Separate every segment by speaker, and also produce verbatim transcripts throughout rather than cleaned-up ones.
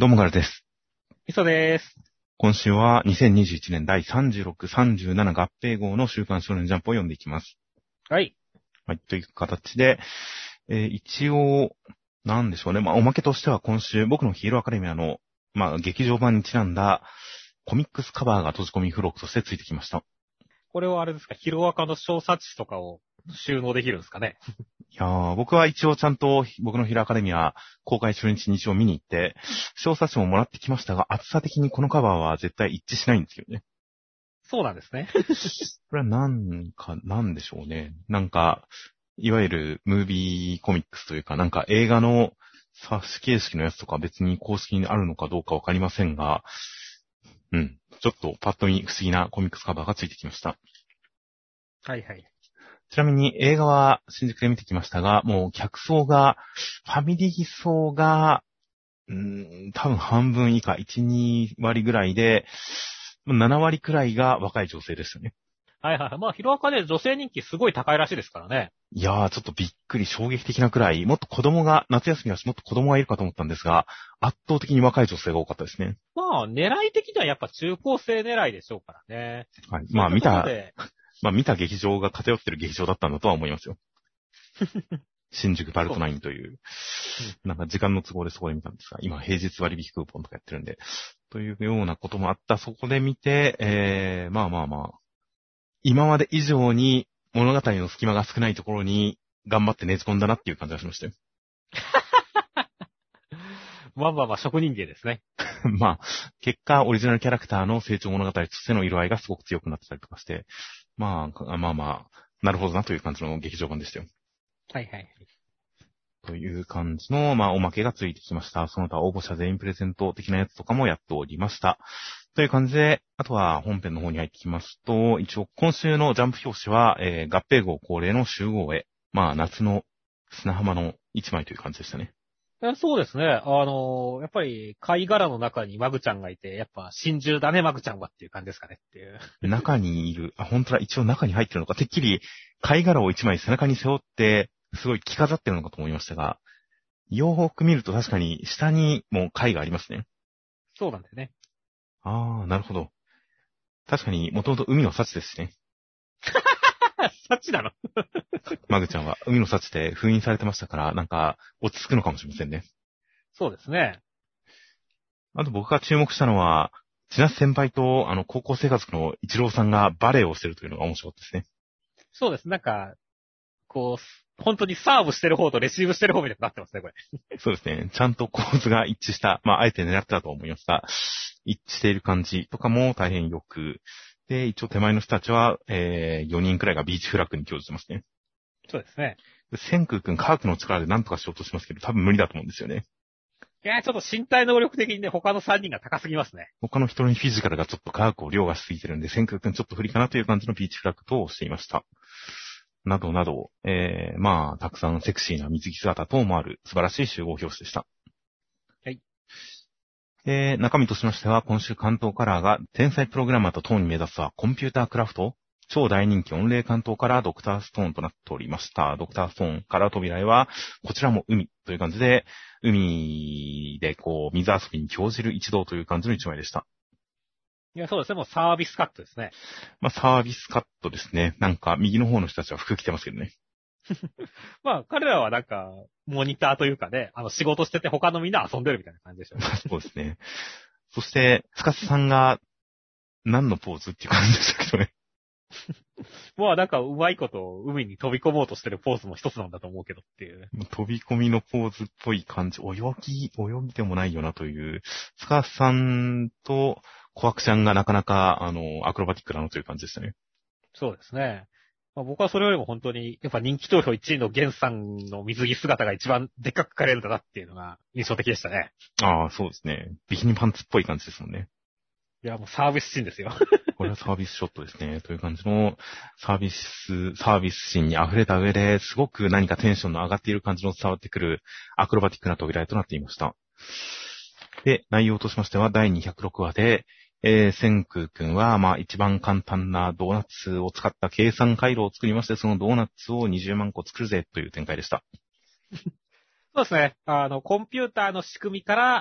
Speaker 1: どうもガルです。
Speaker 2: みそです。
Speaker 1: 今週はにせんにじゅういちねんだいさんじゅうろく、さんじゅうなな合併号の週刊少年ジャンプを読んでいきます。
Speaker 2: はい。
Speaker 1: はい、という形で、えー、一応、なんでしょうね。まあ、おまけとしては今週、僕のヒーローアカデミアの、まあ、劇場版にちなんだコミックスカバーが閉じ込み付録としてついてきました。
Speaker 2: これはあれですか、ヒロアカの小冊子とかを収納できるんですかね。
Speaker 1: いやー、僕は一応ちゃんと僕のヒーローアカデミア公開初日に一応見に行って、小冊子ももらってきましたが、厚さ的にこのカバーは絶対一致しないんですよね。
Speaker 2: そうなんですね。
Speaker 1: これはなんか、なんでしょうね。なんか、いわゆるムービーコミックスというか、なんか映画の冊子形式のやつとか別に公式にあるのかどうかわかりませんが、うん。ちょっとパッと見不思議なコミックスカバーがついてきました。
Speaker 2: はいはい。
Speaker 1: ちなみに映画は新宿で見てきましたが、もう客層が、ファミリー層が、うーん、多分半分以下、いち、に割ぐらいで、なな割くらいが若い女性でしたね。
Speaker 2: はいはい。まあ、ヒロアカで女性人気すごい高いらしいですからね。
Speaker 1: いやー、ちょっとびっくり、衝撃的なくらい、もっと子供が、夏休みだしもっと子供がいるかと思ったんですが、圧倒的に若い女性が多かったですね。
Speaker 2: まあ、狙い的にはやっぱ中高生狙いでしょうからね。
Speaker 1: はい。まあ見た、
Speaker 2: そういったところで
Speaker 1: まあ見た劇場が偏ってる劇場だったんだとは思いますよ。新宿バルトナインという、なんか時間の都合でそこで見たんですが、今平日割引クーポンとかやってるんで、というようなこともあった、そこで見て、えー、まあまあまあ、今まで以上に物語の隙間が少ないところに頑張ってねじ込んだなっていう感じがしましたよ。
Speaker 2: まあまあまあ、職人芸ですね。
Speaker 1: まあ、結果、オリジナルキャラクターの成長物語としての色合いがすごく強くなってたりとかして、まあ、まあまあ、なるほどなという感じの劇場版でしたよ。
Speaker 2: はいはい。
Speaker 1: という感じの、まあ、おまけがついてきました。その他応募者全員プレゼント的なやつとかもやっておりました。という感じで、あとは本編の方に入ってきますと、一応今週のジャンプ表紙は、えー、合併号恒例の集合へ、まあ、夏の砂浜の一枚という感じでしたね。
Speaker 2: そうですね。あのー、やっぱり貝殻の中にマグちゃんがいて、やっぱ真珠だね、マグちゃんはっていう感じですかねっていう。
Speaker 1: 中にいる、あ、本当だ、一応中に入ってるのか、てっきり貝殻を一枚背中に背負って、すごい着飾ってるのかと思いましたが、よーく見ると確かに下にも貝がありますね。
Speaker 2: そうなんだよね。
Speaker 1: あー、なるほど。確かに、もともと海の幸ですね。
Speaker 2: 幸なの
Speaker 1: マグちゃんは海の幸で封印されてましたから、なんか、落ち着くのかもしれませんね。
Speaker 2: そうですね。
Speaker 1: あと僕が注目したのは、千夏先輩と、あの、高校生活の一郎さんがバレエをしてるというのが面白かったですね。
Speaker 2: そうです。なんか、こう、本当にサーブしてる方とレシーブしてる方みたいになってますね、これ。
Speaker 1: そうですね。ちゃんと構図が一致した、まあ、あえて狙ってたと思いますが、一致している感じとかも大変よく、で、一応手前の人たちは、えー、よにんくらいがビーチフラッグに興じてますね。
Speaker 2: そうですね。
Speaker 1: 千空くん科学の力で何とかしようとしますけど、多分無理だと思うんですよね。
Speaker 2: いや、ちょっと身体能力的にね、他のさんにんが高すぎますね。
Speaker 1: 他の人のフィジカルがちょっと科学を凌駕しすぎてるんで、千空くんちょっと不利かなという感じのビーチフラッグとしていました。などなど、えー、まあ、たくさんセクシーな水着姿等もある素晴らしい集合表紙でした。
Speaker 2: はい。
Speaker 1: で、中身としましては、今週関東カラーが、天才プログラマーと等に目指すはコンピュータークラフト、超大人気御礼関東カラードクターストーンとなっておりました。ドクターストーンカラー扉絵は、こちらも海という感じで、海でこう、水遊びに興じる一同という感じの一枚でした。
Speaker 2: いや、そうですね。もうサービスカットですね。
Speaker 1: まあ、サービスカットですね。なんか、右の方の人たちは服着てますけどね。
Speaker 2: まあ、彼らはなんか、モニターというかね、あの、仕事してて他のみんな遊んでるみたいな感じでしょうね。
Speaker 1: そうですね。そして、スカスさんが、何のポーズっていう感じでしたけどね。
Speaker 2: まあ、なんか、うまいこと海に飛び込もうとしてるポーズの一つなんだと思うけどっていう。
Speaker 1: 飛び込みのポーズっぽい感じ。泳ぎ、泳ぎでもないよなという。スカスさんと、コアクちゃんがなかなか、あの、アクロバティックなのという感じでしたね。
Speaker 2: そうですね。まあ、僕はそれよりも本当に、やっぱ人気投票いちいのゲンさんの水着姿が一番でっかく描かれるんだなっていうのが印象的でしたね。
Speaker 1: ああ、そうですね。ビキニパンツっぽい感じですもんね。
Speaker 2: いや、もうサービスシーンですよ。
Speaker 1: これはサービスショットですね。という感じのサービス、サービス心に溢れた上で、すごく何かテンションの上がっている感じの伝わってくるアクロバティックな扉絵となっていました。で、内容としましてはだいにひゃくろくわで、えー、千空くんは、まあ、一番簡単なドーナツを使った計算回路を作りまして、そのドーナツをにじゅうまんこ作るぜという展開でした。
Speaker 2: そうですね。あの、コンピューターの仕組みから、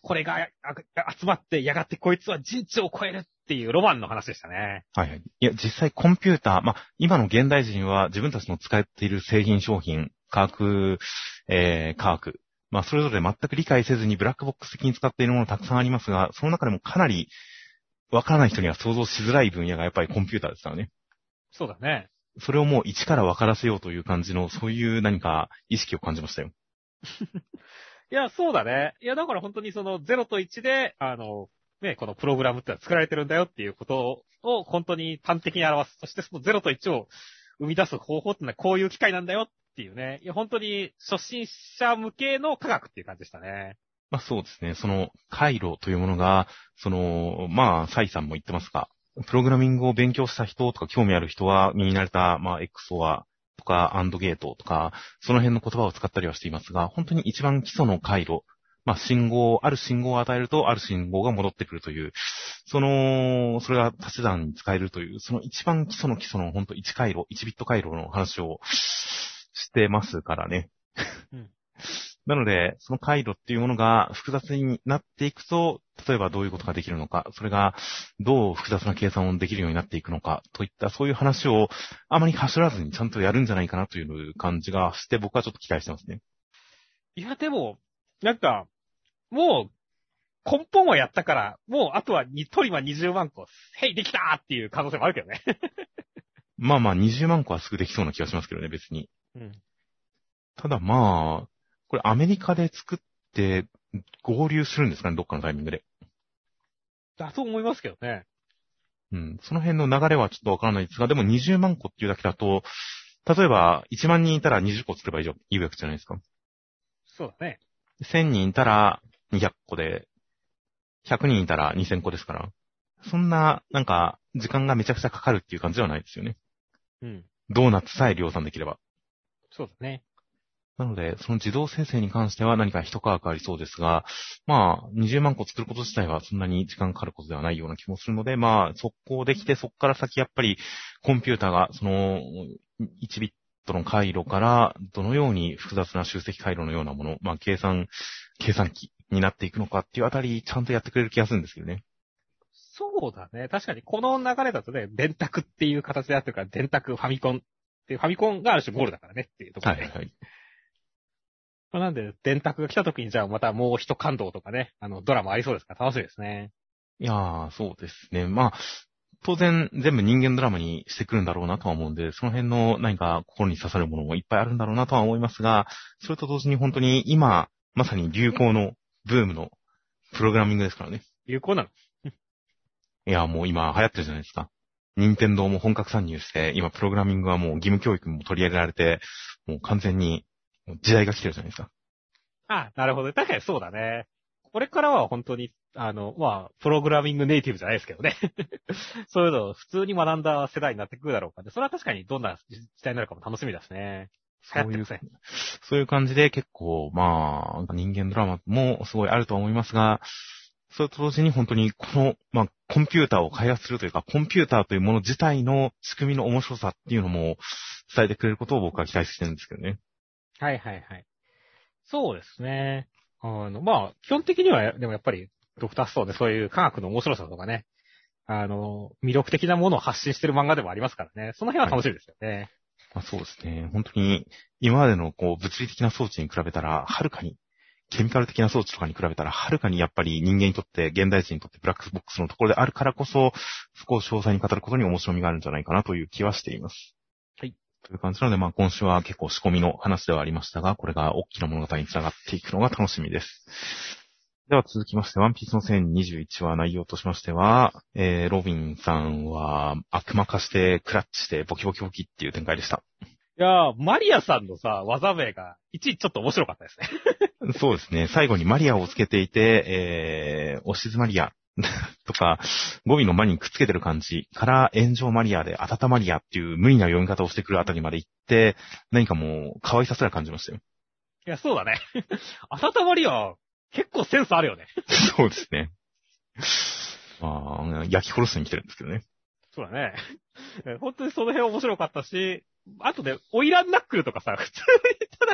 Speaker 2: これが集まってやがってこいつは人知を超えるっていうロマンの話でしたね。
Speaker 1: はいはい。いや、実際コンピューター、まあ、今の現代人は自分たちの使っている製品商品、科学、えー、科学、まあ、それぞれ全く理解せずにブラックボックス的に使っているものたくさんありますが、その中でもかなりわからない人には想像しづらい分野がやっぱりコンピューターですからね。
Speaker 2: そうだね。
Speaker 1: それをもう一から分からせようという感じの、そういう何か意識を感じましたよ。
Speaker 2: いや、そうだね。いや、だから本当にそのゼロといちで、あの、ね、このプログラムってのは作られてるんだよっていうことを本当に端的に表す。そしてそのゼロといちを生み出す方法ってのはこういう機械なんだよっていうね。いや、本当に初心者向けの科学っていう感じでしたね。
Speaker 1: まあそうですね。その回路というものが、その、まあ、サイさんも言ってますが、プログラミングを勉強した人とか興味ある人は、見慣れた、まあ、エクソアとか、アンドゲートとか、その辺の言葉を使ったりはしていますが、本当に一番基礎の回路、まあ、信号、ある信号を与えると、ある信号が戻ってくるという、その、それが足し算に使えるという、その一番基礎の基礎の本当いち回路、いちビット回路の話をしてますからね。
Speaker 2: うん
Speaker 1: なので、その回路っていうものが複雑になっていくと、例えばどういうことができるのか、それがどう複雑な計算をできるようになっていくのか、といったそういう話をあまり走らずにちゃんとやるんじゃないかなという感じがして、僕はちょっと期待してますね。
Speaker 2: いや、でも、なんか、もう、根本はやったから、もうあとはにトリマにじゅうまんこ、へい、できたーっていう可能性もあるけどね。
Speaker 1: まあまあにじゅうまんこはすぐできそうな気がしますけどね、別に。
Speaker 2: うん。
Speaker 1: ただまあ、これアメリカで作って合流するんですかね、どっかのタイミングで。
Speaker 2: だと思いますけどね。
Speaker 1: うん。その辺の流れはちょっとわからないですが、でもにじゅうまんこっていうだけだと、例えばいちまんにんいたらにじゅっこ作ればいいよ、いいわけじゃないですか。
Speaker 2: そうだね。
Speaker 1: せんにんいたらにひゃっこで、ひゃくにんいたらにせんこですから。そんな、なんか、時間がめちゃくちゃかかるっていう感じではないですよね。
Speaker 2: うん。
Speaker 1: ドーナツさえ量産できれば。
Speaker 2: そうだね。
Speaker 1: なので、その自動生成に関しては何か一科学ありそうですが、まあ、にじゅうまんこ作ること自体はそんなに時間かかることではないような気もするので、まあ、速攻できて、そこから先やっぱりコンピューターがそのいちビットの回路からどのように複雑な集積回路のようなもの、まあ、計算、計算機になっていくのかっていうあたり、ちゃんとやってくれる気がするんですけどね。
Speaker 2: そうだね。確かに、この流れだとね、電卓っていう形であってるから、電卓、ファミコンっていう、ファミコンがある種ゴールだからねっていうところで。
Speaker 1: はいはい。
Speaker 2: まあなんで、電卓が来た時に、じゃあまたもう一感動とかね、あの、ドラマありそうですから楽しみですね。
Speaker 1: いやー、そうですね。まあ、当然全部人間ドラマにしてくるんだろうなとは思うんで、その辺の何か心に刺さるものもいっぱいあるんだろうなとは思いますが、それと同時に本当に今、まさに流行のブームのプログラミングですからね。
Speaker 2: 有効なの。
Speaker 1: いや、もう今流行ってるじゃないですか。任天堂も本格参入して、今プログラミングはもう義務教育にも取り入れられて、もう完全に時代が来てるじゃないですか。
Speaker 2: あ、なるほど。確かにそうだね。これからは本当に、あの、まあ、プログラミングネイティブじゃないですけどね。そういうのを普通に学んだ世代になってくるだろうかで、それは確かにどんな時代になるかも楽しみですね。
Speaker 1: そういう、
Speaker 2: 流行ってますね。
Speaker 1: そういう感じで結構、まあ、人間ドラマもすごいあると思いますが、それと同時に本当にこの、まあ、コンピューターを開発するというか、コンピューターというもの自体の仕組みの面白さっていうのも伝えてくれることを僕は期待してるんですけどね。
Speaker 2: はいはいはい。そうですね。あの、まあ、基本的には、でもやっぱり、ドクターストーンでそういう科学の面白さとかね、あの、魅力的なものを発信してる漫画でもありますからね。その辺は楽しみですよね。
Speaker 1: まあ、そうですね。本当に、今までのこう物理的な装置に比べたら、はるかに、ケミカル的な装置とかに比べたら、はるかにやっぱり人間にとって、現代人にとってブラックボックスのところであるからこそ、そこを詳細に語ることに面白みがあるんじゃないかなという気はしています。
Speaker 2: はい。
Speaker 1: という感じなので、まあ今週は結構仕込みの話ではありましたが、これが大きな物語につながっていくのが楽しみです。では続きまして、ワンピースのせんにじゅういちわ内容としましては、えー、ロビンさんは悪魔化してクラッチしてボキボキボキっていう展開でした。
Speaker 2: いやー、マリアさんのさ、技名が、いちいちちょっと面白かったですね。
Speaker 1: そうですね。最後にマリアをつけていて、えー、おしずマリアとか、語尾のマにくっつけてる感じから炎上マリアで温マリアっていう無理な読み方をしてくるあたりまで行って、何かもう可愛さすら感じましたよ。
Speaker 2: いや、そうだね。温まりは、結構センスあるよね。
Speaker 1: そうですね。まあ、焼き殺しに来てるんですけどね。
Speaker 2: そうだね。本当にその辺面白かったし、あとで、オイランナックルとかさ、普通にただ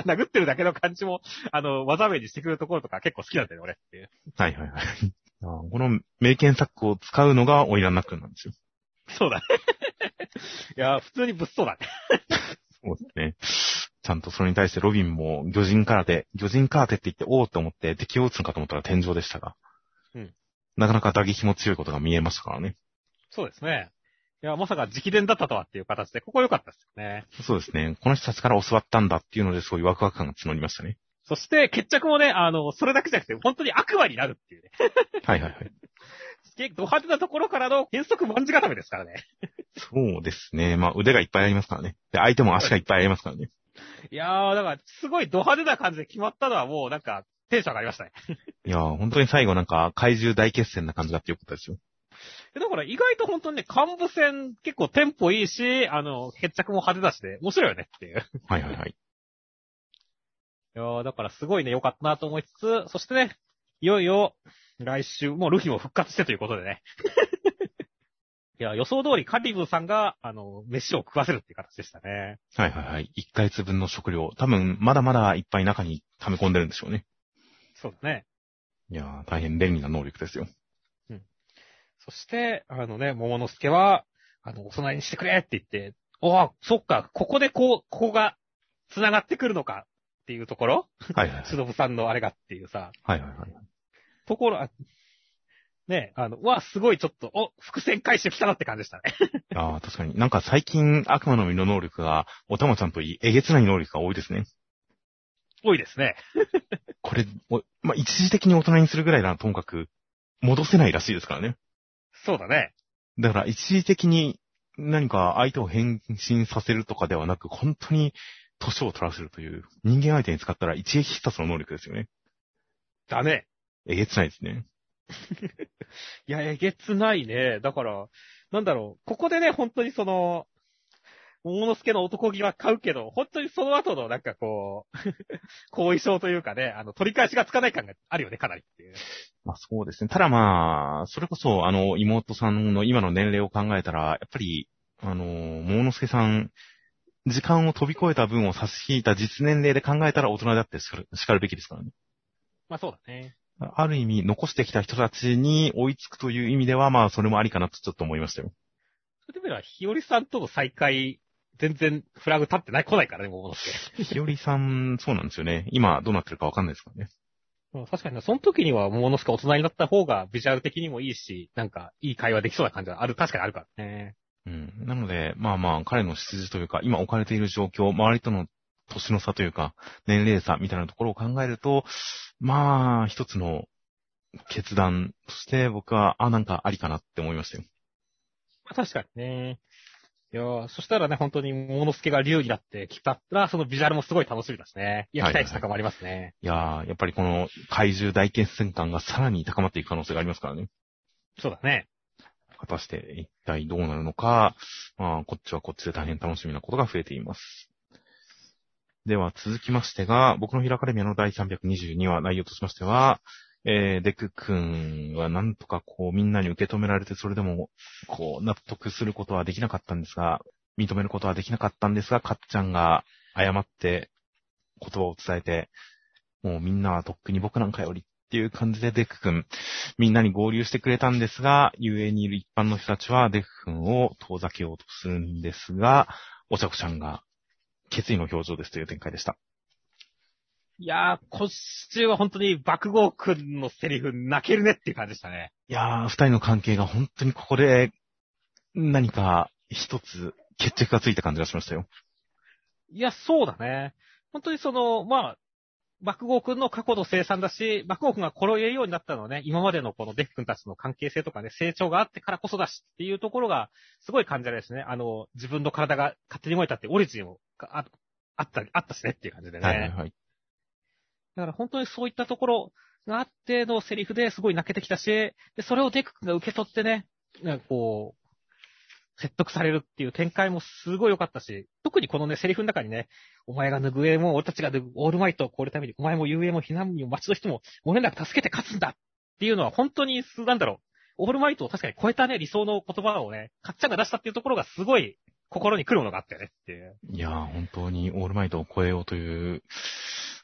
Speaker 2: 殴ってるだけの感じも、あの、技名にしてくるところとか結構好きなんだよね、俺っていう。
Speaker 1: はいはいはい。この名検索を使うのがオイランナックルなんですよ。
Speaker 2: そうだね。いや、普通に物騒だね。
Speaker 1: そうですね。ちゃんとそれに対してロビンも魚人空手、魚人空手って言っておーって思って敵を撃つのかと思ったら天井でしたが。
Speaker 2: うん。
Speaker 1: なかなか打撃も強いことが見えましたからね。
Speaker 2: そうですね。いや、まさか直伝だったとはっていう形で、ここ良かったですよね。
Speaker 1: そうですね。この人たちから教わったんだっていうので、そういうワクワク感が募りましたね。
Speaker 2: そして、決着もね、あの、それだけじゃなくて、本当に悪魔になるっていうね。
Speaker 1: はいはいはい。
Speaker 2: 結構ド派手なところからの変則万字固めですからね。
Speaker 1: そうですね。まあ腕がいっぱいありますからね。で、相手も足がいっぱいありますからね。
Speaker 2: いやー、だから、すごいド派手な感じで決まったのはもう、なんか、テンション上がりましたね。
Speaker 1: いやー、本当に最後なんか怪獣大決戦な感じがあってよかったですよ。
Speaker 2: だから意外と本当にね、幹部戦結構テンポいいし、あの、決着も派手だしで、面白いよねっていう。
Speaker 1: はいはいはい。
Speaker 2: いやー、だからすごいね、良かったなと思いつつ、そしてね、いよいよ、来週、もうルフィも復活してということでね。いや、予想通りカリブーさんが、あの、飯を食わせるっていう形でしたね。
Speaker 1: はいはいはい。いっかげつぶんの食料、多分まだまだいっぱい中に溜め込んでるんでしょうね。
Speaker 2: そうだね。
Speaker 1: いやー、大変便利な能力ですよ。
Speaker 2: うん。そして、あのね、桃之助は、あの、お供えにしてくれって言って、おあ、そっか、ここでこう、ここが繋がってくるのかっていうところ
Speaker 1: はいはいはい。
Speaker 2: しのぶさんのあれがっていうさ、
Speaker 1: はいはいはい。
Speaker 2: ところ、あね、あの、うわ、すごいちょっと、お、伏線回収来たなって感じでしたね。
Speaker 1: ああ、確かに。なんか最近悪魔の実の能力が、おたまちゃんといい、えげつない能力が多いですね。
Speaker 2: 多いですね。
Speaker 1: これ、おまあ、一時的に大人にするぐらいならともかく、戻せないらしいですからね。
Speaker 2: そうだね。
Speaker 1: だから一時的に何か相手を変身させるとかではなく、本当に年を取らせるという、人間相手に使ったら一撃必殺の能力ですよね。
Speaker 2: だね。
Speaker 1: えげつないですね。
Speaker 2: いや、えげつないね。だから、なんだろう、ここでね、本当にその、桃之助の男気は買うけど、本当にその後のなんかこう、後遺症というかね、あの、取り返しがつかない感があるよね、かなりっていう。
Speaker 1: まあそうですね。ただまあ、それこそあの妹さんの今の年齢を考えたら、やっぱり、あの、桃之助さん、時間を飛び越えた分を差し引いた実年齢で考えたら大人だって叱る、叱るべきですからね。
Speaker 2: まあそうだね。
Speaker 1: ある意味、残してきた人たちに追いつくという意味では、まあ、それもありかなとちょっと思いましたよ。
Speaker 2: それで見れば、日和さんとの再会、全然フラグ立ってない、来ないからね、桃之助。
Speaker 1: ひよりさん、そうなんですよね。今どうなってるかわかんないですからね。
Speaker 2: うん確かにね、その時には桃之助大人になった方がビジュアル的にもいいし、なんか、いい会話できそうな感じはある、確かにあるからね。
Speaker 1: うん。なので、まあまあ、彼の出自というか、今置かれている状況、周りとの年の差というか、年齢差みたいなところを考えると、まあ、一つの決断として僕は、あ、なんかありかなって思いましたよ。
Speaker 2: まあ確かにね。いやーそしたらね、本当に桃之助が竜になってきたら、そのビジュアルもすごい楽しみだしね。いや、期待値高まりますね。
Speaker 1: いやー、やっぱりこの怪獣大決戦感がさらに高まっていく可能性がありますからね。
Speaker 2: そうだね。
Speaker 1: 果たして一体どうなるのか、まあ、こっちはこっちで大変楽しみなことが増えています。では続きましてが、僕のヒラカデミアのだいさんびゃくにじゅうにわ内容としましては、えー、デク君はなんとかこうみんなに受け止められて、それでもこう納得することはできなかったんですが、認めることはできなかったんですが、かっちゃんが誤って言葉を伝えて、もうみんなはとっくに僕なんかよりっていう感じでデク君、みんなに合流してくれたんですが、遊泳にいる一般の人たちはデク君を遠ざけようとするんですが、お茶子ちゃんが決意の表情ですという展開でした。
Speaker 2: いやー、今週は本当に爆豪くんのセリフ泣けるねっていう感じでしたね。
Speaker 1: いやー、二人の関係が本当にここで何か一つ決着がついた感じがしましたよ。
Speaker 2: いや、そうだね。本当にその、まあ、爆豪くんの過去の生産だし、爆豪くんがこれを言えるようになったのはね、今までのこのデク君たちの関係性とかね、成長があってからこそだしっていうところが、すごい感じられるですね。あの、自分の体が勝手に燃えたってオリジンをああった、あったしねっていう感じでね。
Speaker 1: はいはいはい。
Speaker 2: だから本当にそういったところがあってのセリフですごい泣けてきたし、で、それをデク君が受け取ってね、なんかこう、説得されるっていう展開もすごい良かったし、特にこのね、セリフの中にね、お前が脱ぐえも、俺たちが脱ぐオールマイトを超えるために、お前も遊泳も避難民も街の人も、俺らが助けて勝つんだっていうのは本当に、なんだろう、オールマイトを確かに超えたね、理想の言葉をね、かっちゃんが出したっていうところがすごい心に来るものがあったよねっていう。
Speaker 1: いやー、本当にオールマイトを超えようという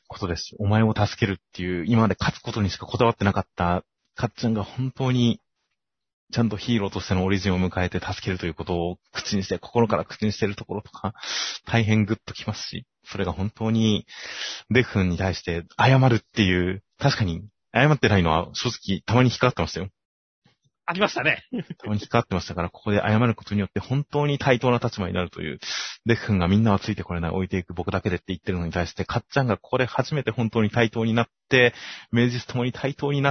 Speaker 1: ことですし、お前を助けるっていう、今まで勝つことにしかこだわってなかったかっちゃんが本当に、ちゃんとヒーローとしてのオリジンを迎えて助けるということを口にして、心から口にしているところとか、大変グッときますし、それが本当に、デフンに対して謝るっていう、確かに謝ってないのは正直たまに引っかかってましたよ。
Speaker 2: ありましたね。
Speaker 1: たまに引っかかってましたから、ここで謝ることによって本当に対等な立場になるという、デフンがみんなはついてこれない、置いていく僕だけでって言ってるのに対して、かっちゃんがここで初めて本当に対等になって、名実ともに対等になって、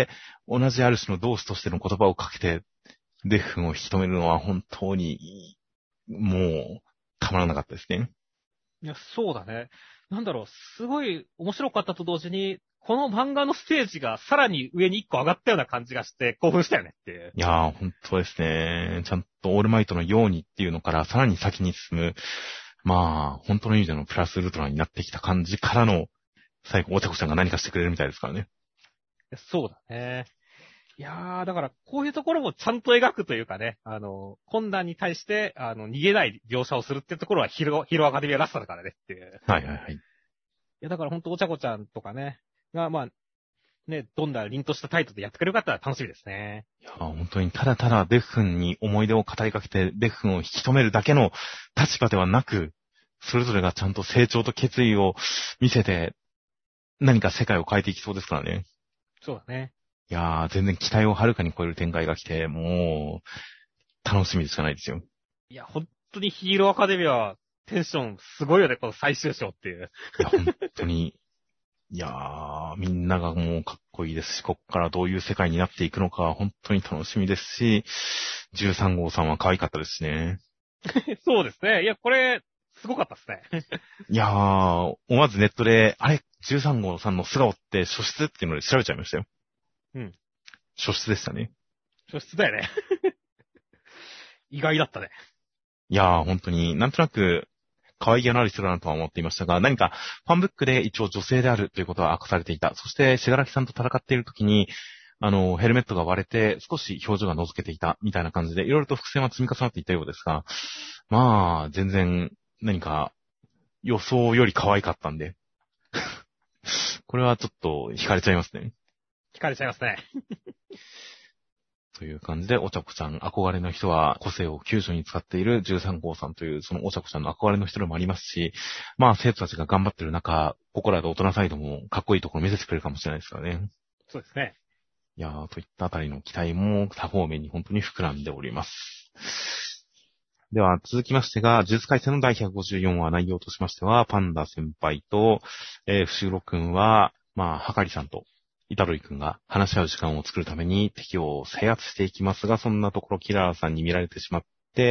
Speaker 1: 同じある種の同志としての言葉をかけて、デフンを引き止めるのは本当に、もう、たまらなかったですね。
Speaker 2: いや、そうだね。なんだろう、すごい面白かったと同時に、この漫画のステージがさらに上に一個上がったような感じがして興奮したよねっていう。
Speaker 1: いやー、本当ですね。ちゃんとオールマイトのようにっていうのからさらに先に進む、まあ、本当の意味でのプラスウルトラになってきた感じからの、最後、お茶子ちゃんが何かしてくれるみたいですからね。
Speaker 2: そうだね。いやー、だからこういうところもちゃんと描くというかね、あの、困難に対して、あの、逃げない描写をするっていうところはヒロ、ヒロアカデミアらしさだからねっていう。
Speaker 1: はいはいはい。
Speaker 2: いや、だからほんとお茶子ちゃんとかね、が、まあ、ね、どんな凛としたタイトルでやってくれるかってのは楽しみですね。
Speaker 1: いやー、本当にただただデフンに思い出を語りかけて、デフンを引き止めるだけの立場ではなく、それぞれがちゃんと成長と決意を見せて、何か世界を変えていきそうですからね。
Speaker 2: そうだね。
Speaker 1: いやー、全然期待をはるかに超える展開が来て、もう、楽しみでしかないですよ。
Speaker 2: いや、本当にヒーローアカデミアはテンションすごいよね、この最終章っていう。
Speaker 1: いや、本当に、いやー、みんながもうかっこいいですし、こっからどういう世界になっていくのか、本当に楽しみですし、じゅうさん号さんは可愛かったですしね。
Speaker 2: そうですね。いや、これ、すごかったですね。
Speaker 1: いやー、思わずネットで、あれ、じゅうさん号さんの素顔って初出っていうので調べちゃいましたよ。
Speaker 2: うん。
Speaker 1: 初出でしたね。
Speaker 2: 初出だよね。意外だったね。
Speaker 1: いやー、本当になんとなく、可愛げのある人だなとは思っていましたが、何かファンブックで一応女性であるということは明かされていた。そして、しがらきさんと戦っている時に、あの、ヘルメットが割れて少し表情が覗けていたみたいな感じで、いろいろと伏線は積み重なっていったようですが、まあ、全然何か予想より可愛かったんで、これはちょっと惹かれちゃいますね。
Speaker 2: 惹かれちゃいますね。
Speaker 1: という感じで、お茶子ちゃん、憧れの人は個性を急所に使っているじゅうさん号さんという、そのお茶子ちゃんの憧れの人でもありますし、まあ生徒たちが頑張ってる中、ここらで大人サイドもかっこいいところ見せてくれるかもしれないですからね。
Speaker 2: そうですね。
Speaker 1: いやー、といったあたりの期待も多方面に本当に膨らんでおります。では、続きましてが、呪術廻戦のだいひゃくごじゅうよんわ内容としましては、パンダ先輩と、えー、ふしゅうろくんは、まあ、はかりさんと、イタロイくんが話し合う時間を作るために敵を制圧していきますが、そんなところキララさんに見られてしまって、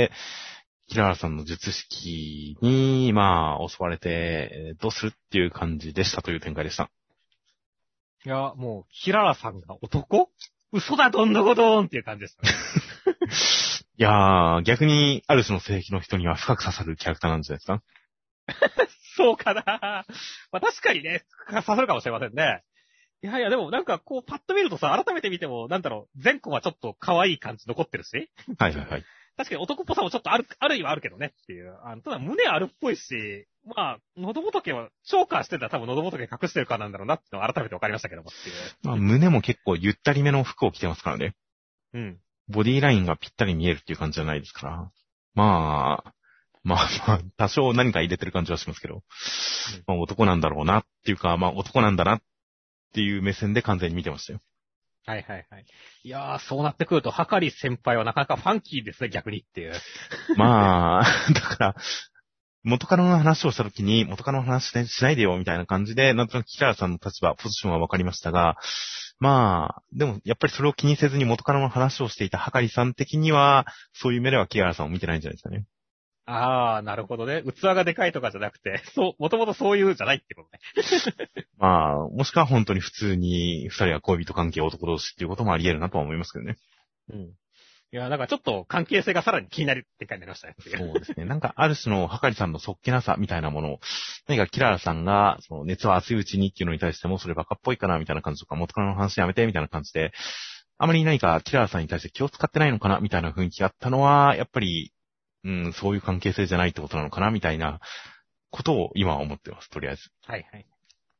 Speaker 1: キララさんの術式に、まあ、襲われて、どうするっていう感じでしたという展開でした。
Speaker 2: いや、もう、キララさんが男？嘘だ、どんどこどーんっていう感じですね。
Speaker 1: いやー、逆に、ある種の性癖の人には深く刺さるキャラクターなんじゃないですか？
Speaker 2: そうかな。まあ確かにね、刺さるかもしれませんね。いやいや、でもなんかこうパッと見るとさ、改めて見ても、なんだろう、前後はちょっと可愛い感じ残ってるし。
Speaker 1: はいはいはい。
Speaker 2: 確かに男っぽさもちょっとある、ある意味あるけどねっていう。あの、ただ胸あるっぽいし、まあ、喉仏は、チョーカーしてたら多分喉仏隠してるからなんだろうなっていうのが改めて分かりましたけどもっていう。
Speaker 1: まあ、胸も結構ゆったりめの服を着てますからね。
Speaker 2: うん。
Speaker 1: ボディラインがぴったり見えるっていう感じじゃないですから。まあ、まあまあ、多少何か入れてる感じはしますけど。まあ男なんだろうなっていうか、まあ男なんだなっていう目線で完全に見てましたよ。
Speaker 2: はいはいはい。いやー、そうなってくると、はかり先輩はなかなかファンキーですね、逆にっていう。
Speaker 1: まあ、だから、元カノの話をしたときに、元カノの話しないでよ、みたいな感じで、なんとなくキララさんの立場、ポジションは分かりましたが、まあ、でも、やっぱりそれを気にせずに元カノの話をしていたはかりさん的には、そういう目ではキララさんを見てないんじゃないですかね。
Speaker 2: あー、なるほどね。器がでかいとかじゃなくて、そう、もともとそういうじゃないってことね。
Speaker 1: まあ、もしくは本当に普通に二人は恋人関係男同士っていうこともあり得るなとは思いますけどね。
Speaker 2: うん。いや、なんかちょっと関係性がさらに気になるって感じになりましたね。
Speaker 1: そうですね。なんかある種のはかりさんのそっけなさみたいなものを、何かキララさんが、その熱は熱いうちにっていうのに対してもそれバカっぽいかなみたいな感じとか、元カノの話やめてみたいな感じで、あまり何かキララさんに対して気を使ってないのかなみたいな雰囲気があったのは、やっぱり、うん、そういう関係性じゃないってことなのかなみたいなことを今は思ってます、とりあえず。
Speaker 2: はいはい。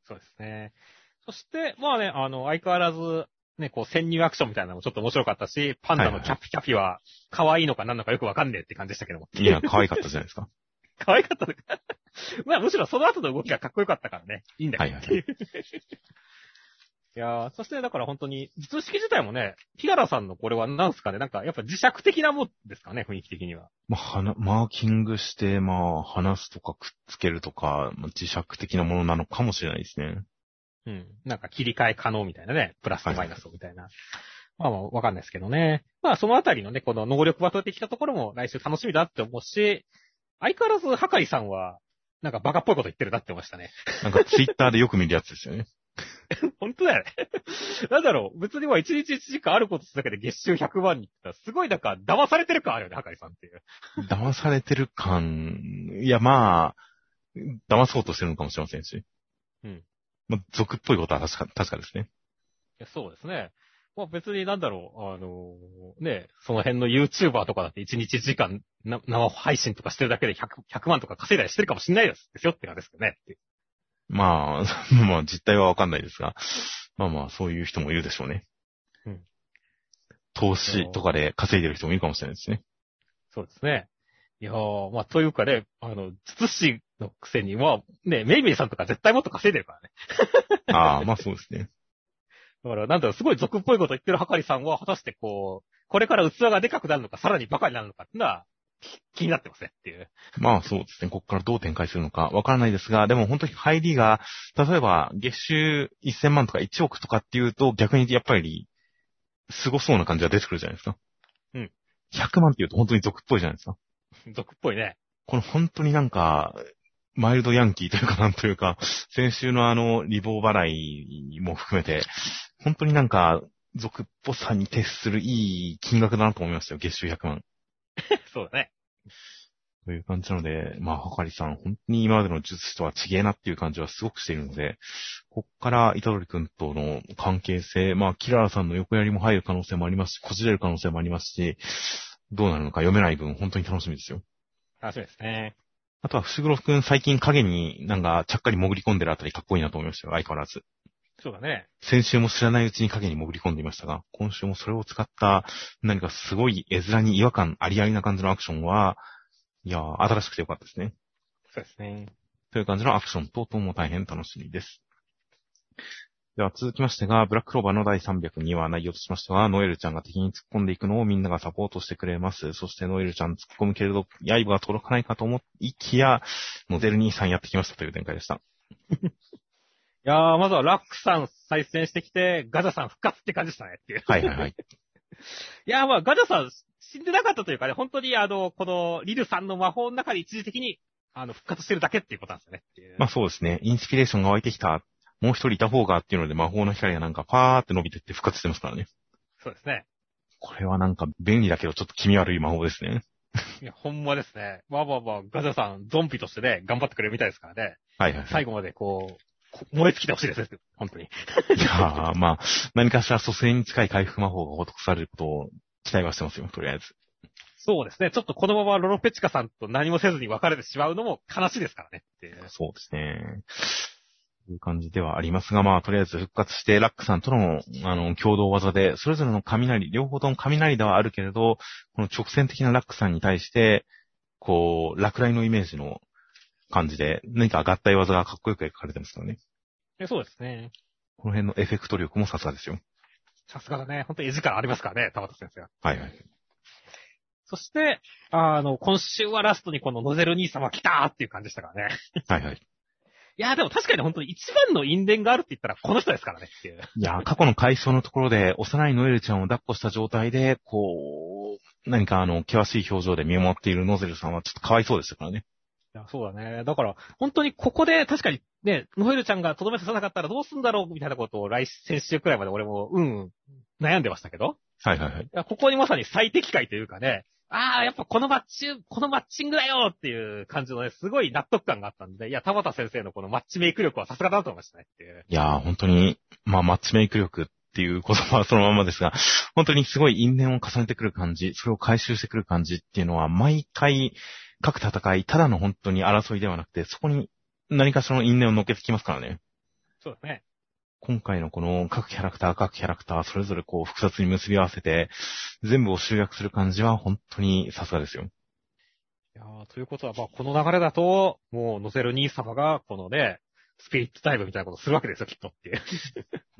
Speaker 2: そうですね。そして、まあね、あの、相変わらず、ね、こう、潜入アクションみたいなのもちょっと面白かったし、パンダのキャピキャピは、可愛いのか何のかよくわかんねえって感じでしたけども。
Speaker 1: いや、可愛かったじゃないですか。
Speaker 2: 可愛かったのか。まあ、むしろその後の動きがかっこよかったからね。いいんだよ。はいはい。いやー、そしてだから本当に、実式自体もね、木原さんのこれは何すかね、なんかやっぱ磁石的なもんですかね、雰囲気的には。
Speaker 1: まあ、はな、マーキングして、まあ、話すとかくっつけるとか、まあ、磁石的なものなのかもしれないですね。
Speaker 2: うん。なんか切り替え可能みたいなね、プラスとマイナスみたいな。はい、まあまあ、わかんないですけどね。まあ、そのあたりのね、この能力バトル的なところも来週楽しみだって思うし、相変わらず、はかりさんは、なんかバカっぽいこと言ってるなって思いましたね。
Speaker 1: なんかツイッターでよく見るやつですよね。
Speaker 2: 本当だよね。なんだろう、別にはいちにちいちじかんあることするだけで月収ひゃくまんにって言ったら、すごいなんか騙されてる感あるよね、はかりさんっていう。
Speaker 1: 騙されてる感、いやまあ、騙そうとしてるのかもしれませんし。
Speaker 2: うん。
Speaker 1: まあ、俗っぽいことは確か、確かですね。
Speaker 2: いやそうですね。まあ別になんだろう、あのー、ね、その辺の YouTuber とかだっていちにちいちじかんな生配信とかしてるだけでひゃく、ひゃくまんとか稼いだりしてるかもしれないですよって感じですよね。
Speaker 1: まあ、まあ実態はわかんないですが、まあまあそういう人もいるでしょうね。うん。投資とかで稼いでる人もいるかもしれないですね。
Speaker 2: そうですね。いやー、まあというかね、あの、筒師のくせに、まあね、メイメイさんとか絶対もっと稼いでるからね。あ
Speaker 1: ああ、まあそうですね。
Speaker 2: だから、なんだろう、すごい俗っぽいこと言ってるはかりさんは、果たしてこう、これから器がでかくなるのか、さらにバカになるのかっていうのは、気になってますねっていう。
Speaker 1: まあそうですね。ここからどう展開するのかわからないですが、でも本当に入りが、例えば月収せんまんとかいちおくとかっていうと、逆にやっぱり、凄そうな感じが出てくるじゃないですか。
Speaker 2: うん。
Speaker 1: ひゃくまんって言うと本当に俗っぽいじゃないですか。
Speaker 2: 俗っぽいね。
Speaker 1: この本当になんか、マイルドヤンキーというかなんというか、先週のあの、リボ払いも含めて、本当になんか、俗っぽさに徹するいい金額だなと思いましたよ、月収ひゃくまん。
Speaker 2: そうだね。
Speaker 1: という感じなので、まあ、はかりさん、本当に今までの術師とは違えなっていう感じはすごくしているので、こっから板取くんとの関係性、まあ、キララさんの横やりも入る可能性もありますし、こじれる可能性もありますし、どうなるのか読めない分、本当に楽しみですよ。
Speaker 2: 楽しみですね。
Speaker 1: あとは、伏黒くん最近影になんかちゃっかり潜り込んでるあたりかっこいいなと思いましたよ、相変わらず。
Speaker 2: そうだね。
Speaker 1: 先週も知らないうちに影に潜り込んでいましたが、今週もそれを使った何かすごい絵面に違和感ありありな感じのアクションは、いやー、新しくてよかったですね。
Speaker 2: そうですね。
Speaker 1: という感じのアクション等々も大変楽しみです。では続きましてが、ブラッククローバーのだいさんびゃくにわ内容としましては、ノエルちゃんが敵に突っ込んでいくのをみんながサポートしてくれます。そしてノエルちゃん突っ込むけれど、刃が届かないかと思いきや、モデル兄さんやってきましたという展開でした。
Speaker 2: いやー、まずはラックさん再戦してきて、ガジャさん復活って感じでしたねっていう。
Speaker 1: はいはいはい。
Speaker 2: いやー、まあ、ガジャさん死んでなかったというかね、本当にあの、このリルさんの魔法の中で一時的に、あの、復活してるだけっていうことなんですよね。
Speaker 1: まあそうですね。インスピレーションが湧いてきた。もう一人いた方がっていうので魔法の光がなんかパーって伸びてって復活してますからね。
Speaker 2: そうですね。
Speaker 1: これはなんか便利だけどちょっと気味悪い魔法ですね。
Speaker 2: いや、ほんまですね。まあまあまあ、ガジャさん、ゾンビとしてね、頑張ってくれるみたいですからね。
Speaker 1: はいはい、はい。
Speaker 2: 最後までこう、燃え尽きてほしいですね。本当に。い
Speaker 1: やー、まあ、何かしら蘇生に近い回復魔法が施されることを期待はしてますよ、とりあえず。
Speaker 2: そうですね。ちょっとこのままロロペチカさんと何もせずに別れてしまうのも悲しいですからね。
Speaker 1: そうですね。という感じではありますが、まあ、とりあえず復活して、ラックさんとの、あの、共同技で、それぞれの雷、両方とも雷ではあるけれど、この直線的なラックさんに対して、こう、落雷のイメージの感じで、何か合体技がかっこよく描かれてますからね。
Speaker 2: そうですね。
Speaker 1: この辺のエフェクト力もさすがですよ。
Speaker 2: さすがだね。本当に絵力ありますからね、田畑先生は。
Speaker 1: はいはい。
Speaker 2: そして、あの、今週はラストにこのノゼル兄様来たーっていう感じでしたからね。
Speaker 1: はいはい。
Speaker 2: いや、でも確かに本当に一番の因縁があるって言ったらこの人ですからねっていう。
Speaker 1: いや、過去の回想のところで、幼いノエルちゃんを抱っこした状態で、こう、何かあの、険しい表情で見守っているノゼルさんはちょっとかわいそうでしたからね。
Speaker 2: いや、そうだね。だから、本当にここで確かにね、ノエルちゃんがとどめさせなかったらどうすんだろうみたいなことを来先週くらいまで俺も、うん、悩んでましたけど。
Speaker 1: はいはいはい。
Speaker 2: いやここにまさに最適解というかね、ああ、やっぱこのマッチ、このマッチングだよっていう感じのね、すごい納得感があったんで、いや、田畑先生のこのマッチメイク力はさすがだなと思いましたねっていう。
Speaker 1: いやー、本当に、まあ、マッチメイク力っていう言葉はそのままですが、本当にすごい因縁を重ねてくる感じ、それを回収してくる感じっていうのは、毎回、各戦い、ただの本当に争いではなくて、そこに何かしらの因縁を乗っけてきますからね。
Speaker 2: そうだね。
Speaker 1: 今回のこの各キャラクター、各キャラクター、それぞれこう複雑に結び合わせて、全部を集約する感じは本当にさすがですよ。
Speaker 2: いやーということは、まあ、この流れだと、もう、ノゼル兄様が、このね、スピリットダイブみたいなことするわけですよ、きっとっていう。
Speaker 1: うん。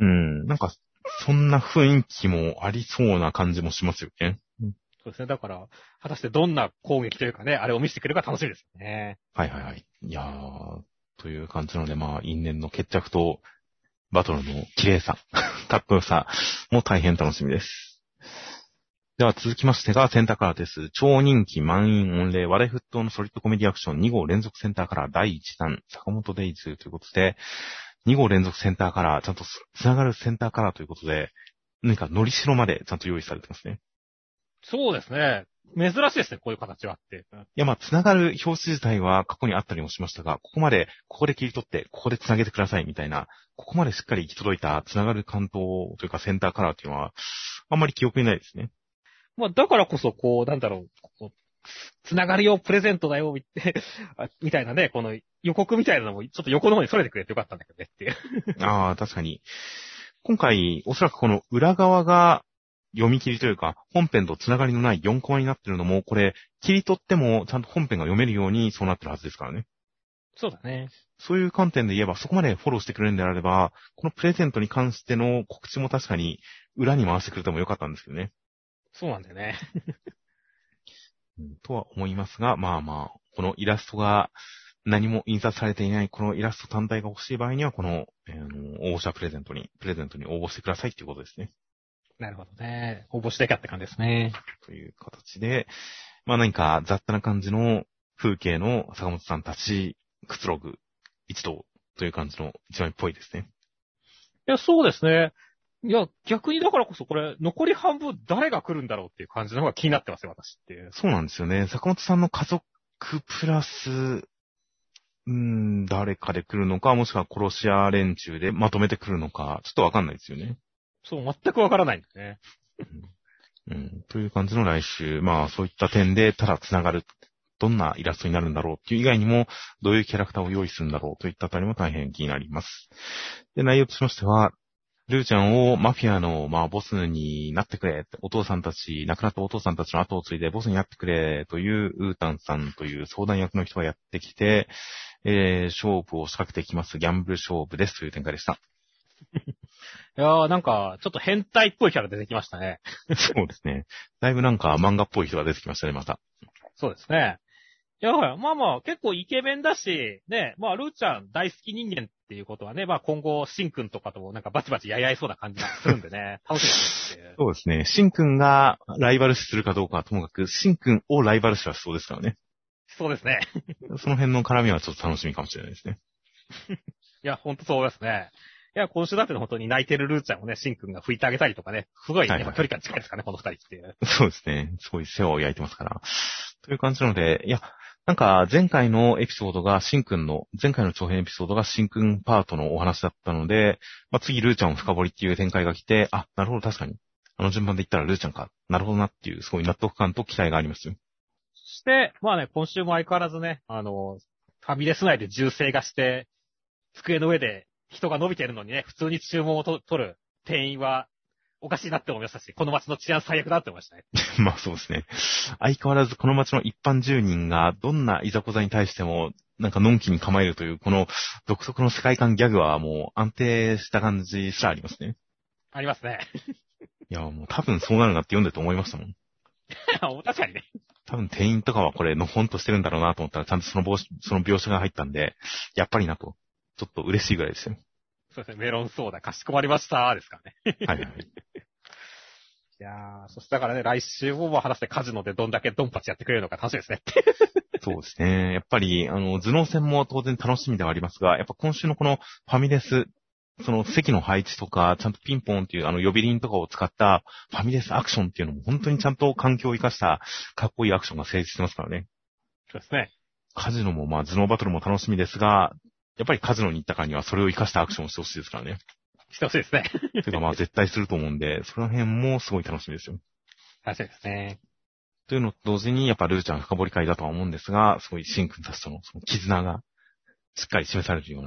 Speaker 1: なんか、そんな雰囲気もありそうな感じもしますよね。
Speaker 2: そうですね。だから、果たしてどんな攻撃というかね、あれを見せてくれるか楽しみですよね。
Speaker 1: はいはいはい。いやー、という感じなので、まあ、因縁の決着と、バトルの綺麗さ、かっこよさも大変楽しみです。では続きましてがセンターカラーです。超人気満員御礼話題沸騰のソリッドコメディアクションに号連続センターカラーだいいちだん坂本デイズということで、に号連続センターカラー、ちゃんとつながるセンターカラーということで、何かのりしろまでちゃんと用意されてますね。
Speaker 2: そうですね。珍しいですね、こういう形はって。
Speaker 1: いや、まあ、つながる表紙自体は過去にあったりもしましたが、ここまで、ここで切り取って、ここでつなげてくださいみたいな、ここまでしっかり行き届いたつながる関東というかセンターカラーっていうのは、あんまり記憶にないですね。
Speaker 2: まあ、だからこそ、こう、なんだろう、こうつながるよ、プレゼントだよ、みみたいなね、この予告みたいなのも、ちょっと横の方に逸れてくれてよかったんだけどねっていう。
Speaker 1: ああ、確かに。今回、おそらくこの裏側が読み切りというか、本編とつながりのないよんコマになってるのも、これ、切り取ってもちゃんと本編が読めるようにそうなってるはずですからね。
Speaker 2: そうだね。
Speaker 1: そういう観点で言えば、そこまでフォローしてくれるんであれば、このプレゼントに関しての告知も確かに裏に回してくれてもよかったんですけどね。
Speaker 2: そうなんだよね。
Speaker 1: うん、とは思いますが、まあまあ、このイラストが何も印刷されていないこのイラスト単体が欲しい場合には、この、えー、の応募者プレゼントに、プレゼントに応募してくださいっていうことですね。
Speaker 2: なるほどね。応募してかって感じですね。
Speaker 1: という形で、まあ何か雑多な感じの風景の坂本さんたち、くつろぐ一同という感じの一枚っぽいですね。
Speaker 2: いや、そうですね。いや、逆にだからこそこれ、残り半分誰が来るんだろうっていう感じの方が気になってますよ、私っていう。
Speaker 1: そうなんですよね。坂本さんの家族プラス、うーん、誰かで来るのか、もしくは殺し屋連中でまとめてくるのか、ちょっとわかんないですよね。
Speaker 2: そう、全くわからないんだね。
Speaker 1: うん、という感じの来週、まあそういった点でただ繋がる、どんなイラストになるんだろうっていう以外にも、どういうキャラクターを用意するんだろうといったあたりも大変気になります。で、内容としましては、ルーちゃんをマフィアの、まあ、ボスになってくれ、お父さんたち、亡くなったお父さんたちの後を継いでボスになってくれ、というウータンさんという相談役の人がやってきて、えー、勝負を仕掛けてきます。ギャンブル勝負ですという展開でした。
Speaker 2: いやー、なんか、ちょっと変態っぽいキャラ出てきましたね。
Speaker 1: そうですね。だいぶなんか漫画っぽい人が出てきましたね、また。
Speaker 2: そうですね。いや、まあまあ、結構イケメンだし、ね、まあ、ルーちゃん大好き人間っていうことはね、まあ今後、シンくんとかともなんかバチバチやり合いそうな感じがするんでね、楽しみですねっていう。
Speaker 1: そうですね。シンくんがライバル視するかどうかはともかく、シンくんをライバル視はしそうですからね。
Speaker 2: そうですね。
Speaker 1: その辺の絡みはちょっと楽しみかもしれないですね。
Speaker 2: いや、ほんとそうですね。いや、今週だって本当に泣いてるルーちゃんをね、シンくんが拭いてあげたりとかね、すごい、やっぱ距離感近いですかね、この二人っていう。
Speaker 1: そうですね。すごい世話を焼いてますから。という感じなので、いや、なんか前回のエピソードがシンくんの、前回の長編エピソードがシンくんパートのお話だったので、まあ、次ルーちゃんを深掘りっていう展開が来て、あ、なるほど確かに。あの順番で言ったらルーちゃんか。なるほどなっていう、すごい納得感と期待がありますよ。
Speaker 2: そして、まあね、今週も相変わらずね、あの、ファミレス内で銃声がして、机の上で人が伸びてるのにね、普通に注文をと取る店員は、おかしいなって思いましたし、この街の治安最悪だって思いましたね。
Speaker 1: まあそうですね。相変わらずこの街の一般住人がどんないざこざに対しても、なんかのんきに構えるという、この独特の世界観ギャグはもう安定した感じすらありますね。
Speaker 2: ありますね。
Speaker 1: いや、もう多分そうなるなって読んでて思いましたもん。
Speaker 2: 確かにね。
Speaker 1: 多分店員とかはこれのほんとしてるんだろうなと思ったら、ちゃんとその帽子、その描写が入ったんで、やっぱりなと。ちょっと嬉しいぐらいですよ。
Speaker 2: そうですね、メロンソーダかしこまりましたですからね。
Speaker 1: はいはい。
Speaker 2: いやー、そしたからね、来週ももう話してカジノでどんだけドンパチやってくれるのか楽しみですね。
Speaker 1: そうですね。やっぱり、あの、頭脳戦も当然楽しみではありますが、やっぱ今週のこのファミレス、その席の配置とか、ちゃんとピンポンっていうあの呼び鈴とかを使ったファミレスアクションっていうのも本当にちゃんと環境を生かしたかっこいいアクションが成立してますからね。
Speaker 2: そうですね。
Speaker 1: カジノもまあ頭脳バトルも楽しみですが、やっぱりカジノに行ったからにはそれを生かしたアクションをしてほしいですからね。
Speaker 2: してほしいですね。
Speaker 1: てかまあ絶対すると思うんで、その辺もすごい楽しみですよ。
Speaker 2: 楽しみですね。
Speaker 1: というのと同時に、やっぱルーちゃん深掘り会だとは思うんですが、すごいシンくんたちとのその絆がしっかり示されるような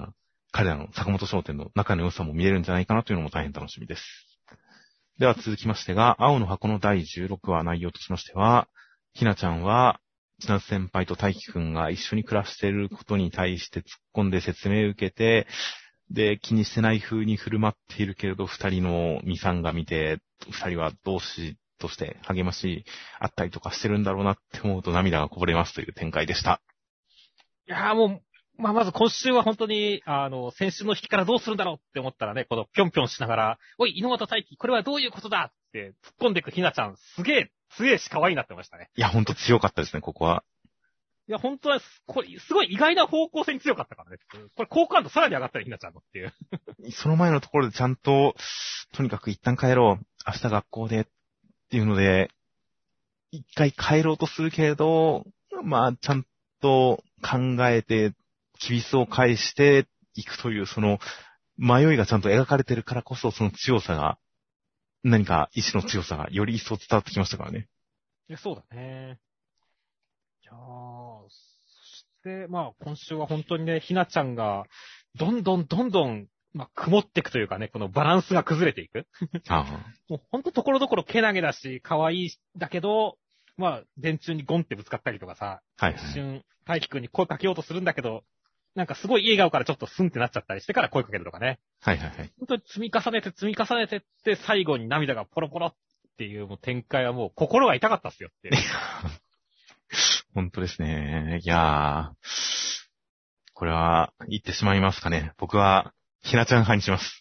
Speaker 1: 彼らの坂本商店の仲の良さも見えるんじゃないかなというのも大変楽しみです。では続きましてが、青の箱のだいじゅうろくわ内容としましては、ひなちゃんは、千夏先輩と大輝くんが一緒に暮らしていることに対して突っ込んで説明を受けて、で、気にしてない風に振る舞っているけれど、二人のミサンが見て、二人は同志として励ましあったりとかしてるんだろうなって思うと涙がこぼれますという展開でした。
Speaker 2: いやーもう、まあ、まず今週は本当に、あの、先週の引きからどうするんだろうって思ったらね、このぴょんぴょんしながら、おい、井上大輝、これはどういうことだって突っ込んでいくひなちゃん、すげえ、強いし可愛いなってましたね。
Speaker 1: いや、ほんと強かったですね、ここは。
Speaker 2: いや、本当は、これ、すごい意外な方向性に強かったからね。これ、好感度さらに上がったらひなちゃんのっていう。
Speaker 1: その前のところでちゃんと、とにかく一旦帰ろう。明日学校でっていうので、一回帰ろうとするけれど、まあ、ちゃんと考えて、キビスを返していくという、その、迷いがちゃんと描かれてるからこそ、その強さが、何か意志の強さがより一層伝わってきましたからね。
Speaker 2: いや、そうだね。いやー、そして、まあ、今週は本当にね、ひなちゃんが、どんどんどんどん、まあ、曇っていくというかね、このバランスが崩れていく。
Speaker 1: ああ
Speaker 2: もう本当ところどころけなげだし、可愛いだけど、まあ、電柱にゴンってぶつかったりとかさ、
Speaker 1: はい、はい。
Speaker 2: 一瞬、大輝くんに声かけようとするんだけど、なんかすごい笑顔からちょっとスンってなっちゃったりしてから声かけるとかね。
Speaker 1: はいはいはい。
Speaker 2: 本当に積み重ねて積み重ねてって、最後に涙がポロポロっていうもう展開はもう心が痛かったっすよって。
Speaker 1: 本当ですね。いやー、これは言ってしまいますかね。僕は、ひなちゃん派にします。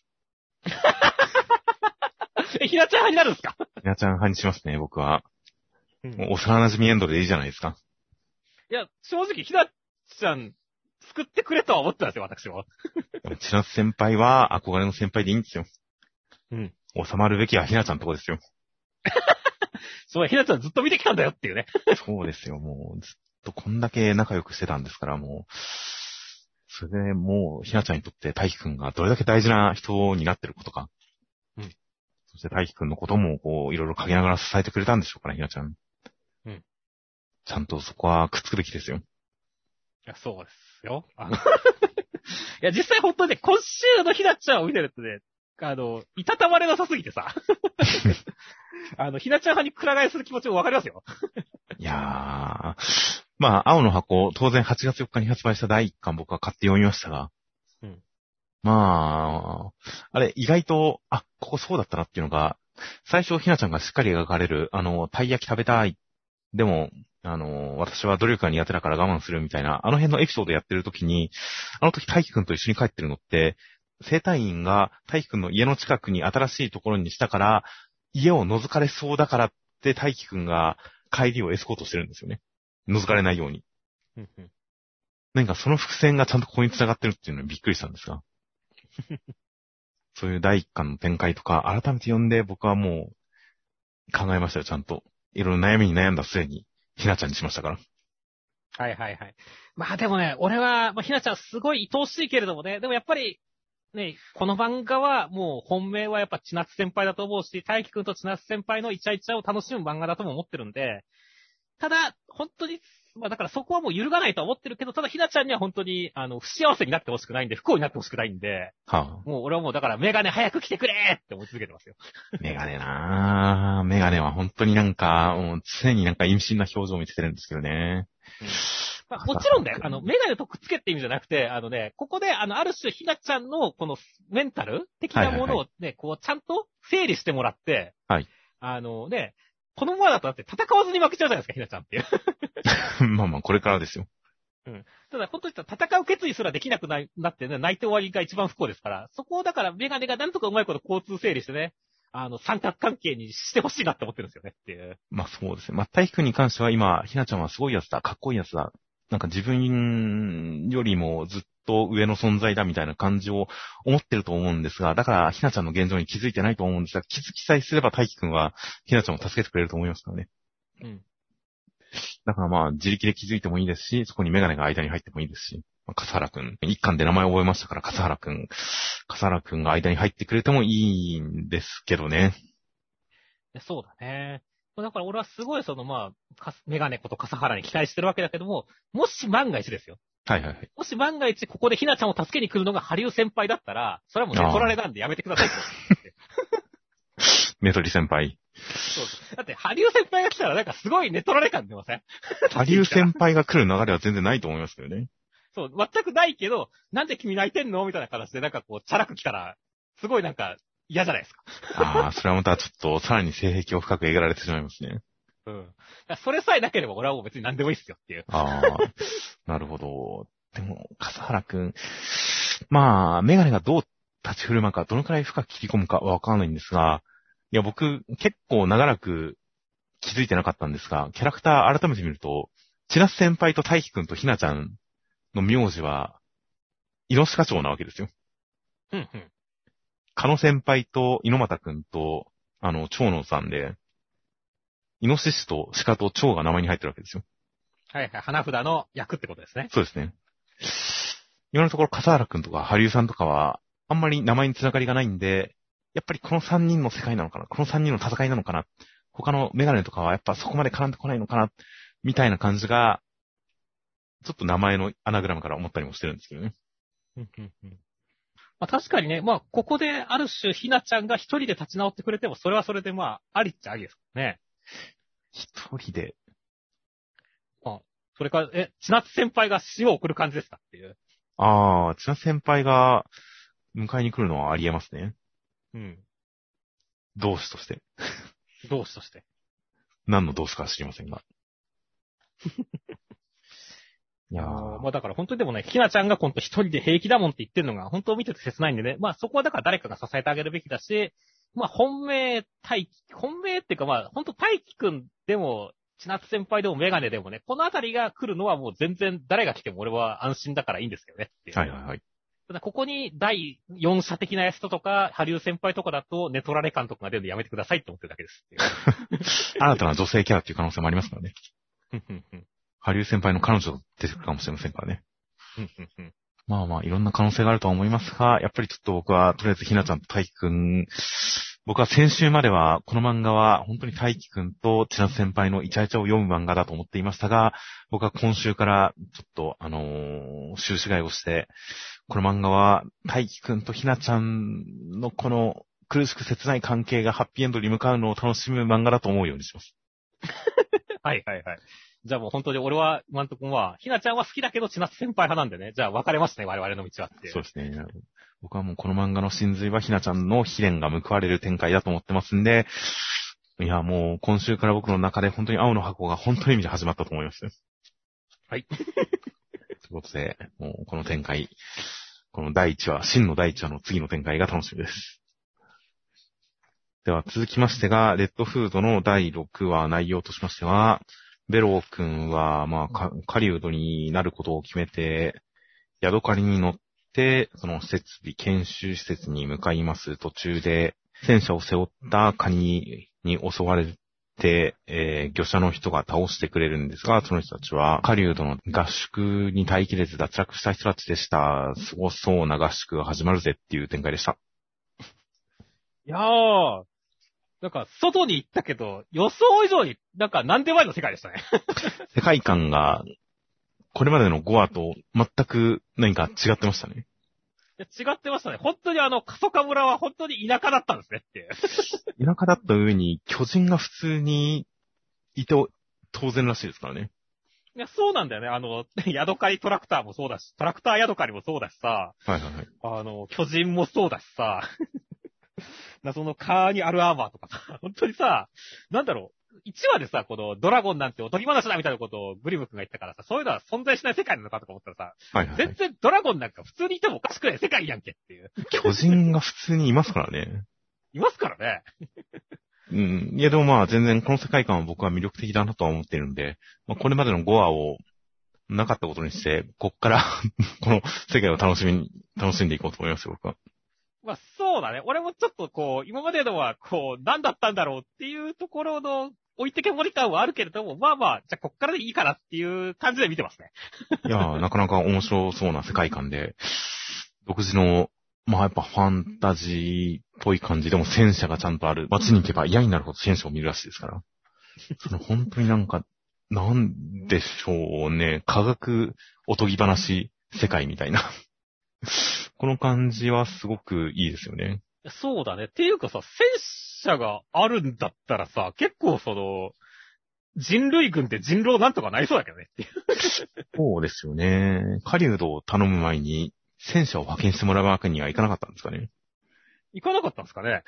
Speaker 2: え、ひなちゃん派になるんですか？
Speaker 1: ひなちゃん派にしますね、僕は。
Speaker 2: うん、
Speaker 1: もう幼馴染エンドでいいじゃないですか。
Speaker 2: いや、正直、ひなちゃん、救ってくれとは思ってたんですよ、私は。
Speaker 1: 千夏先輩は憧れの先輩でいいんですよ。
Speaker 2: うん。
Speaker 1: 収まるべきはひなちゃんのとこですよ。
Speaker 2: そう、ひなちゃんずっと見てきたんだよっていうね。
Speaker 1: そうですよ、もう、ずっとこんだけ仲良くしてたんですから、もう、それでもう、ひなちゃんにとって大輝くんがどれだけ大事な人になってることか。
Speaker 2: うん。
Speaker 1: そして大輝くんのことも、こう、いろいろ陰ながら支えてくれたんでしょうから、ひなちゃん。
Speaker 2: うん。
Speaker 1: ちゃんとそこはくっつくべきですよ。
Speaker 2: いや、そうですよ。あのいや、実際本当にね、今週のひなちゃんを見てるとね、あの、いたたまれなさすぎてさ。あの、ひなちゃん派にくら替えする気持ちもわかりますよ。
Speaker 1: いやー、まあ、青の箱、当然はちがつよっかに発売しただいいっかん僕は買って読みましたが、
Speaker 2: うん、
Speaker 1: まあ、あれ、意外と、あ、ここそうだったなっていうのが、最初ひなちゃんがしっかり描かれる、あの、たい焼き食べたい。でも、あの、私は努力が苦手だから我慢するみたいな、あの辺のエピソードやってる時に、あの時大輝くんと一緒に帰ってるのって、生体院が大輝くんの家の近くに新しいところにしたから、家を覗かれそうだからって大輝くんが帰りをエスコートしてるんですよね。覗かれないように。
Speaker 2: うんうん、
Speaker 1: 何かその伏線がちゃんとここに繋がってるっていうのにびっくりしたんですが。そういうだいいっかんの展開とか、改めて読んで僕はもう考えましたよ、ちゃんと。いろいろ悩みに悩んだ末に、ひなちゃんにしましたから。
Speaker 2: はいはいはい。まあでもね、俺は、まあ、ひなちゃんすごい愛おしいけれどもね、でもやっぱり、ね、この漫画はもう本命はやっぱ千夏先輩だと思うし、大輝くんと千夏先輩のイチャイチャを楽しむ漫画だとも思ってるんで、ただ、本当に、まあだからそこはもう揺るがないとは思ってるけど、ただひなちゃんには本当に、あの、不幸せになってほしくないんで、不幸になってほしくないんで、
Speaker 1: は
Speaker 2: もう俺はもうだからメガネ早く来てくれって思い続けてますよ。
Speaker 1: あ、メガネなぁ。メガネは本当になんか、もう常になんか意味深な表情を見せてるんですけどね。
Speaker 2: うんまあ、もちろんだよ。あの、メガネとくっつけって意味じゃなくて、あのね、ここで、あの、ある種、ひなちゃんの、この、メンタル的なものをね、はいはいはい、こう、ちゃんと整理してもらって、
Speaker 1: はい。
Speaker 2: あのね、このままだとだって戦わずに負けちゃうじゃないですか、ひなちゃんっていう。
Speaker 1: まあまあ、これからですよ。
Speaker 2: うん。ただ、本当に戦う決意すらできなくななってね、泣いて終わりが一番不幸ですから、そこをだから、メガネがなんとかうまいこと交通整理してね、あの、三角関係にしてほしいなって思ってるんですよねっていう。
Speaker 1: まあそうですね。まあ、大輝くんに関しては今、ひなちゃんはすごいやつだ、かっこいいやつだ。なんか自分よりもずっと上の存在だみたいな感じを思ってると思うんですが、だからひなちゃんの現状に気づいてないと思うんですが、気づきさえすれば大輝くんはひなちゃんを助けてくれると思いますからね。
Speaker 2: うん。
Speaker 1: だからまあ自力で気づいてもいいですし、そこにメガネが間に入ってもいいですし、まあ、笠原くん、一巻で名前を覚えましたから笠原くん、笠原くんが間に入ってくれてもいいんですけどね。
Speaker 2: そうだね。だから俺はすごいそのまあ、メガネこと笠原に期待してるわけだけども、もし万が一ですよ。
Speaker 1: はいはいはい。
Speaker 2: もし万が一ここでひなちゃんを助けに来るのがハリウ先輩だったら、それはもう寝取られなんでやめてくださいと。
Speaker 1: メトリ先輩。
Speaker 2: そうそう。だって、ハリウ先輩が来たらなんかすごい寝取られ感出ません？
Speaker 1: ハリウ先輩が来る流れは全然ないと思いますけどね。
Speaker 2: そう、全くないけど、なんで君泣いてんのみたいな形でなんかこう、チャラく来たら、すごいなんか嫌じゃないですか。
Speaker 1: ああ、それはまたちょっとさらに性癖を深く描られてしまいますね。
Speaker 2: うん。それさえなければ俺はもう別に何でもいいっすよっていう。
Speaker 1: ああ、なるほど。でも、笠原くん、まあ、メガネがどう立ち振る舞うか、どのくらい深く切り込むかわからないんですが、いや、僕、結構長らく気づいてなかったんですが、キャラクター改めて見ると、千夏先輩と大輝くんとひなちゃんの名字は、イノシカチョウなわけですよ。
Speaker 2: うんうん。
Speaker 1: カノ先輩と猪俣くんと、あの、蝶野さんで、イノシシと鹿と蝶が名前に入ってるわけですよ。
Speaker 2: はいはい。花札の役ってことですね。
Speaker 1: そうですね。今のところ笠原くんとかハリウさんとかは、あんまり名前につながりがないんで、やっぱりこの三人の世界なのかな、この三人の戦いなのかな、他のメガネとかはやっぱそこまで絡んでこないのかな、みたいな感じが、ちょっと名前のアナグラムから思ったりもしてるんですけどね。
Speaker 2: うんうんうん。まあ確かにね、まあここである種ひなちゃんが一人で立ち直ってくれても、それはそれでまあ、ありっちゃありですね。
Speaker 1: 一人で。
Speaker 2: あ、それから、え、千夏先輩が死を送る感じですかっていう。
Speaker 1: ああ、千夏先輩が迎えに来るのはありえますね。
Speaker 2: うん。
Speaker 1: 同志として。
Speaker 2: 同志として。
Speaker 1: 何の同志かは知りませんが。いやー。
Speaker 2: まあだから本当にでもね、ひなちゃんが今度一人で平気だもんって言ってるのが本当見てて切ないんでね。まあそこはだから誰かが支えてあげるべきだし、まあ本命大輝、本命っていうかまあ本当大輝くんでも、千夏先輩でもメガネでもね、このあたりが来るのはもう全然誰が来ても俺は安心だからいいんですけどねっていう。
Speaker 1: はいはいはい。
Speaker 2: ただここにだいよん社的なやつとか、ハリウ先輩とかだと、ネトラレ感とかが出るのでやめてくださいって思ってるだけですっていう。
Speaker 1: 新たな女性キャラっていう可能性もありますからね。ハリウ先輩の彼女が出てくるかもしれませんからね。まあまあ、いろんな可能性があるとは思いますが、やっぱりちょっと僕は、とりあえずひなちゃんと大輝くん、僕は先週までは、この漫画は本当に大輝くんと千夏先輩のイチャイチャを読む漫画だと思っていましたが、僕は今週からちょっと、あのー、収支買いをして、この漫画は大輝くんとひなちゃんのこの苦しく切ない関係がハッピーエンドに向かうのを楽しむ漫画だと思うようにします。
Speaker 2: はいはいはい。じゃあもう本当に俺は、今んとこは、ひなちゃんは好きだけど千夏先輩派なんでね。じゃあ別れましたね、我々の道はって。
Speaker 1: そうですね。僕はもうこの漫画の真髄はひなちゃんの悲恋が報われる展開だと思ってますんで、いやもう今週から僕の中で本当に青の箱が本当に意味で始まったと思います。
Speaker 2: はい。
Speaker 1: ということで、もうこの展開、この第一話、真の第一話の次の展開が楽しみです。では続きましてが、レッドフードのだいろくわ内容としましては、ベロー君は、まあ、狩人になることを決めて、ヤドカリに乗って、その設備、研修施設に向かいます途中で、戦車を背負ったカニに襲われて、えー、漁者の人が倒してくれるんですが、その人たちは、狩人の合宿に耐えきれず脱落した人たちでした。すごそうな合宿が始まるぜっていう展開でした。
Speaker 2: いやー、なんか、外に行ったけど、予想以上になんか何でもありの世界でしたね。
Speaker 1: 世界観が、これまでのごわと全く何か違ってましたね。
Speaker 2: いや違ってましたね。本当にあの、過疎化村は本当に田舎だったんですねって。
Speaker 1: 田舎だった上に巨人が普通にいて当然らしいですからね。
Speaker 2: いや、そうなんだよね。あの、ヤドカリトラクターもそうだし、トラクターヤドカリもそうだしさ、
Speaker 1: はいはいはい。
Speaker 2: あの、巨人もそうだしさ、謎のカーにあるアーマーとかさ、本当にさ、なんだろう、いちわでさ、このドラゴンなんておとぎ話だみたいなことをグリム君が言ったからさ、そういうのは存在しない世界なのかとか思ったらさ、
Speaker 1: はいはいはい、
Speaker 2: 全然ドラゴンなんか普通にいてもおかしくない世界やんけっていう。
Speaker 1: 巨人が普通にいますからね。
Speaker 2: いますからね。
Speaker 1: うん。いやでもまあ全然この世界観は僕は魅力的だなとは思っているんで、まあ、これまでのごわをなかったことにして、こっからこの世界を楽しみに、楽しんでいこうと思いますよ、僕は。
Speaker 2: まあそうだね。俺もちょっとこう、今までのはこう、何だったんだろうっていうところの置いてけぼり感はあるけれども、まあまあ、じゃあこっからでいいかなっていう感じで見てますね。
Speaker 1: いやー、なかなか面白そうな世界観で、独自の、まあやっぱファンタジーっぽい感じでも戦車がちゃんとある。街に行けば嫌になるほど戦車を見るらしいですから。その本当になんか、 なんでしょうね。科学おとぎ話世界みたいな。この感じはすごくいいですよね。
Speaker 2: そうだね。っていうかさ、戦車があるんだったらさ、結構その、人類軍って人狼なんとかなりそうだけどねっていう。
Speaker 1: そうですよね。狩人を頼む前に戦車を派遣してもらうわけにはいかなかったんですかね。
Speaker 2: 行かなかったんですかね。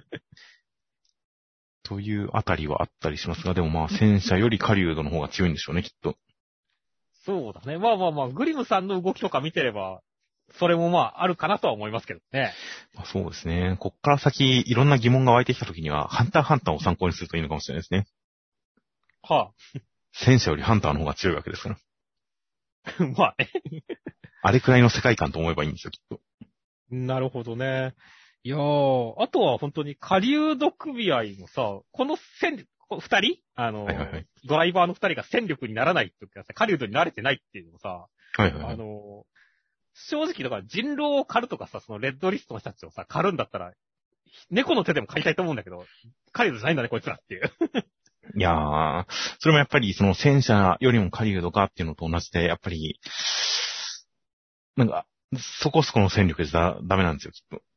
Speaker 1: というあたりはあったりしますが、でもまあ戦車より狩人の方が強いんでしょうね、きっと。
Speaker 2: そうだね。まあまあまあ、グリムさんの動きとか見てれば、それもまあ、あるかなとは思いますけどね。
Speaker 1: まあ、そうですね。こっから先、いろんな疑問が湧いてきたときには、ハンターハンターを参考にするといいのかもしれないですね。
Speaker 2: は
Speaker 1: 戦車よりハンターの方が強いわけですから。
Speaker 2: あ。まあね。
Speaker 1: あれくらいの世界観と思えばいいんですよ、きっと。
Speaker 2: なるほどね。いやー、あとは本当に狩人組合もさ、この戦、こ二人あの、
Speaker 1: はいはいはい。
Speaker 2: ドライバーの二人が戦力にならないっていうかさ、狩人に慣れてないっていうのもさ、
Speaker 1: はいはいはい。
Speaker 2: あの、正直だから人狼を狩るとかさ、そのレッドリストの人たちをさ、狩るんだったら、猫の手でも狩りたいと思うんだけど、狩人じゃないんだね、こいつらっていう。
Speaker 1: いやー、それもやっぱりその戦車よりも狩人かっていうのと同じで、やっぱり、なんか、そこそこの戦力じゃダメなんですよ、きっと。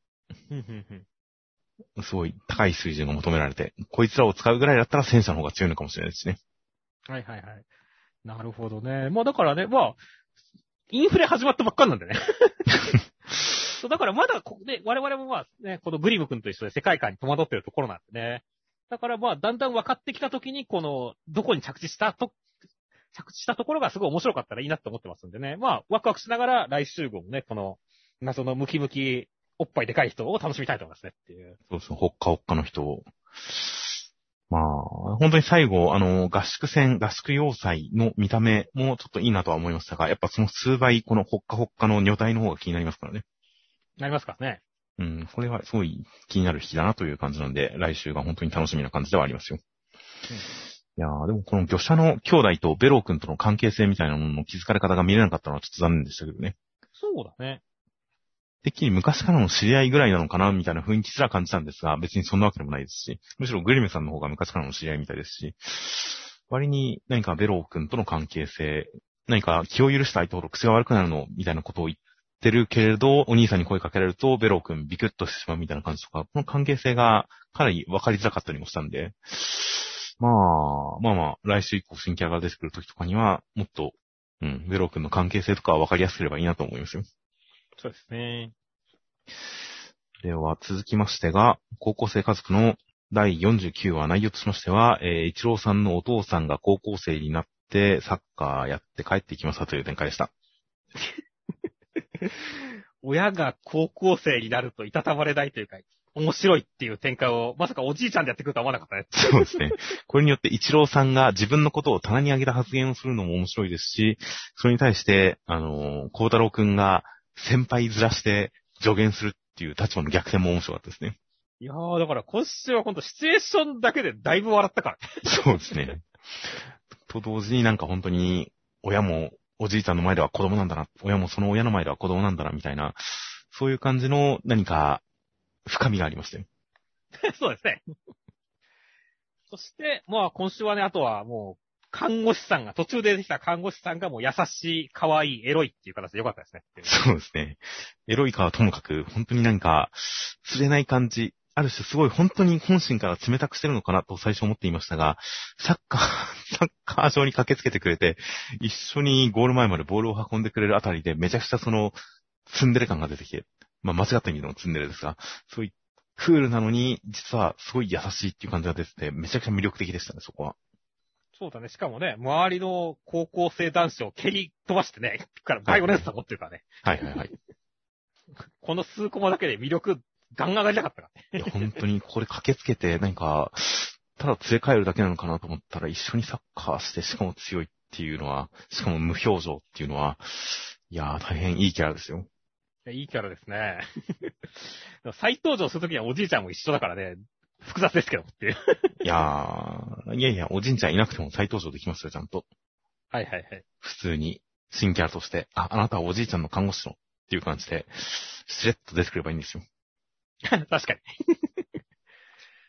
Speaker 1: すごい高い水準が求められて、こいつらを使うぐらいだったら戦車の方が強いのかもしれないですね。
Speaker 2: はいはいはい。なるほどね。まあだからね、まあ、インフレ始まったばっかんなんでね。そうだからまだこ、ね、我々もまあね、このグリム君と一緒で世界観に戸惑ってるところなんでね。だからまあ、だんだん分かってきたときに、この、どこに着地したと、着地したところがすごい面白かったらいいなって思ってますんでね。まあ、ワクワクしながら来週号もね、この、謎のムキムキ、おっぱいでかい人を楽しみたいと思いますねっていう。
Speaker 1: そうそう、ほっかほっかの人を。まあ、本当に最後、あの、合宿戦、合宿要塞の見た目もちょっといいなとは思いましたが、やっぱその数倍、このほっかほっかの女体の方が気になりますからね。
Speaker 2: なりますかね。
Speaker 1: うん、これはすごい気になる引きだなという感じなんで、来週が本当に楽しみな感じではありますよ。うん、いやー、でもこの魚者の兄弟とベロー君との関係性みたいなものの気づかれ方が見れなかったのはちょっと残念でしたけどね。
Speaker 2: そうだね。
Speaker 1: てっきり昔からの知り合いぐらいなのかなみたいな雰囲気すら感じたんですが、別にそんなわけでもないですし、むしろグリメさんの方が昔からの知り合いみたいですし、割に何かベロー君との関係性、何か気を許した相手ほど口が悪くなるのみたいなことを言ってるけれど、お兄さんに声かけられるとベロー君ビクッとしてしまうみたいな感じとか、この関係性がかなり分かりづらかったりもしたんで、まあ、まあまあ、来週以降新キャラが出てくる時とかには、もっと、うん、ベロー君の関係性とかは分かりやすければいいなと思いますよ。
Speaker 2: そうですね。
Speaker 1: では、続きましてが、高校生家族のだいよんじゅうきゅうわ内容としましては、えー、一郎さんのお父さんが高校生になってサッカーやって帰ってきましたという展開でした。
Speaker 2: 親が高校生になるといたたまれないというか、面白いっていう展開を、まさかおじいちゃんでやってくるとは思わなかったね。
Speaker 1: そうですね。これによって一郎さんが自分のことを棚に上げた発言をするのも面白いですし、それに対して、あのー、孝太郎くんが先輩ずらして助言するっていう立場の逆転も面白かったですね。
Speaker 2: いやー、だから今週はほんとシチュエーションだけでだいぶ笑ったから。
Speaker 1: そうですね。と同時になんか本当に親もおじいちゃんの前では子供なんだな、親もその親の前では子供なんだなみたいな、そういう感じの何か深みがありましたよ。
Speaker 2: そうですね。そして、まあ今週はね、あとはもう、看護師さんが、途中で出てきた看護師さんがもう優しい、可愛い、エロいっていう形でよかったですね。
Speaker 1: そうですね。エロいかはともかく、本当になんか、釣れない感じ。ある種すごい本当に本心から冷たくしてるのかなと最初思っていましたが、サッカー、サッカー場に駆けつけてくれて、一緒にゴール前までボールを運んでくれるあたりでめちゃくちゃその、ツンデレ感が出てきて、まあ間違った意味でのツンデレですが、そういうクールなのに、実はすごい優しいっていう感じが出てて、めちゃくちゃ魅力的でしたね、そこは。
Speaker 2: そうだね。しかもね、周りの高校生男子を蹴り飛ばしてね、からバイオレンスさ持ってるからね。
Speaker 1: はいはいはい。
Speaker 2: この数コマだけで魅力、ガンガン上がりたかったから
Speaker 1: ね。いや、本当にこれ駆けつけて、なんか、ただ連れ帰るだけなのかなと思ったら、一緒にサッカーして、しかも強いっていうのは、しかも無表情っていうのは、いやー、大変いいキャラですよ。
Speaker 2: いや、いいキャラですね。再登場するときにはおじいちゃんも一緒だからね、複雑ですけどっていう。
Speaker 1: いやー、いやいや、おじいちゃんいなくても再登場できますよ、ちゃんと。
Speaker 2: はいはいはい。
Speaker 1: 普通に、新キャラとして、あ、あなたはおじいちゃんの看護師のっていう感じで、しれっと出てくればいいんですよ。
Speaker 2: 確かに。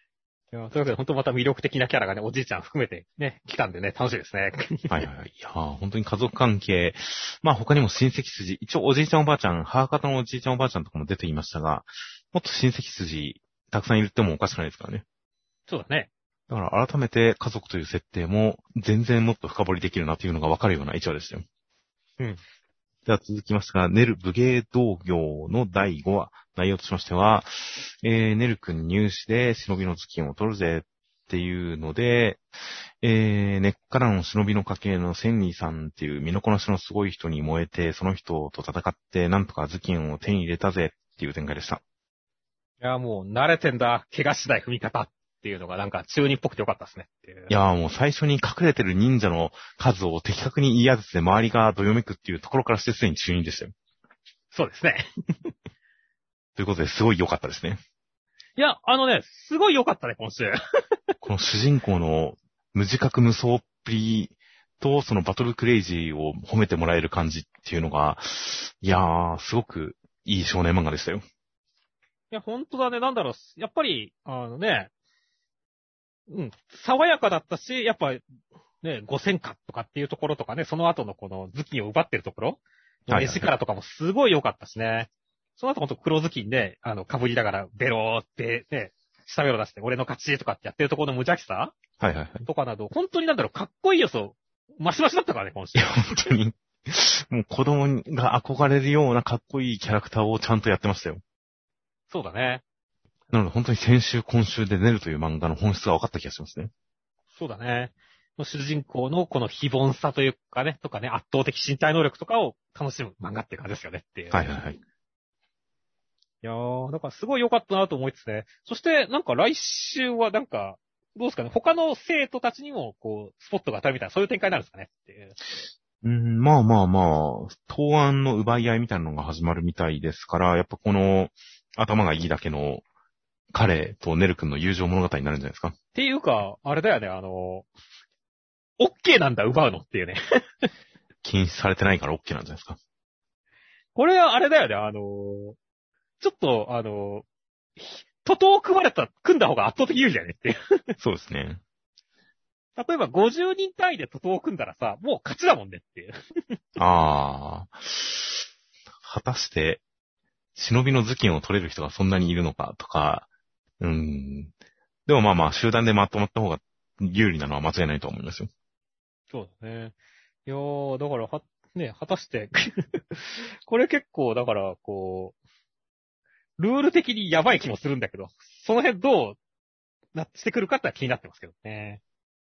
Speaker 2: いや、というわけで本当また魅力的なキャラがね、おじいちゃん含めてね、来たんでね、楽しいですね。
Speaker 1: はいはいはい。いやー、本当に家族関係、まあ他にも親戚筋、一応おじいちゃんおばあちゃん、母方のおじいちゃんおばあちゃんとかも出ていましたが、もっと親戚筋、たくさんいるってもおかしくないですからね。
Speaker 2: そうだね。
Speaker 1: だから改めて家族という設定も全然もっと深掘りできるなというのがわかるような一話でしたよ。
Speaker 2: うん。
Speaker 1: では続きましてが、ネル武芸道業のだいごわ。内容としましては、えー、ネル君入試で忍びの頭巾を取るぜっていうので、えー、根っからの忍びの家系の千里さんっていう身のこなしのすごい人に燃えて、その人と戦ってなんとか頭巾を手に入れたぜっていう展開でした。
Speaker 2: いや、もう慣れてんだ、怪我しない踏み方っていうのがなんか中二っぽくてよかったですねっていう。
Speaker 1: いやーもう最初に隠れてる忍者の数を的確に言い当てて周りがどよめくっていうところからしてすでに中二でしたよ。
Speaker 2: そうですね。
Speaker 1: ということですごい良かったですね。
Speaker 2: いや、あのね、すごい良かったね、今週。
Speaker 1: この主人公の無自覚無双っぷりとそのバトルクレイジーを褒めてもらえる感じっていうのが、いやー、すごくいい少年漫画でしたよ。
Speaker 2: いや、本当だね、なんだろう、やっぱり、あのね、うん、爽やかだったし、やっぱ、ね、五千花とかっていうところとかね、その後のこの頭巾を奪ってるところの絵力とかもすごい良かったしね。その後ほんと黒頭巾で、あの、被りながら、ベローってね、下ベロ出して、俺の勝ちとかってやってるところの無邪気さ
Speaker 1: はいはいはい。
Speaker 2: とかなど、本当になんだろう、かっこいい要素、マシマシだったからね、今週。
Speaker 1: いや、本当に、もう子供が憧れるようなかっこいいキャラクターをちゃんとやってましたよ。
Speaker 2: そうだね。
Speaker 1: なので本当に先週今週でネルという漫画の本質が分かった気がしますね。
Speaker 2: そうだね。主人公のこの非凡さというかね、とかね、圧倒的身体能力とかを楽しむ漫画っていう感じですよねっていう。
Speaker 1: はいはいはい。
Speaker 2: いやー、だからすごい良かったなと思いつつね。そしてなんか来週はなんか、どうですかね、他の生徒たちにもこう、スポットが当たるみたいな、そういう展開になるんですかねっていう。
Speaker 1: うん、まあまあまあ、答案の奪い合いみたいなのが始まるみたいですから、やっぱこの頭がいいだけの彼とネル君の友情物語になるんじゃないですか。
Speaker 2: っていうか、あれだよね、あの、OK なんだ、奪うのっていうね。
Speaker 1: 禁止されてないから OK なんじゃないですか。
Speaker 2: これはあれだよね、あの、ちょっと、あの、徒党を組まれた、組んだ方が圧倒的有利だよねっていう。
Speaker 1: そうですね。
Speaker 2: 例えばごじゅうにん単位で徒党を組んだらさ、もう勝ちだもんねっていう。
Speaker 1: ああ、果たして、忍びの頭巾を取れる人がそんなにいるのかとか、うーん。でもまあまあ、集団でまとまった方が有利なのは間違いないと思いますよ。
Speaker 2: そうだね。いやー、だからは、ね、果たして、これ結構、だから、こう、ルール的にやばい気もするんだけど、その辺どうなってくるかってのは気になってますけどね。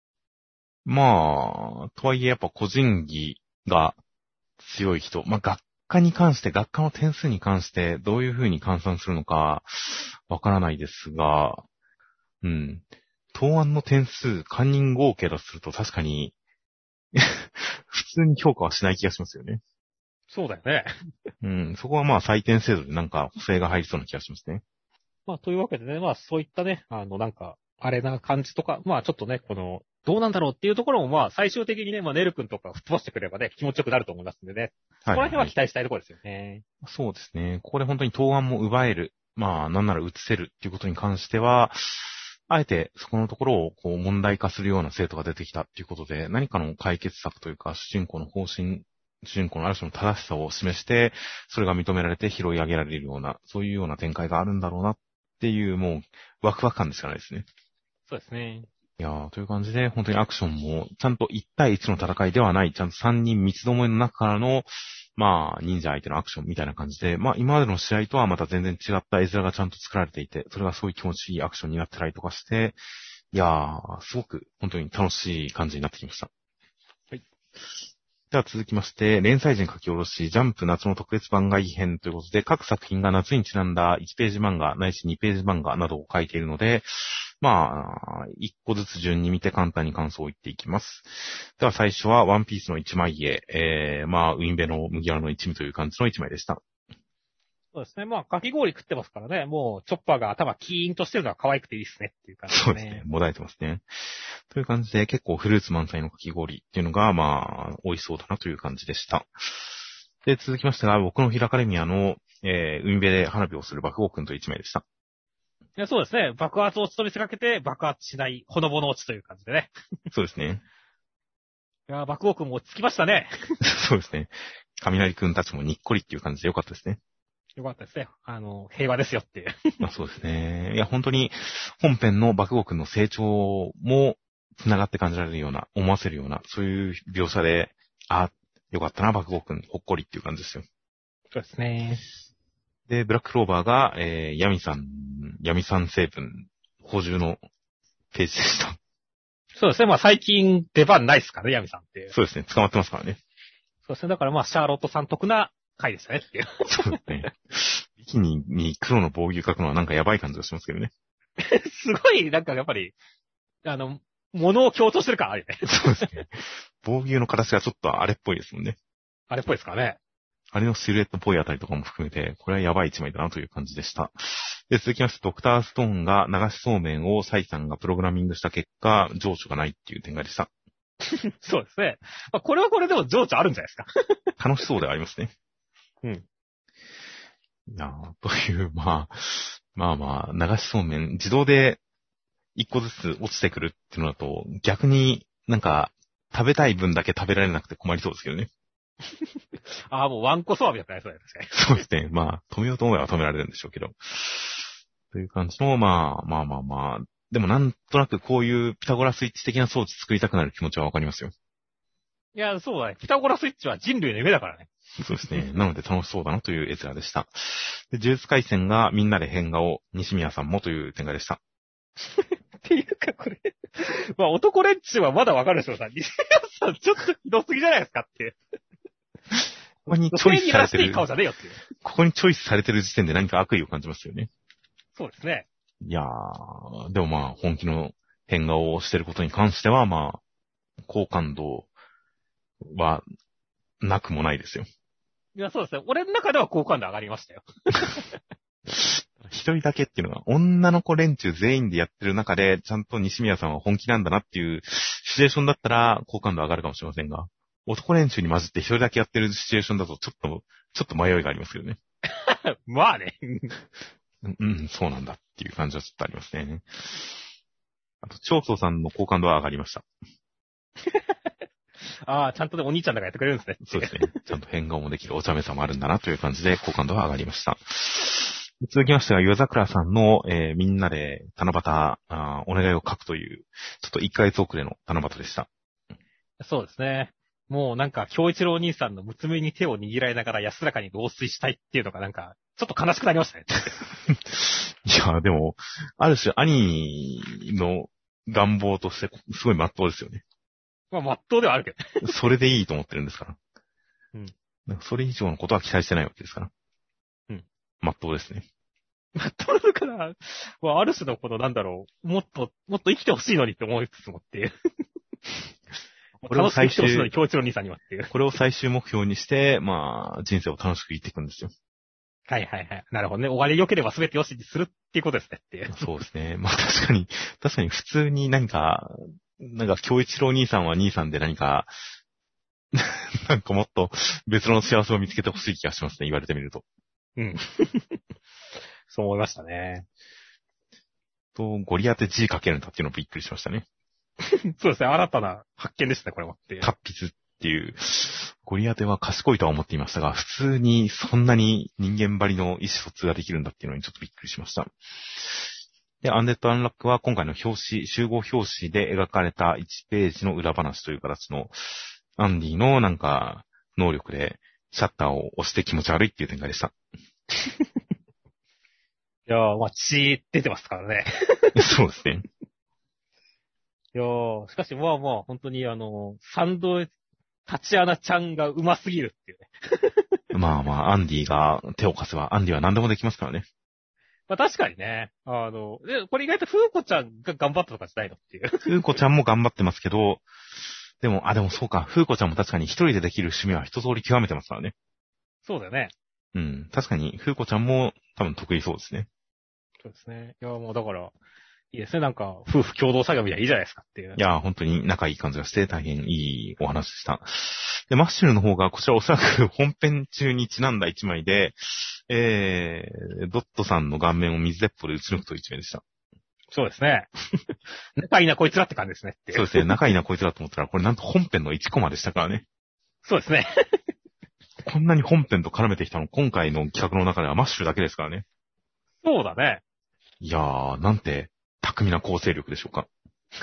Speaker 1: まあ、とはいえやっぱ個人技が強い人、まあ学科に関して、学科の点数に関してどういう風に換算するのかわからないですが、うん。答案の点数、カンニング合計だとすると確かに普通に評価はしない気がしますよね。
Speaker 2: そうだよね。
Speaker 1: うん。そこはまあ採点制度でなんか補正が入りそうな気がしますね。
Speaker 2: まあ、というわけでね、まあ、そういったね、あの、なんか、あれな感じとか、まあ、ちょっとね、この、どうなんだろうっていうところも、まあ、最終的にね、まあ、ネル君とか吹っ飛ばしてくればね、気持ちよくなると思いますんでね。そこら辺は期待したいところですよね。
Speaker 1: そうですね。ここで本当に答案も奪える。まあ、なんなら移せるっていうことに関しては、あえてそこのところをこう問題化するような生徒が出てきたっていうことで、何かの解決策というか、主人公の方針、主人公のある種の正しさを示して、それが認められて拾い上げられるような、そういうような展開があるんだろうなっていう、もう、ワクワク感でしかないですね。
Speaker 2: そうですね。
Speaker 1: いやー、という感じで、本当にアクションも、ちゃんといち対いちの戦いではない、ちゃんとさんにん三つどもえの中からの、まあ、忍者相手のアクションみたいな感じで、まあ、今までの試合とはまた全然違った絵面がちゃんと作られていて、それがすごい気持ちいいアクションになってたりとかして、いやー、すごく本当に楽しい感じになってきました。
Speaker 2: はい。
Speaker 1: では続きまして、連載陣書き下ろし、ジャンプ夏の特別番外編ということで、各作品が夏にちなんだいちページ漫画、ないしにページ漫画などを書いているので、まあ、いっこずつ順に見て簡単に感想を言っていきます。では最初はワンピースのいちまい絵、えー、まあ、ウィンベの麦わらの一味という感じのいちまいでした。
Speaker 2: そうですね。まあ、かき氷食ってますからね。もう、チョッパーが頭キーンとしてるのは可愛くていいですねっていう感じですね。
Speaker 1: そうですね。もだえてますね。という感じで、結構フルーツ満載のかき氷っていうのが、まあ、美味しそうだなという感じでした。で、続きましてが、僕のヒラカレミアの、えー、海辺で花火をする爆豪くんという一枚でした。
Speaker 2: いや、そうですね。爆発落ちと見せかけて、爆発しない、ほのぼの落ちという感じでね。
Speaker 1: そうですね。
Speaker 2: いや、爆豪君も落ち着きましたね。
Speaker 1: そうですね。雷くんたちもにっこりっていう感じでよかったですね。
Speaker 2: よかったですね。あの、平和ですよっていう。
Speaker 1: まあそうですね。いや、本当に本編の爆豪くんの成長も繋がって感じられるような、思わせるような、そういう描写で、あ、よかったな、爆豪くん、ほっこりっていう感じですよ。
Speaker 2: そうですね。
Speaker 1: で、ブラッククローバーが、えー、闇さん、闇さん成分、補充のページでした。
Speaker 2: そうですね。まあ最近出番ないですからね、ヤミさんっていう。
Speaker 1: そうですね。捕まってますからね。
Speaker 2: そうですね。だからまあシャーロットさん得な回でしたねっていう。
Speaker 1: そうですね。ビキニに黒の防御書くのはなんかやばい感じがしますけどね。
Speaker 2: すごい、なんかやっぱり、あの、物を強調してる感あるよね。
Speaker 1: そうですね。防御の形がちょっとあれっぽいですもんね。
Speaker 2: あれっぽいですからね。
Speaker 1: あれのシルエットっぽいあたりとかも含めて、これはやばい一枚だなという感じでした。で、続きまして、ドクターストーンが流しそうめんをサイさんがプログラミングした結果、情緒がないっていう展開でした。
Speaker 2: そうですね。まあ、これはこれでも情緒あるんじゃないですか。
Speaker 1: 楽しそうではありますね。
Speaker 2: うん。
Speaker 1: いやー、という、まあ、まあまあ、流しそうめん、自動で一個ずつ落ちてくるっていうのだと、逆になんか、食べたい分だけ食べられなくて困りそうですけどね。
Speaker 2: ああ、もうワンコそばみたいになりそうだよ、確かに。
Speaker 1: そうですね。まあ、止めようと思えば止められるんでしょうけど。という感じの、まあ、まあまあまあ、でもなんとなくこういうピタゴラスイッチ的な装置作りたくなる気持ちはわかりますよ。
Speaker 2: いや、そうだね。ピタゴラスイッチは人類の夢だからね。
Speaker 1: そうですね。なので楽しそうだなという絵面でした。で、呪術廻戦がみんなで変顔、西宮さんもという展開でした。
Speaker 2: っていうか、これ。まあ、男連中はまだわかるでしょうさ。西宮さん、ちょっとひどすぎじゃないですかっていう。
Speaker 1: ここにチョイスされてる。
Speaker 2: いい顔じゃねえよっていう。
Speaker 1: ここにチョイスされてる時点で何か悪意を感じますよね。
Speaker 2: そうですね。
Speaker 1: いやー、でもまあ、本気の変顔をしてることに関しては、まあ、好感度はなくもないですよ。
Speaker 2: いや、そうですね。俺の中では好感度上がりましたよ。
Speaker 1: 一人だけっていうのが、女の子連中全員でやってる中で、ちゃんと西宮さんは本気なんだなっていうシチュエーションだったら、好感度上がるかもしれませんが、男連中に混じって一人だけやってるシチュエーションだと、ちょっと、ちょっと迷いがありますけどね。
Speaker 2: まあね。
Speaker 1: うん、そうなんだっていう感じはちょっとありますね。あと、長宗さんの好感度は上がりました。
Speaker 2: ああ、ちゃんとでお兄ちゃんだからやってくれるんですね。
Speaker 1: そうですね。ちゃんと変顔もできるお茶目さもあるんだなという感じで好感度は上がりました。続きましては、岩桜さんの、えー、みんなで七夕あ、お願いを書くという、ちょっといっかげつ遅れの七夕でした。
Speaker 2: そうですね。もうなんか、京一郎兄さんのむつみに手を握られながら安らかに老衰したいっていうのがなんか、ちょっと悲しくなりましたね。
Speaker 1: いや、でも、ある種兄の願望としてすごい真っ当ですよね。
Speaker 2: まあ、真っ当ではあるけど。
Speaker 1: それでいいと思ってるんですから。
Speaker 2: うん。
Speaker 1: なんかそれ以上のことは期待してないわけですから。
Speaker 2: うん。
Speaker 1: 真っ当ですね。
Speaker 2: 真っ当だから、まあ、ある種のこのなんだろう、もっと、もっと生きてほしいのにって思いつつもっていう。
Speaker 1: これを最終、
Speaker 2: 楽しく生きてほしいのに、京一郎兄さんにはっていう。
Speaker 1: これを最終目標にして、まあ、人生を楽しく生きていくんですよ。
Speaker 2: はいはいはい。なるほどね。終わり良ければ全て良しにするっていうことですねっていう。
Speaker 1: そうですね。まあ確かに、確かに普通に何か、なんか京一郎兄さんは兄さんで何か、なんかもっと別の幸せを見つけてほしい気がしますね、言われてみると。
Speaker 2: うん。そう思いましたね。
Speaker 1: と、ゴリアテ G かけるんだっていうのもびっくりしましたね。
Speaker 2: そうですね。新たな発見ですね、これはっていう。
Speaker 1: 達筆っていう。ゴリアテは賢いとは思っていましたが、普通にそんなに人間張りの意思疎通ができるんだっていうのにちょっとびっくりしました。で、アンデッド・アンラックは今回の表紙、集合表紙で描かれたいちページの裏話という形の、アンディのなんか、能力でシャッターを押して気持ち悪いっていう展開でした。
Speaker 2: いやー、まあ、血出てますからね。
Speaker 1: そうですね。
Speaker 2: いやー、しかしまあまあ、本当にあの、サンド、タチアナちゃんが上手すぎるっていうね。
Speaker 1: まあまあ、アンディが手を貸せば、アンディは何でもできますからね。
Speaker 2: まあ確かにね。あの、で、これ意外とフーコちゃんが頑張ったとかじゃないのっていう。
Speaker 1: フーコちゃんも頑張ってますけど、でも、あ、でもそうか、フーコちゃんも確かに一人でできる趣味は一通り極めてますからね。
Speaker 2: そうだよね。
Speaker 1: うん。確かに、フーコちゃんも多分得意そうですね。
Speaker 2: そうですね。いや、もうだから、 いいですね。なんか、夫婦共同作業みたいないいじゃないですかっていう。
Speaker 1: いやー、本当に仲いい感じがして大変いいお話でした。で、マッシュルの方が、こちらおそらく本編中にちなんだ一枚で、えー、ドットさんの顔面を水鉄砲で撃ち抜くという一枚でした。
Speaker 2: そうですね。仲いいなこいつらって感じですねっていう。
Speaker 1: そうですね。仲いいなこいつらと思ったら、これなんと本編のいちコマでしたからね。
Speaker 2: そうですね。
Speaker 1: こんなに本編と絡めてきたの、今回の企画の中ではマッシュルだけですからね。
Speaker 2: そうだね。
Speaker 1: いやー、なんて、巧みな構成力でしょうか。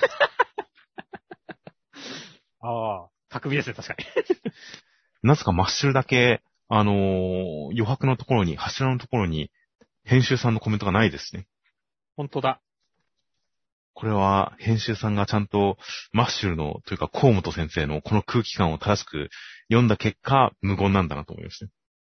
Speaker 2: ああ、巧みですね、確かに。
Speaker 1: なぜかマッシュルだけ、あのー、余白のところに、柱のところに、編集さんのコメントがないですね。
Speaker 2: 本当だ。
Speaker 1: これは、編集さんがちゃんと、マッシュルの、というか、河本先生のこの空気感を正しく読んだ結果、無言なんだなと思いました。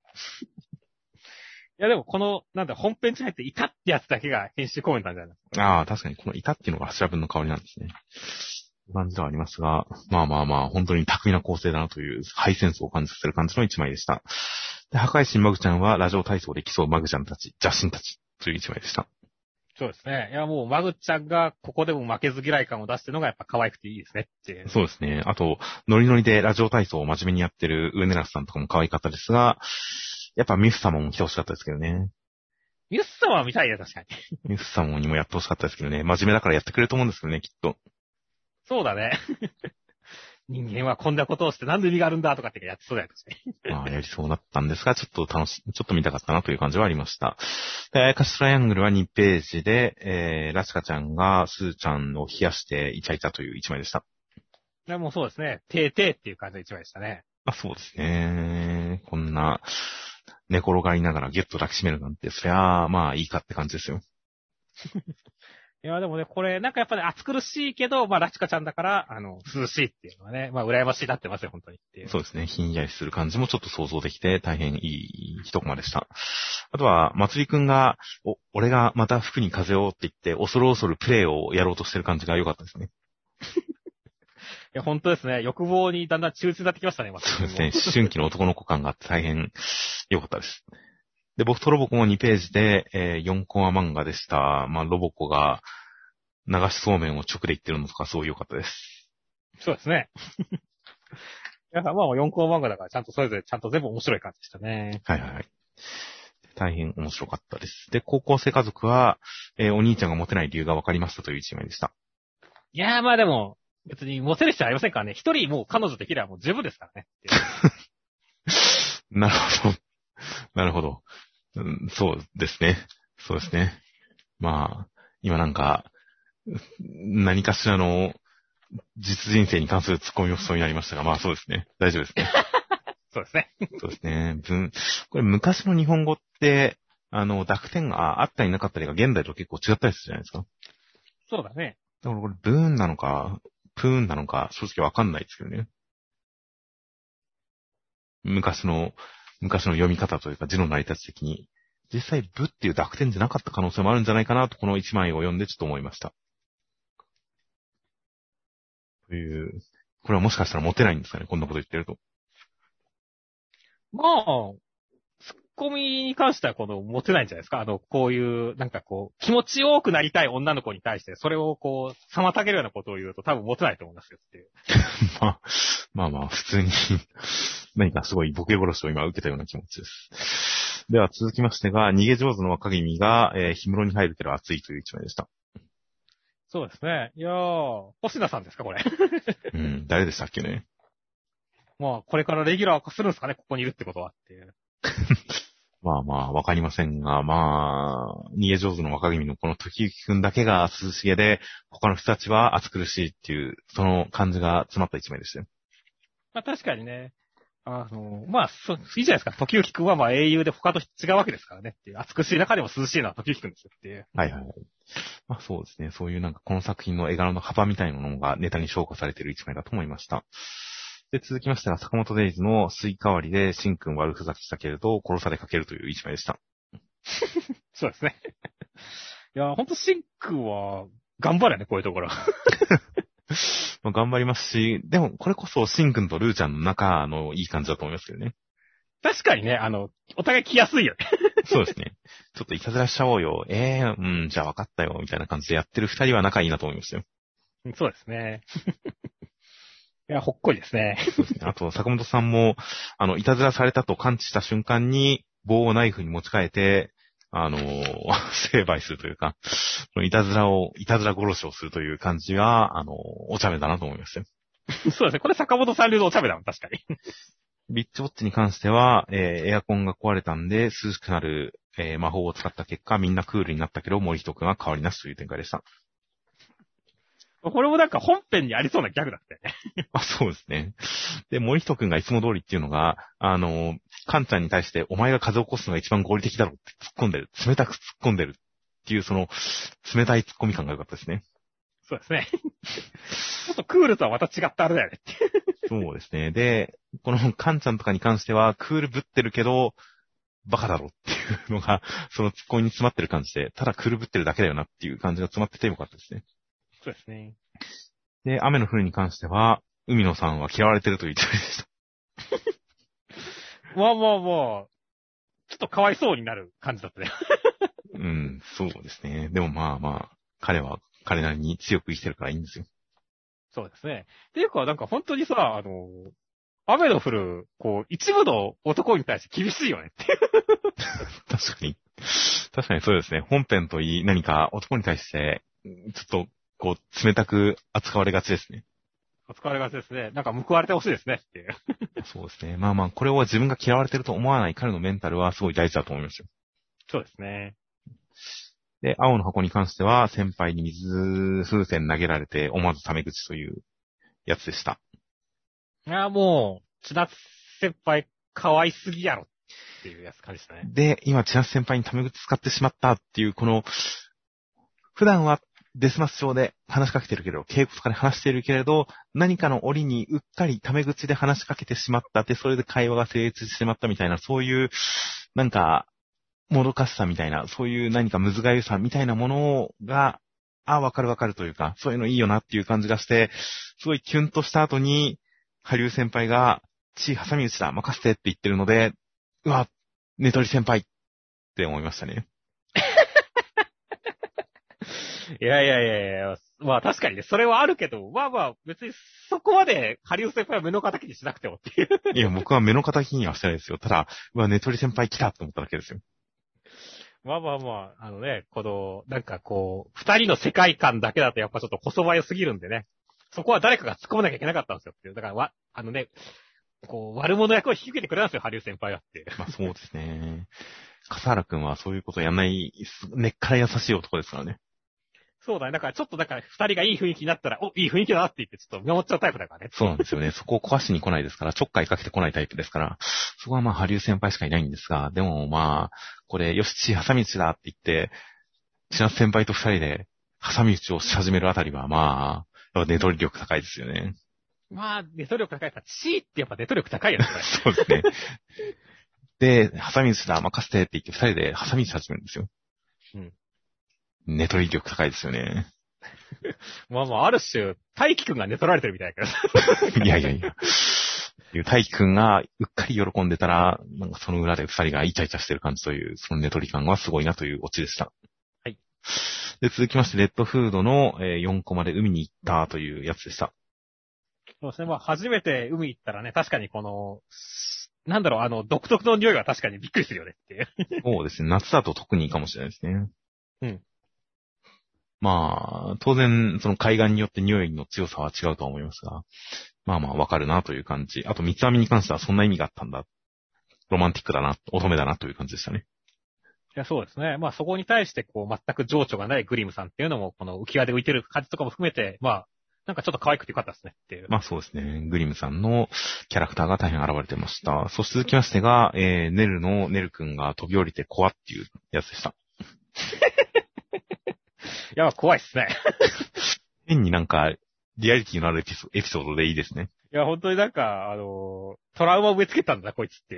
Speaker 2: いやでもこの、なんだ、本編に入っていたってやつだけが編集コメントなんじゃないですか。
Speaker 1: ああ、確かにこのいたっていうのが柱分の代わりなんですね。感じではありますが、まあまあまあ、本当に巧みな構成だなという、ハイセンスを感じさせる感じの一枚でした。で、破壊神マグちゃんは、ラジオ体操で競うマグちゃんたち、邪神たちという一枚でした。
Speaker 2: そうですね。いやもう、マグちゃんがここでも負けず嫌い感を出してるのがやっぱ可愛くていいですねっていう。
Speaker 1: そうですね。あと、ノリノリでラジオ体操を真面目にやってるウエネラスさんとかも可愛かったですが、やっぱミスサモンも来てほしかったですけどね。
Speaker 2: ミス様は見たいね、確かに。
Speaker 1: ミスサモンにもやってほしかったですけどね。真面目だからやってくれると思うんですけどね、きっと。
Speaker 2: そうだね。人間はこんなことをして何で意味があるんだとかってやってそうだよ、確かに。
Speaker 1: まあ、やりそうだったんですが、ちょっと楽し、ちょっと見たかったなという感じはありました。で、アヤカシトライアングルはにページで、えー、ラチカちゃんがスーちゃんを冷やしてイチャイチャという一枚でした。
Speaker 2: いやもうそうですね。てーてーっていう感じの一枚でしたね。
Speaker 1: あ、そうですね。こんな、寝転がりながらギュッと抱きしめるなんて、そりゃあ、まあいいかって感じですよ。
Speaker 2: いや、でもね、これ、なんかやっぱね、暑苦しいけど、まあ、ラチカちゃんだから、あの、涼しいっていうのはね、まあ、羨ましいなってますよ、本当にっていう。
Speaker 1: そうですね。ひんやりする感じもちょっと想像できて、大変いい一コマでした。あとは、まつりくんが、お、俺がまた服に風をって言って、恐る恐るプレイをやろうとしてる感じが良かったですね。
Speaker 2: いや、本当ですね。欲望にだんだん忠実になってきましたね、まつりくんも。
Speaker 1: そうですね。思春期の男の子感があって大変良かったです。で、僕とロボコもにページで、えー、よんコマ漫画でした。まあ、ロボコが流しそうめんを直で言ってるのとかすごい良かったです。
Speaker 2: そうですね。いや、まあ、よんコマ漫画だから、ちゃんとそれぞれ、ちゃんと全部面白い感じでしたね。
Speaker 1: はいはいはい。大変面白かったです。で、高校生家族は、えー、お兄ちゃんがモテない理由が分かりましたという一枚でした。
Speaker 2: いやー、まあでも、別にモテる必要ありませんからね。一人もう彼女できればもう十分ですからね。
Speaker 1: なるほど。なるほど、うん。そうですね。そうですね。まあ、今なんか、何かしらの実人生に関するツッコミをしそうになりましたが、まあそうですね。大丈夫ですね。
Speaker 2: そうですね。
Speaker 1: そうですね。文、これ昔の日本語って、あの、濁点があったりなかったりが現代と結構違ったりするじゃないですか。
Speaker 2: そうだね。
Speaker 1: だからこれ、ブーンなのか、プーンなのか、正直わかんないですけどね。昔の、昔の読み方というか字の成り立ち的に。実際、ブっていう濁点じゃなかった可能性もあるんじゃないかなと、この一枚を読んでちょっと思いました。という、これはもしかしたらモテないんですかね、こんなこと言ってると。
Speaker 2: まあ、ツッコミに関してはこの、モテないんじゃないですか。あの、こういう、なんかこう、気持ちよくなりたい女の子に対して、それをこう、妨げるようなことを言うと多分モテないと思いますよっていう。
Speaker 1: まあ、まあまあ、普通に何かすごいボケ殺しを今受けたような気持ちです。では続きましてが、逃げ上手の若君が、えー、氷室に入るけど熱いという一枚でした。
Speaker 2: そうですね。いやー、星名さんですか、これ。
Speaker 1: うん、誰でしたっけね。
Speaker 2: まあ、これからレギュラー化するんですかね、ここにいるってことはっていう。
Speaker 1: まあまあ、わかりませんが、まあ、逃げ上手の若君のこの時行くんだけが涼しげで、他の人たちは暑苦しいっていう、その感じが詰まった一枚でしたよ。
Speaker 2: まあ確かにね。あの、まあ、そ、いいじゃないですか。時行くんはまあ英雄で他と違うわけですからねっていう。暑苦しい中でも涼しいのは時行くんですよっていう。
Speaker 1: はいはいはい。まあそうですね。そういうなんかこの作品の絵柄の幅みたいなものがネタに昇華されている一枚だと思いました。で、続きましては坂本デイズのスイカ割りでシンくん悪ふざけしたけれど殺されかけるという一枚でした。
Speaker 2: そうですね。いや、ほんとシンくんは頑張れね、こういうところ。
Speaker 1: 頑張りますし、でもこれこそシンくんとルーちゃんの仲のいい感じだと思いますけどね。
Speaker 2: 確かにね、あの、お互い来やすいよね。
Speaker 1: そうですね。ちょっといたずらしちゃおうよ。ええー、うん、じゃあ分かったよ、みたいな感じでやってる二人は仲いいなと思いましたよ。
Speaker 2: そうですね。いや、ほっこりですね。
Speaker 1: そうですね。あと、坂本さんも、あの、いたずらされたと感知した瞬間に、棒をナイフに持ち替えて、あのー、成敗するというか、いたずらを、いたずら殺しをするという感じは、あのー、お茶目だなと思いましたよ。
Speaker 2: そうですね。これ坂本さん流のお茶目だもん、確かに。
Speaker 1: ビッチウォッチに関しては、えー、エアコンが壊れたんで、涼しくなる、えー、魔法を使った結果、みんなクールになったけど、森人くんは変わりなしという展開でした。
Speaker 2: これもなんか本編にありそうなギャグだったよね。
Speaker 1: あ、そうですね。で、森人くんがいつも通りっていうのが、あの、カンちゃんに対して、お前が風を起こすのが一番合理的だろって突っ込んでる。冷たく突っ込んでるっていう、その、冷たい突っ込み感が良かったですね。
Speaker 2: そうですね。ちょっとクールとはまた違ったあれだよねって。
Speaker 1: そうですね。で、このカンちゃんとかに関しては、クールぶってるけど、バカだろっていうのが、その突っ込みに詰まってる感じで、ただクールぶってるだけだよなっていう感じが詰まってて良かったですね。
Speaker 2: そうですね。
Speaker 1: で、雨の降るに関しては、海野さんは嫌われてるという言ってました。
Speaker 2: まあまあまあ、ちょっとかわいそうになる感じだったね。
Speaker 1: うん、そうですね。でもまあまあ、彼は彼なりに強く生きてるからいいんですよ。
Speaker 2: そうですね。っていうか、なんか本当にさ、あの、雨の降る、こう、一部の男に対して厳しいよねっていう。
Speaker 1: 確かに。確かにそうですね。本編といい何か男に対して、ちょっと、こう、冷たく扱われがちですね。
Speaker 2: 扱われがちですね。なんか報われてほしいですねっていう。
Speaker 1: そうですね。まあまあ、これを自分が嫌われてると思わない彼のメンタルはすごい大事だと思いますよ。
Speaker 2: そうですね。
Speaker 1: で、青の箱に関しては、先輩に水風船投げられて思わずタメ口というやつでした。
Speaker 2: いや、もう、千夏先輩、可愛すぎやろっていうやつ感じでしたね。
Speaker 1: で、今、千夏先輩にタメ口使ってしまったっていう、この、普段はデスマス上で話しかけてるけど、稽古とかで話しているけれど、何かの折にうっかりタメ口で話しかけてしまったって、それで会話が成立してしまったみたいな、そういう、なんか、もどかしさみたいな、そういう何かむずがゆさみたいなものが、ああ、わかるわかるというか、そういうのいいよなっていう感じがして、すごいキュンとした後に、ハリュー先輩が、ちい挟み撃ちだ、任せてって言ってるので、うわ、ネトリ先輩って思いましたね。
Speaker 2: いやいやいやいや、まあ確かにね、それはあるけど、まあまあ別にそこまでハリウ先輩は目の敵にしなくてもっていう。
Speaker 1: いや、僕は目の敵にはしてないですよ。ただ、うわ、ネトリ先輩来たと思っただけですよ。
Speaker 2: まあまあまあ、あのね、この、なんかこう、二人の世界観だけだとやっぱちょっとこそばよすぎるんでね。そこは誰かが突っ込まなきゃいけなかったんですよっていう。だからわ、あのね、こう、悪者役を引き受けてくれたんですよ、ハリウ先輩はっていう。
Speaker 1: まあそうですね。笠原くんはそういうことやんない、根っから優しい男ですからね。
Speaker 2: そうだね。だからちょっとだから二人がいい雰囲気になったら、お、いい雰囲気だなって言ってちょっと見守っちゃうタイプだからね。
Speaker 1: そうなんですよね。そこを壊しに来ないですから、ちょっかいかけてこないタイプですから、そこはまあ、ハリュー先輩しかいないんですが、でもまあ、これ、よし、ち、挟み撃ちだって言って、千夏先輩と二人で、挟み撃ちをし始めるあたりはまあ、ネトリ力高いですよね。
Speaker 2: まあ、ネト力高いから、チーってやっぱネト力高いよね、これ。
Speaker 1: そうですね。で、挟み撃ちだ、任せてって言って二人で挟み撃ち始めるんですよ。うん。ネトリ力高いですよね。
Speaker 2: まあまあ、ある種、大輝くんが寝取られてるみたいだ
Speaker 1: けど。いやいやいや。大輝くんがうっかり喜んでたら、なんかその裏で二人がイチャイチャしてる感じという、そのネトリ感はすごいなというオチでした。
Speaker 2: はい。
Speaker 1: で、続きまして、レッドフードのよんコマで海に行ったというやつでした。
Speaker 2: そうですね。まあ、初めて海行ったらね、確かにこの、なんだろう、あの、独特の匂いが確かにびっくりするよねっていう。
Speaker 1: そうですね。夏だと特にいいかもしれないですね。
Speaker 2: うん。
Speaker 1: まあ、当然、その海岸によって匂いの強さは違うとは思いますが、まあまあわかるなという感じ。あと、三つ編みに関してはそんな意味があったんだ。ロマンティックだな、乙女だなという感じでしたね。
Speaker 2: いや、そうですね。まあそこに対して、こう、全く情緒がないグリムさんっていうのも、この浮き輪で浮いてる感じとかも含めて、まあ、なんかちょっと可愛くてよかったですねっていう。
Speaker 1: まあそうですね。グリムさんのキャラクターが大変現れてました。そして続きましてが、えー、ネルのネル君が飛び降りて怖っていうやつでした。
Speaker 2: いや、怖いっすね。
Speaker 1: 変になんか、リアリティのあるエピソエピソードでいいですね。
Speaker 2: いや、本当になんか、あのー、トラウマ植え付けたんだ、こいつっていう。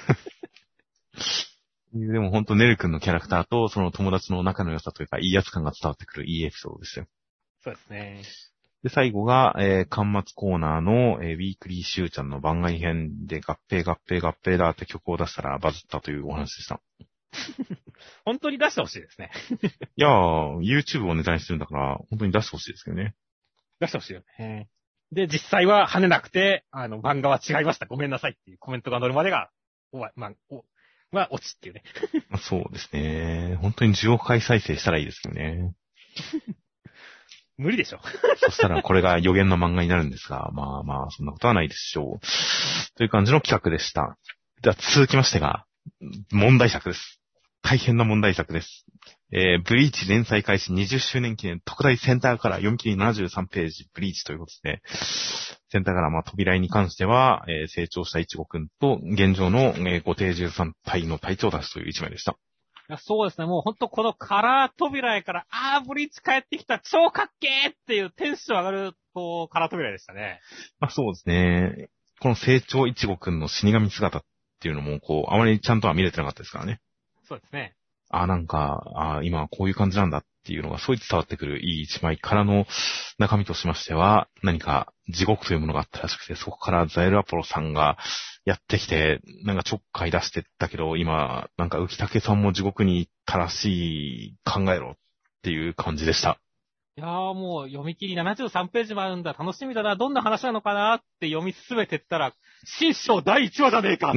Speaker 1: でも本当ネル君のキャラクターと、その友達の仲の良さというか、いいやつ感が伝わってくるいいエピソードですよ。
Speaker 2: そうですね。
Speaker 1: で、最後が、えー、巻末コーナーの、えー、ウィークリーしゅうちゃんの番外編で合併合併合併だって曲を出したらバズったというお話でした。
Speaker 2: 本当に出してほしいですね。
Speaker 1: いやー、YouTube をネタにしてるんだから、本当に出してほしいですけどね。
Speaker 2: 出してほしいよね。で、実際は跳ねなくて、あの、漫画は違いました。ごめんなさいっていうコメントが載るまでが、おわ、まあ、お、は落ちっていうね。
Speaker 1: まあ、そうですね。本当にじゅうおくかい再生したらいいですけどね。
Speaker 2: 無理でしょ。
Speaker 1: そしたらこれが予言の漫画になるんですが、まあまあ、そんなことはないでしょう。という感じの企画でした。では続きましてが、問題作です。大変な問題作です。えー、ブリーチ連載開始にじゅっしゅうねん記念特大センターから読み切りななじゅうさんページブリーチということで、センターからまあ扉絵に関しては、えー、成長したイチゴくんと現状の、えー、ごていじゅうさん体の隊長たちという一枚でした。
Speaker 2: いやそうですね。もうほんとこのカラー扉絵から、あー、ブリーチ帰ってきた、超かっけーっていうテンション上がる、こう、カラー扉絵でしたね。
Speaker 1: まあそうですね。この成長イチゴくんの死神姿っていうのも、こう、あまりちゃんとは見れてなかったですからね。
Speaker 2: そうですね。
Speaker 1: あ、なんか、あ今はこういう感じなんだっていうのが、そういって伝わってくるいい一枚からの中身としましては、何か地獄というものがあったらしくて、そこからザエルアポロさんがやってきて、なんかちょっかい出してったけど、今、なんか浮竹さんも地獄に行ったらしい、考えろっていう感じでした。
Speaker 2: いやーもう読み切りななじゅうさんページもあるんだ、楽しみだな、どんな話なのかなって読み進めてったら、新章だいいちわじゃねえかって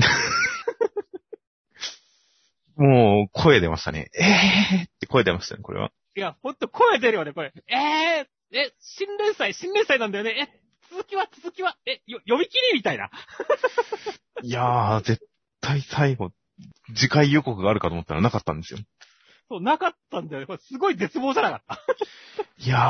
Speaker 1: もう、声出ましたね。えーって声出ましたね、これは。
Speaker 2: いや、ほんと声出るよね、これ。えー、え、新連載、新連載なんだよね。え、続きは、続きは、え、よ、読み切りみたいな。
Speaker 1: いやー、絶対最後、次回予告があるかと思ったらなかったんですよ。
Speaker 2: そう、なかったんだよね。これすごい絶望じゃなかった。
Speaker 1: いや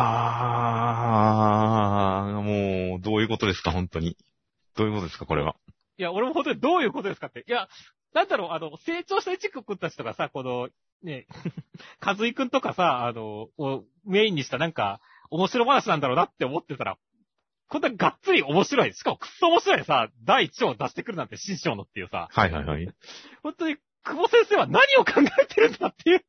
Speaker 1: ー、もう、どういうことですか、本当に。どういうことですか、これは。
Speaker 2: いや、俺も本当にどういうことですかって。いや、なんだろう、あの、成長したイチコくんたちとかさ、この、ね、カズイくんとかさ、あの、をメインにしたなんか、面白話なんだろうなって思ってたら、こんながっつり面白い。しかもくっそ面白いさ、だいいちわを出してくるなんて新章のっていうさ。
Speaker 1: はいはいはい。
Speaker 2: 本当に、久保先生は何を考えてるんだっていう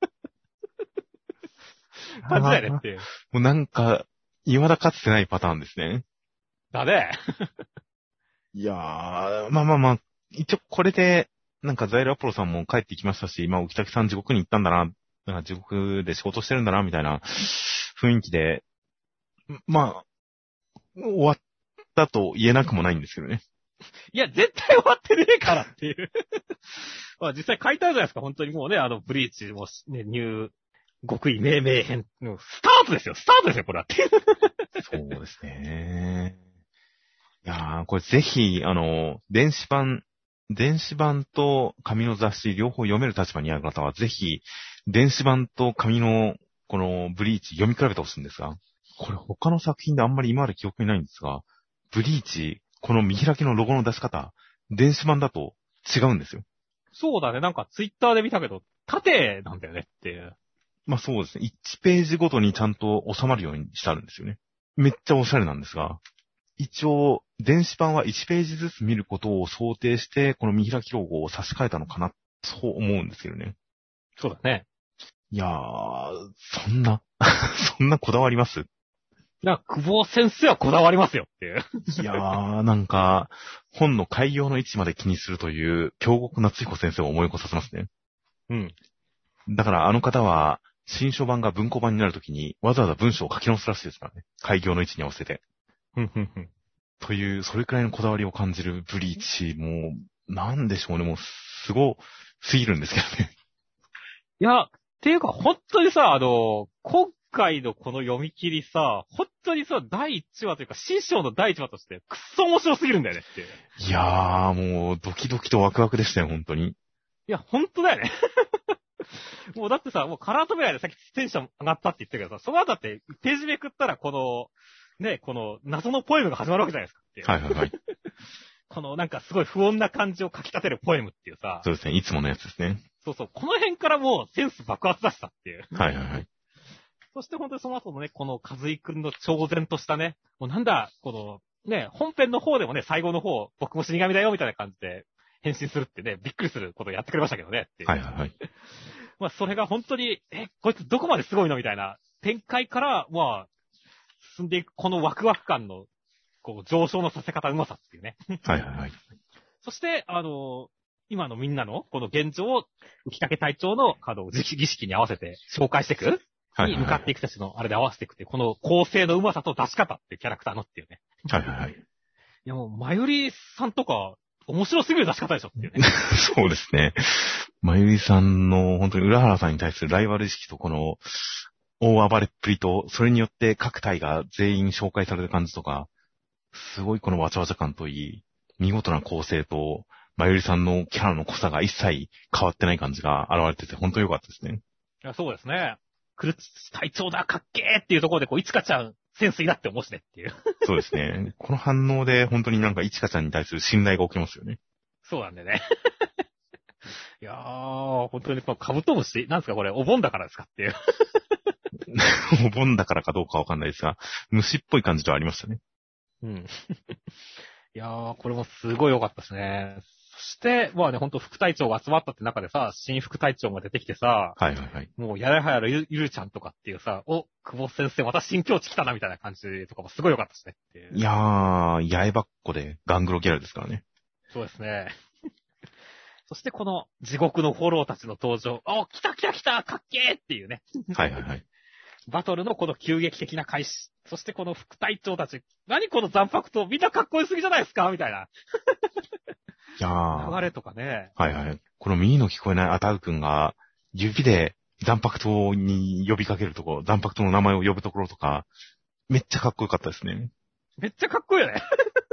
Speaker 2: 感じだよねっていう。
Speaker 1: もうなんか、未だかつてないパターンですね。
Speaker 2: だね。
Speaker 1: いやー、まあまあまあ、一応これで、なんかザイルアポロさんも帰ってきましたし、まあ、浮竹さん地獄に行ったんだな、なんか地獄で仕事してるんだな、みたいな雰囲気で、まあ、終わったと言えなくもないんですけどね。
Speaker 2: いや、絶対終わってねえからっていう。まあ実際書いてあるじゃないですか、本当にもうね、あの、ブリーチもね、ニュー、極意命名編のスタートですよ、スタートですよ、これはっていう。
Speaker 1: そうですね。いやー、これぜひ、あの、電子版、電子版と紙の雑誌両方読める立場にある方は、ぜひ、電子版と紙の、このブリーチ読み比べてほしいんですが、これ他の作品であんまり今まで記憶にないんですが、ブリーチ、この見開きのロゴの出し方、電子版だと違うんですよ。
Speaker 2: そうだね、なんかツイッターで見たけど、縦なんだよねっていう。
Speaker 1: まあそうですね。いちページごとにちゃんと収まるようにしてあるんですよね。めっちゃおしゃれなんですが、一応、電子版はいちページずつ見ることを想定して、この見開きロゴを差し替えたのかな、そう思うんですけどね。
Speaker 2: そうだね。
Speaker 1: いやー、そんな、そんなこだわります？
Speaker 2: なんか、久保先生はこだわりますよっていう。
Speaker 1: いやー、なんか、本の開業の位置まで気にするという、京極夏彦先生を思い起こさせますね。
Speaker 2: うん。
Speaker 1: だからあの方は、新書版が文庫版になるときに、わざわざ文章を書き直すらしいですからね。開業の位置に合わせて。
Speaker 2: ふんふんふん。
Speaker 1: という、それくらいのこだわりを感じるブリーチ、もう、なんでしょうね、もう、すごすぎるんですけどね。
Speaker 2: いや、っていうか本当にさ、あの、今回のこの読み切りさ、本当にさ、だいいちわというか、新章のだいいちわとして、くっそ面白すぎるんだよねっていう。
Speaker 1: いやー、もう、ドキドキとワクワクでしたよ、本当に。
Speaker 2: いや、本当だよね。もうだってさ、もうカラー扉でさっきテンション上がったって言ってるけどさ、その後だってページめくったらこの、ね、この謎のポエムが始まるわけじゃないですかっていう。
Speaker 1: はいはいはい。
Speaker 2: このなんかすごい不穏な感じを書き立てるポエムっていうさ。
Speaker 1: そうですね、いつものやつですね。
Speaker 2: そうそう、この辺からもうセンス爆発だしたっていう。
Speaker 1: はいはいはい。
Speaker 2: そして本当にその後のね、この和井くんの超然としたね、もうなんだ、この、ね、本編の方でもね、最後の方、僕も死神だよみたいな感じで変身するってね、びっくりすることをやってくれましたけどねっていう。
Speaker 1: はいはいはい。
Speaker 2: まあそれが本当に、え、こいつどこまですごいのみたいな展開から、まあ、 進んでいく、このワクワク感の、こう、上昇のさせ方うまさっていうね。
Speaker 1: はいはいはい。
Speaker 2: そして、あの、今のみんなの、この現状を、浮竹隊長の、あの、儀式に合わせて紹介していく、に向かっていくたちの、あれで合わせていくっていう、この構成のうまさと出し方っていうキャラクターのっていうね。
Speaker 1: はいはいはい。い
Speaker 2: やもう、まゆりさんとか、面白すぎる出し方でしょっていうね。
Speaker 1: そうですね。まゆりさんの、本当に浦原さんに対するライバル意識とこの、大暴れっぷりと、それによって各隊が全員紹介される感じとか、すごいこのわちゃわちゃ感といい、見事な構成と、まゆりさんのキャラの濃さが一切変わってない感じが現れてて、本当に良かったですね。
Speaker 2: いや、そうですね。クルツ隊長だ、かっけーっていうところで、こう、いつかちゃん、センスいいなって思うしねっていう。
Speaker 1: そうですね。この反応で本当になんかいちかちゃんに対する信頼が起きますよね。
Speaker 2: そうなんでね。いやー、本当に、カブトムシなんですかこれ、お盆だからですかっていう。
Speaker 1: お盆だからかどうかわかんないですが、虫っぽい感じではありましたね。
Speaker 2: うん。いやー、これもすごい良かったですね。そして、まあね、ほんと副隊長が集まったって中でさ、新副隊長が出てきてさ、
Speaker 1: はいはいはい。
Speaker 2: もうやれはやるゆゆるちゃんとかっていうさ、お、久保先生また新境地来たなみたいな感じとかもすごい良かったですねっていう。
Speaker 1: いやー、八重ばっこでガングロギャラですからね。
Speaker 2: そうですね。そしてこの地獄のフォローたちの登場。お、来た来た来たかっけーっていうね。
Speaker 1: はいはいはい。
Speaker 2: バトルのこの急激的な開始。そしてこの副隊長たち。何この残白とみんなかっこよすぎじゃないですかみたいな。
Speaker 1: いやー。
Speaker 2: 流れとかね。
Speaker 1: はいはい。この耳の聞こえないアタウ君が、指で残白刀に呼びかけるところ、残白刀の名前を呼ぶところとか、めっちゃかっこよかったですね。
Speaker 2: めっちゃかっこいいよね。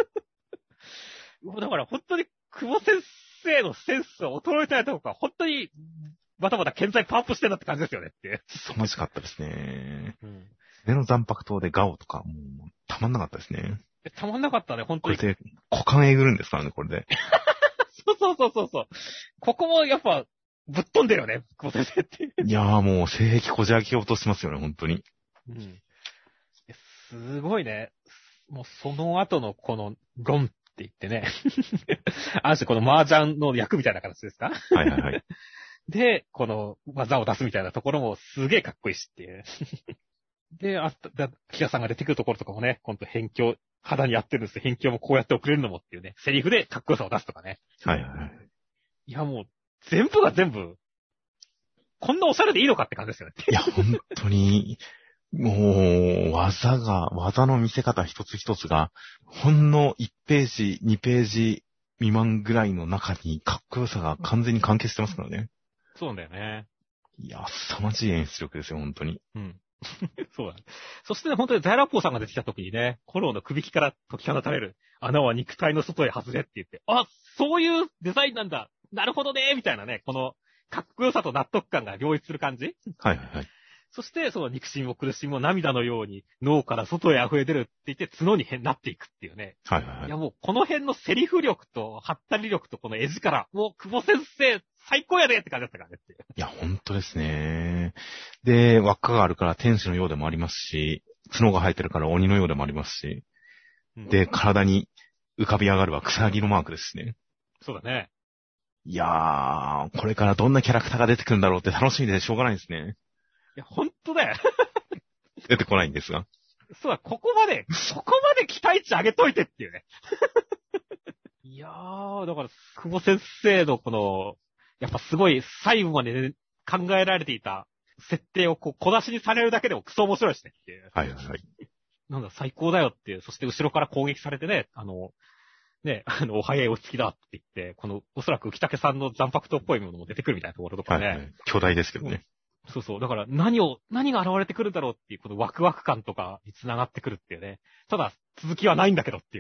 Speaker 2: だから本当に久保先生のセンスが衰えてないとこか、本当に、またまた健在パワーアップしてんなって感じですよねって。
Speaker 1: 凄まじかったですね。
Speaker 2: うん。
Speaker 1: 目の残白刀でガオとか、もう、たまんなかったですね。
Speaker 2: たまんなかったね、本当に。
Speaker 1: これで、股間えぐるんですからね、これで。
Speaker 2: そうそうそうそうそう。ここもやっぱ、ぶっ飛んでるよね、久保先生って。
Speaker 1: いやーもう、性癖こじ開けようとしますよね、本当に。
Speaker 2: うん。すごいね。もうその後のこの、ゴンって言ってね。ある種この麻雀の役みたいな形ですか？
Speaker 1: はいはいはい。
Speaker 2: で、この技を出すみたいなところもすげえかっこいいしっていう。で、あった、キラさんが出てくるところとかもね、ほんと辺境、肌にやってるんですよ。辺境もこうやって送れるのもっていうね、セリフでかっこよさを出すとかね。
Speaker 1: はいはいはい。
Speaker 2: いやもう、全部が全部、こんなおしゃれでいいのかって感じですよね。
Speaker 1: いや、本当に、もう、技が、技の見せ方一つ一つが、ほんのいちページ、にページ未満ぐらいの中にかっこよさが完全に関係してますからね。
Speaker 2: そうなんだよね。
Speaker 1: いや、凄まじい演出力ですよ、本当に。
Speaker 2: うん。そうだね。そしてね、本当にザイラッポーさんが出てきた時にね、コローの首輝きから解き放たれる穴は肉体の外へ外れって言って、あ、そういうデザインなんだ。なるほどねみたいなね、この、かっこよさと納得感が両立する感じ。
Speaker 1: はいはいはい。
Speaker 2: そして、その肉親も苦しみも涙のように脳から外へ溢れ出るって言って角に変なっていくっていうね。
Speaker 1: はいはいはい。
Speaker 2: いやもうこの辺のセリフ力と、ハったり力とこの絵力、もう久保先生、最高やでって感じだったからねっていう。
Speaker 1: いや、本当ですね。で、輪っかがあるから天使のようでもありますし、角が生えてるから鬼のようでもありますし、
Speaker 2: うん、
Speaker 1: で、体に浮かび上がるは草木のマークですしね。
Speaker 2: そうだね。
Speaker 1: いやー、これからどんなキャラクターが出てくるんだろうって楽しみでしょうがないですね。
Speaker 2: いや、ほんとだよ。
Speaker 1: 出てこないんですが。
Speaker 2: そうだ、ここまで、ここまで期待値上げといてっていうね。いやー、だから、久保先生のこの、やっぱすごい細部まで、ね、考えられていた設定をこう小出しにされるだけでもクソ面白いしねっていう。
Speaker 1: はいはいはい。
Speaker 2: なんだ、最高だよっていう。そして後ろから攻撃されてね、あの、ね、あの、お早いお月きだって言って、この、おそらく浮竹さんの残白刀っぽいものも出てくるみたいなところとかね。
Speaker 1: はいはい。巨大ですけどね。
Speaker 2: そうそう。だから何を、何が現れてくるんだろうっていう、このワクワク感とかに繋がってくるっていうね。ただ、続きはないんだけどっていう。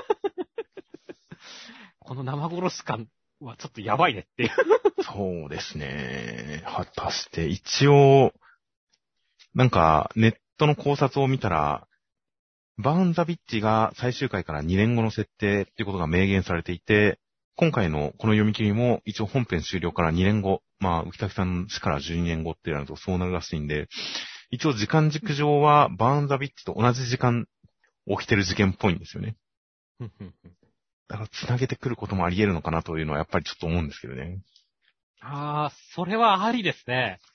Speaker 2: この生殺し感はちょっとやばいねっていう。
Speaker 1: そうですね。果たして一応、なんかネットの考察を見たら、バーンザビッチが最終回からにねんごの設定っていうことが明言されていて、今回のこの読み切りも一応本編終了からにねんご、まあ、浮竹さん死からじゅうにねんごってなるとそうなるらしいんで、一応時間軸上はバーンザビッチと同じ時間起きてる事件っぽいんですよね。だから繋げてくることもあり得るのかなというのはやっぱりちょっと思うんですけどね。
Speaker 2: ああ、それはありですね。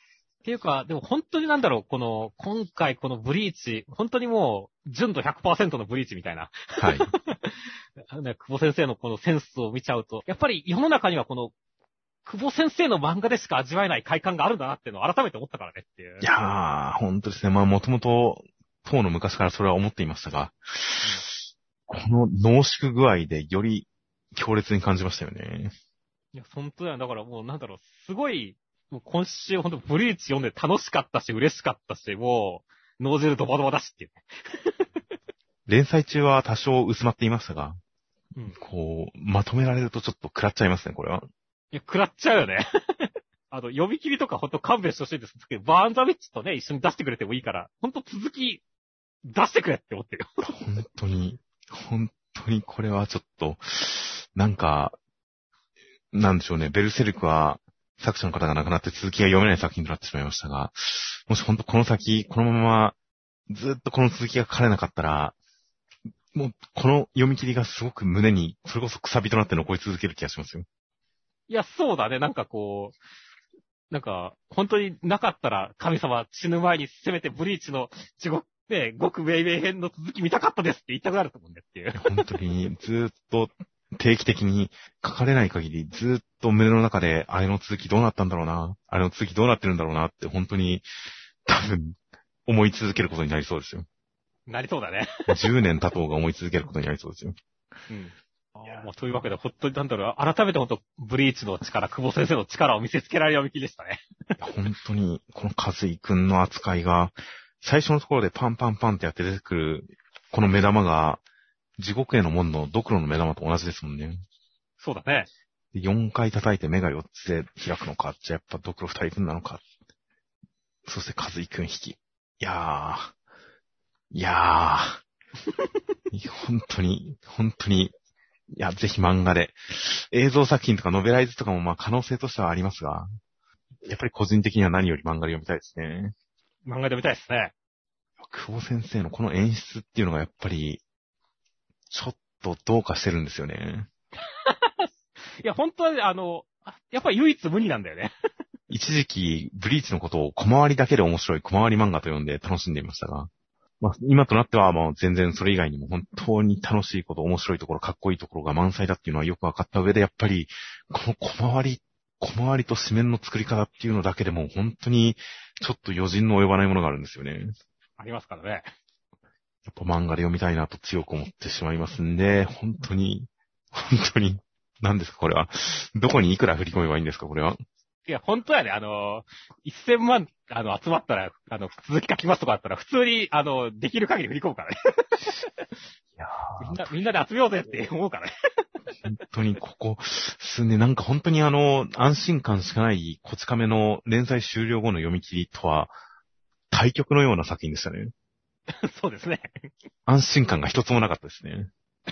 Speaker 2: っていうか、でも本当になんだろう、この、今回このブリーチ、本当にもう、純度 ひゃくパーセント のブリーチみたいな。
Speaker 1: はい。
Speaker 2: ね、久保先生のこのセンスを見ちゃうと、やっぱり世の中にはこの、久保先生の漫画でしか味わえない快感があるんだなっていうのを改めて思ったからねっていう。
Speaker 1: いやー、本当ですね。まあ、もともと、当の昔からそれは思っていましたが、うん、この濃縮具合でより強烈に感じましたよね。
Speaker 2: いや、本当だよ。だからもうなんだろう、すごい、もう今週本当ブリーチ読んで楽しかったし、嬉しかったし、もう、脳汁ドバドバだしっていうね。
Speaker 1: 連載中は多少薄まっていましたが、
Speaker 2: うん、
Speaker 1: こう、まとめられるとちょっと食らっちゃいますね、これは。
Speaker 2: いや、食らっちゃうよね。あの、読み切りとかほんと勘弁してほしいんですけど、バーンザウィッチとね、一緒に出してくれてもいいから、ほんと続き、出してくれって思ってるよ。
Speaker 1: 本当に、本当にこれはちょっと、なんか、なんでしょうね、ベルセルクは作者の方が亡くなって続きが読めない作品となってしまいましたが、もし本当この先、このままずっとこの続きが書かれなかったら、もうこの読み切りがすごく胸に、それこそくさびとなって残り続ける気がしますよ。
Speaker 2: いや、そうだね、なんかこう、なんか、本当になかったら神様死ぬ前にせめてブリーチの地獄で、極ウェイウェイ編の続き見たかったですって言いたくなると思うんだっていう。
Speaker 1: 本当にずっと定期的に書かれない限りずっと胸の中であれの続きどうなったんだろうな、あれの続きどうなってるんだろうなって本当に多分思い続けることになりそうですよ。
Speaker 2: なりそうだね。
Speaker 1: じゅうねん経とうが思い続けることになりそうですよ。
Speaker 2: うん。もうというわけで、ほんとになんだろう、改めてほんと、ブリーチの力、久保先生の力を見せつけられる読み切りでしたね。
Speaker 1: 本当に、この和井くんの扱いが、最初のところでパンパンパンってやって出てくる、この目玉が、地獄への門のドクロの目玉と同じですもんね。
Speaker 2: そうだね。
Speaker 1: よんかい叩いて目がよっつで開くのか、じゃあやっぱドクロふたり分なのか。そして和井くん引き。いやー、いやー、本当に、本当に、いや、ぜひ漫画で。映像作品とかノベライズとかもまあ可能性としてはありますが、やっぱり個人的には何より漫画で読みたいですね。
Speaker 2: 漫画で読みたいですね。
Speaker 1: 久保先生のこの演出っていうのがやっぱり、ちょっとどうかしてるんですよね。
Speaker 2: いや、本当はね、あの、やっぱり唯一無二なんだよね。
Speaker 1: 一時期、ブリーチのことを小回りだけで面白い小回り漫画と呼んで楽しんでいましたが、まあ、今となってはもう全然それ以外にも本当に楽しいこと、面白いところ、かっこいいところが満載だっていうのはよくわかった上で、やっぱり、この小回り、小回りと紙面の作り方っていうのだけでも本当にちょっと余人の及ばないものがあるんですよね。
Speaker 2: ありますからね。や
Speaker 1: っぱ漫画で読みたいなと強く思ってしまいますんで、本当に、本当に、何ですかこれは。どこにいくら振り込めばいいんですかこれは。
Speaker 2: いや、本当やね、あの、せんまん、あの、集まったら、あの、続き書きますとかあったら、普通に、あの、できる限り振り込むからね。
Speaker 1: いや
Speaker 2: みんな、みんなで集めようぜって思うからね。
Speaker 1: 本当にここ、数年、なんか本当にあの、安心感しかないこち亀の連載終了後の読み切りとは、対極のような作品でしたね。
Speaker 2: そうですね。
Speaker 1: 安心感が一つもなかったですね。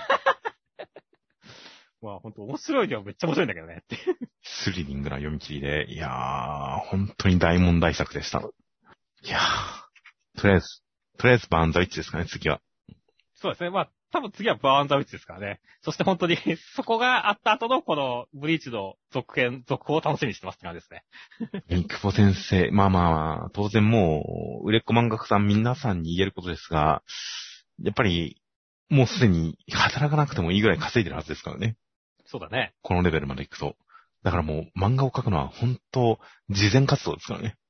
Speaker 2: まあ本当面白いではめっちゃ面白いんだけどねって。
Speaker 1: スリリングな読み切りで、いやー、本当に大問題作でした。いやー、とりあえず、とりあえずバーンザウィッチですかね、次は。
Speaker 2: そうですね。まあ多分次はバーンザウィッチですからね。そして本当にそこがあった後のこのブリーチの続編、続報を楽しみにしてますって感じですね。
Speaker 1: 久保先生、まあまあまあ、当然もう、売れっ子漫画家さん皆さんに言えることですが、やっぱり、もうすでに働かなくてもいいぐらい稼いでるはずですからね。
Speaker 2: そうだね。
Speaker 1: このレベルまで行くと。だからもう漫画を描くのは本当、慈善活動ですからね。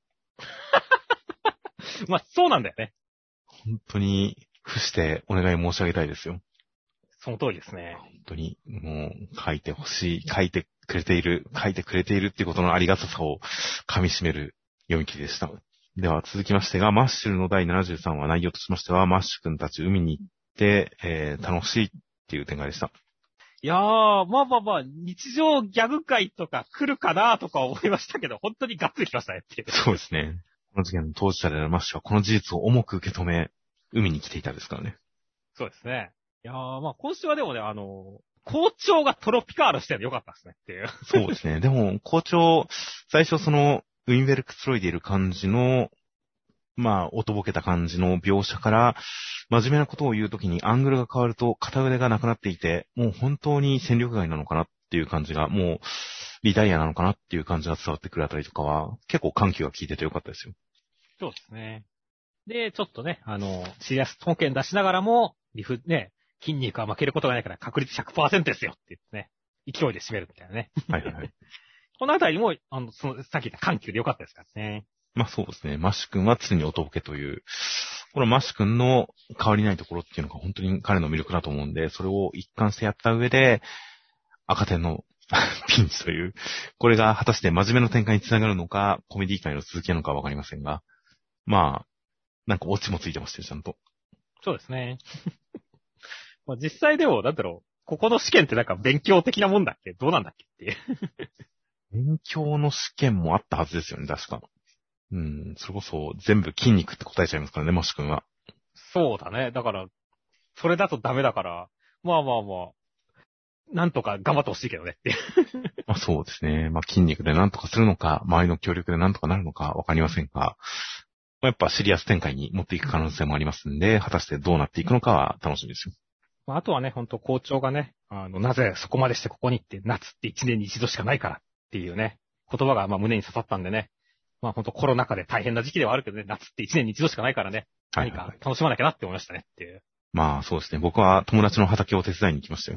Speaker 2: まあそうなんだよね。
Speaker 1: 本当に、付してお願い申し上げたいですよ。
Speaker 2: その通りですね。
Speaker 1: 本当に、もう、書いてほしい、書いてくれている、書いてくれているっていうことのありがたさを噛み締める読み切りでした。では続きましてが、マッシュルのだいななじゅうさん話内容としましては、マッシュ君たち海に行って、えー、楽しいっていう展開でした。
Speaker 2: いやー、まあまあまあ、日常ギャグ界とか来るかなとか思いましたけど、本当にガッツリ来ましたねっていう。
Speaker 1: そうですね。この事件の当事者であるマッシュはこの事実を重く受け止め、海に来ていたですからね。
Speaker 2: そうですね。いやー、まあ今週はでもね、あの、校長がトロピカールしてるのよかったですねっていう。
Speaker 1: そうですね。でも、校長、最初その、ウィンベルくつろいでいる感じの、まあ、おとぼけた感じの描写から、真面目なことを言うときにアングルが変わると片腕がなくなっていて、もう本当に戦力外なのかなっていう感じが、もう、 リダイアなのかなっていう感じが伝わってくるあたりとかは、結構緩急が効いててよかったですよ。
Speaker 2: そうですね。で、ちょっとね、あの、シリアス保険出しながらも、リフ、ね、筋肉は負けることがないから確率 ひゃくパーセント ですよって言ってね、勢いで締めるみたいなね。
Speaker 1: はいはいはい。
Speaker 2: このあたりも、あの、その、さっき言った緩急でよかったですからね。
Speaker 1: まあそうですね。マッシュ君は常におとぼけという、このマッシュ君の変わりないところっていうのが本当に彼の魅力だと思うんで、それを一貫してやった上で、赤点のピンチという、これが果たして真面目な展開につながるのか、コメディ界の続きなのかはわかりませんが、まあ、なんかオチもついてましたよ、ちゃんと。
Speaker 2: そうですね。まあ実際でも、なんだろう、ここの試験ってなんか勉強的なもんだっけどうなんだっけっていう。
Speaker 1: 勉強の試験もあったはずですよね、確か。うん、それこそ全部筋肉って答えちゃいますからね、マッシュ君は。
Speaker 2: そうだね。だから、それだとダメだから、まあまあまあ、なんとか頑張ってほしいけどねっていう。
Speaker 1: まあそうですね。まあ筋肉で何とかするのか、周りの協力で何とかなるのかわかりませんが、やっぱシリアス展開に持っていく可能性もありますんで、果たしてどうなっていくのかは楽しみですよ。
Speaker 2: まあ、あとはね、本当校長がね、あの、なぜそこまでしてここにって、夏って一年に一度しかないからっていうね、言葉がまあ胸に刺さったんでね、まあ本当コロナ禍で大変な時期ではあるけどね、夏って一年に一度しかないからね、
Speaker 1: はいはいはい、
Speaker 2: 何か楽しまなきゃなって思いましたねっていう。
Speaker 1: まあそうですね。僕は友達の畑を手伝いに行きましたよ。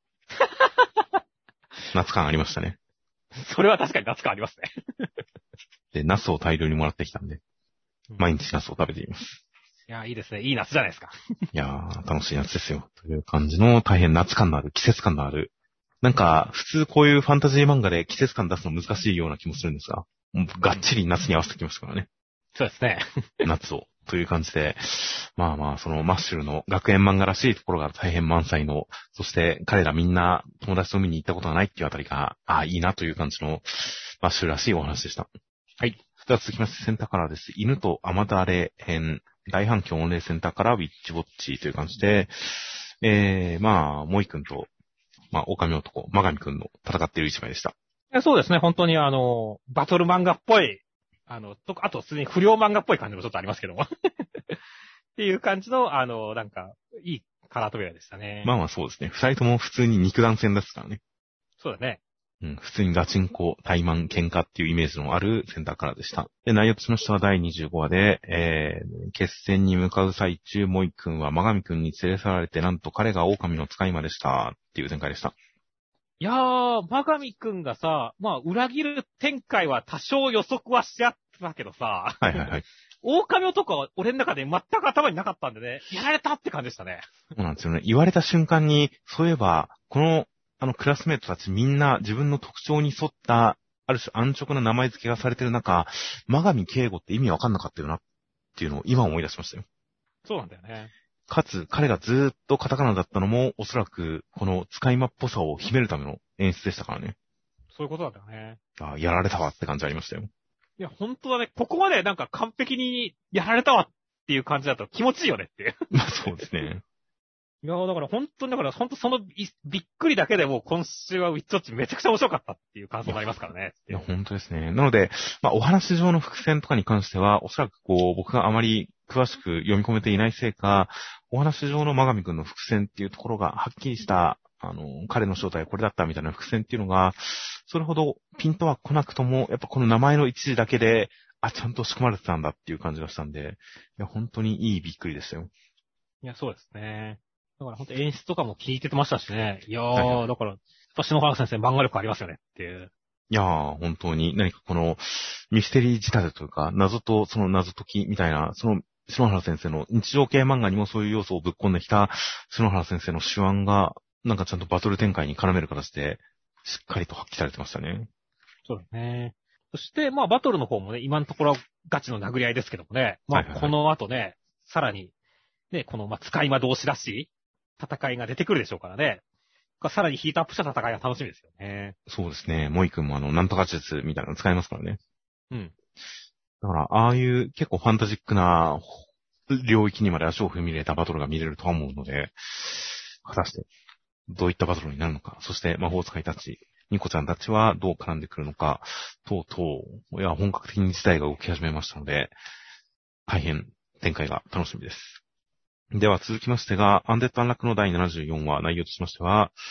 Speaker 1: 夏感ありましたね。
Speaker 2: それは確かに夏感ありますね。
Speaker 1: で、ナスを大量にもらってきたんで、毎日ナスを食べています。
Speaker 2: いや、いいですね。いい夏じゃないですか。
Speaker 1: いやー、楽しい夏ですよ。という感じの大変夏感のある、季節感のある。なんか、普通こういうファンタジー漫画で季節感出すの難しいような気もするんですが、もうがっちり夏に合わせてきましたからね。
Speaker 2: そうですね。
Speaker 1: 夏を。という感じで、まあまあ、そのマッシュルの学園漫画らしいところが大変満載の、そして彼らみんな友達と見に行ったことがないっていうあたりが、ああ、いいなという感じのマッシュルらしいお話でした。はい。では続きましてセンターカラーです。犬と雨だれ編、大反響御礼センターカラーウィッチウォッチという感じで、えー、まあ、モイ君と、まあ、狼男、マガミ君の戦っている一枚でした。
Speaker 2: いやそうですね。本当にあの、バトル漫画っぽい、あの、とあと普通に不良漫画っぽい感じもちょっとありますけども。っていう感じの、あの、なんか、いいカラー扉でしたね。
Speaker 1: まあまあそうですね。二人とも普通に肉弾戦ですからね。
Speaker 2: そうだね。
Speaker 1: うん、普通にガチンコ、対マン、喧嘩っていうイメージのあるセンターカラーでした。で、内容としましてはだいにじゅうごわで、えー、決戦に向かう最中、モイ君はマガミ君に連れ去られて、なんと彼が狼の使い魔でしたっていう展開でした。
Speaker 2: いやー、マガミ君がさ、まあ、裏切る展開は多少予測はしちゃったけどさ、
Speaker 1: はいはいはい。
Speaker 2: 狼男は俺の中で全く頭になかったんでね、やられたって感じでしたね。
Speaker 1: そうなんですよね。言われた瞬間に、そういえば、この、あの、クラスメイトたちみんな自分の特徴に沿った、ある種安直な名前付けがされてる中、マガミ敬吾って意味わかんなかったよなっていうのを今思い出しましたよ。
Speaker 2: そうなんだよね。
Speaker 1: かつ、彼がずーっとカタカナだったのも、おそらく、この使い魔っぽさを秘めるための演出でしたからね。
Speaker 2: そういうことなんだよね。
Speaker 1: あやられたわって感じありましたよ。
Speaker 2: いや、本当だね。ここまでなんか完璧にやられたわっていう感じだと気持ちいいよねっていう。
Speaker 1: まあそうですね。
Speaker 2: いや、だから本当に、だから本当そのびっくりだけでもう今週はウィッチウォッチめちゃくちゃ面白かったっていう感想になりますからね。
Speaker 1: いや、本当ですね。なので、まあお話上の伏線とかに関しては、おそらくこう、僕があまり詳しく読み込めていないせいか、お話上のマガミ君の伏線っていうところがはっきりした、あの、彼の正体はこれだったみたいな伏線っていうのが、それほどピンとは来なくとも、やっぱこの名前の一時だけで、あ、ちゃんと仕組まれてたんだっていう感じがしたんで、いや、本当にいいびっくりでしたよ。
Speaker 2: いや、そうですね。だから本当演出とかも聞いてましたしね。いやー、
Speaker 1: はいはい、
Speaker 2: だから、やっぱ篠原先生漫画力ありますよねっていう。
Speaker 1: いやー、本当に何かこのミステリー仕立てというか、謎とその謎解きみたいな、その篠原先生の日常系漫画にもそういう要素をぶっ込んできた篠原先生の手腕が、なんかちゃんとバトル展開に絡める形で、しっかりと発揮されてましたね。
Speaker 2: そうですね。そして、まあバトルの方もね、今のところはガチの殴り合いですけどもね。まあこの後ね、さらに、ね、この、まあ使い魔同士らしい戦いが出てくるでしょうからね。さらにヒートアップした戦いが楽しみですよね。
Speaker 1: そうですね。モイ君もあの、なんとか術みたいなの使いますからね。
Speaker 2: うん。
Speaker 1: だから、ああいう結構ファンタジックな領域にまで足を踏み入れたバトルが見れるとは思うので、果たして、どういったバトルになるのか、そして魔法使いたち、ニコちゃんたちはどう絡んでくるのか、とうとう、いや、本格的に事態が動き始めましたので、大変展開が楽しみです。では続きましてが、アンデッド・アンラックのだいななじゅうよんわ、内容としましては、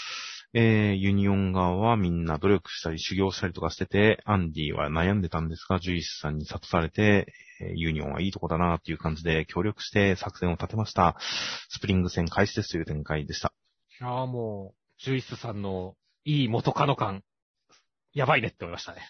Speaker 1: えー、ユニオン側はみんな努力したり修行したりとかしてて、アンディは悩んでたんですが、ジュイスさんに諭されて、えーユニオンはいいとこだなっていう感じで協力して作戦を立てました。スプリング戦開始ですという展開でした。
Speaker 2: ああ、もう、ジュイスさんのいい元カノ感、やばいねって思いましたね。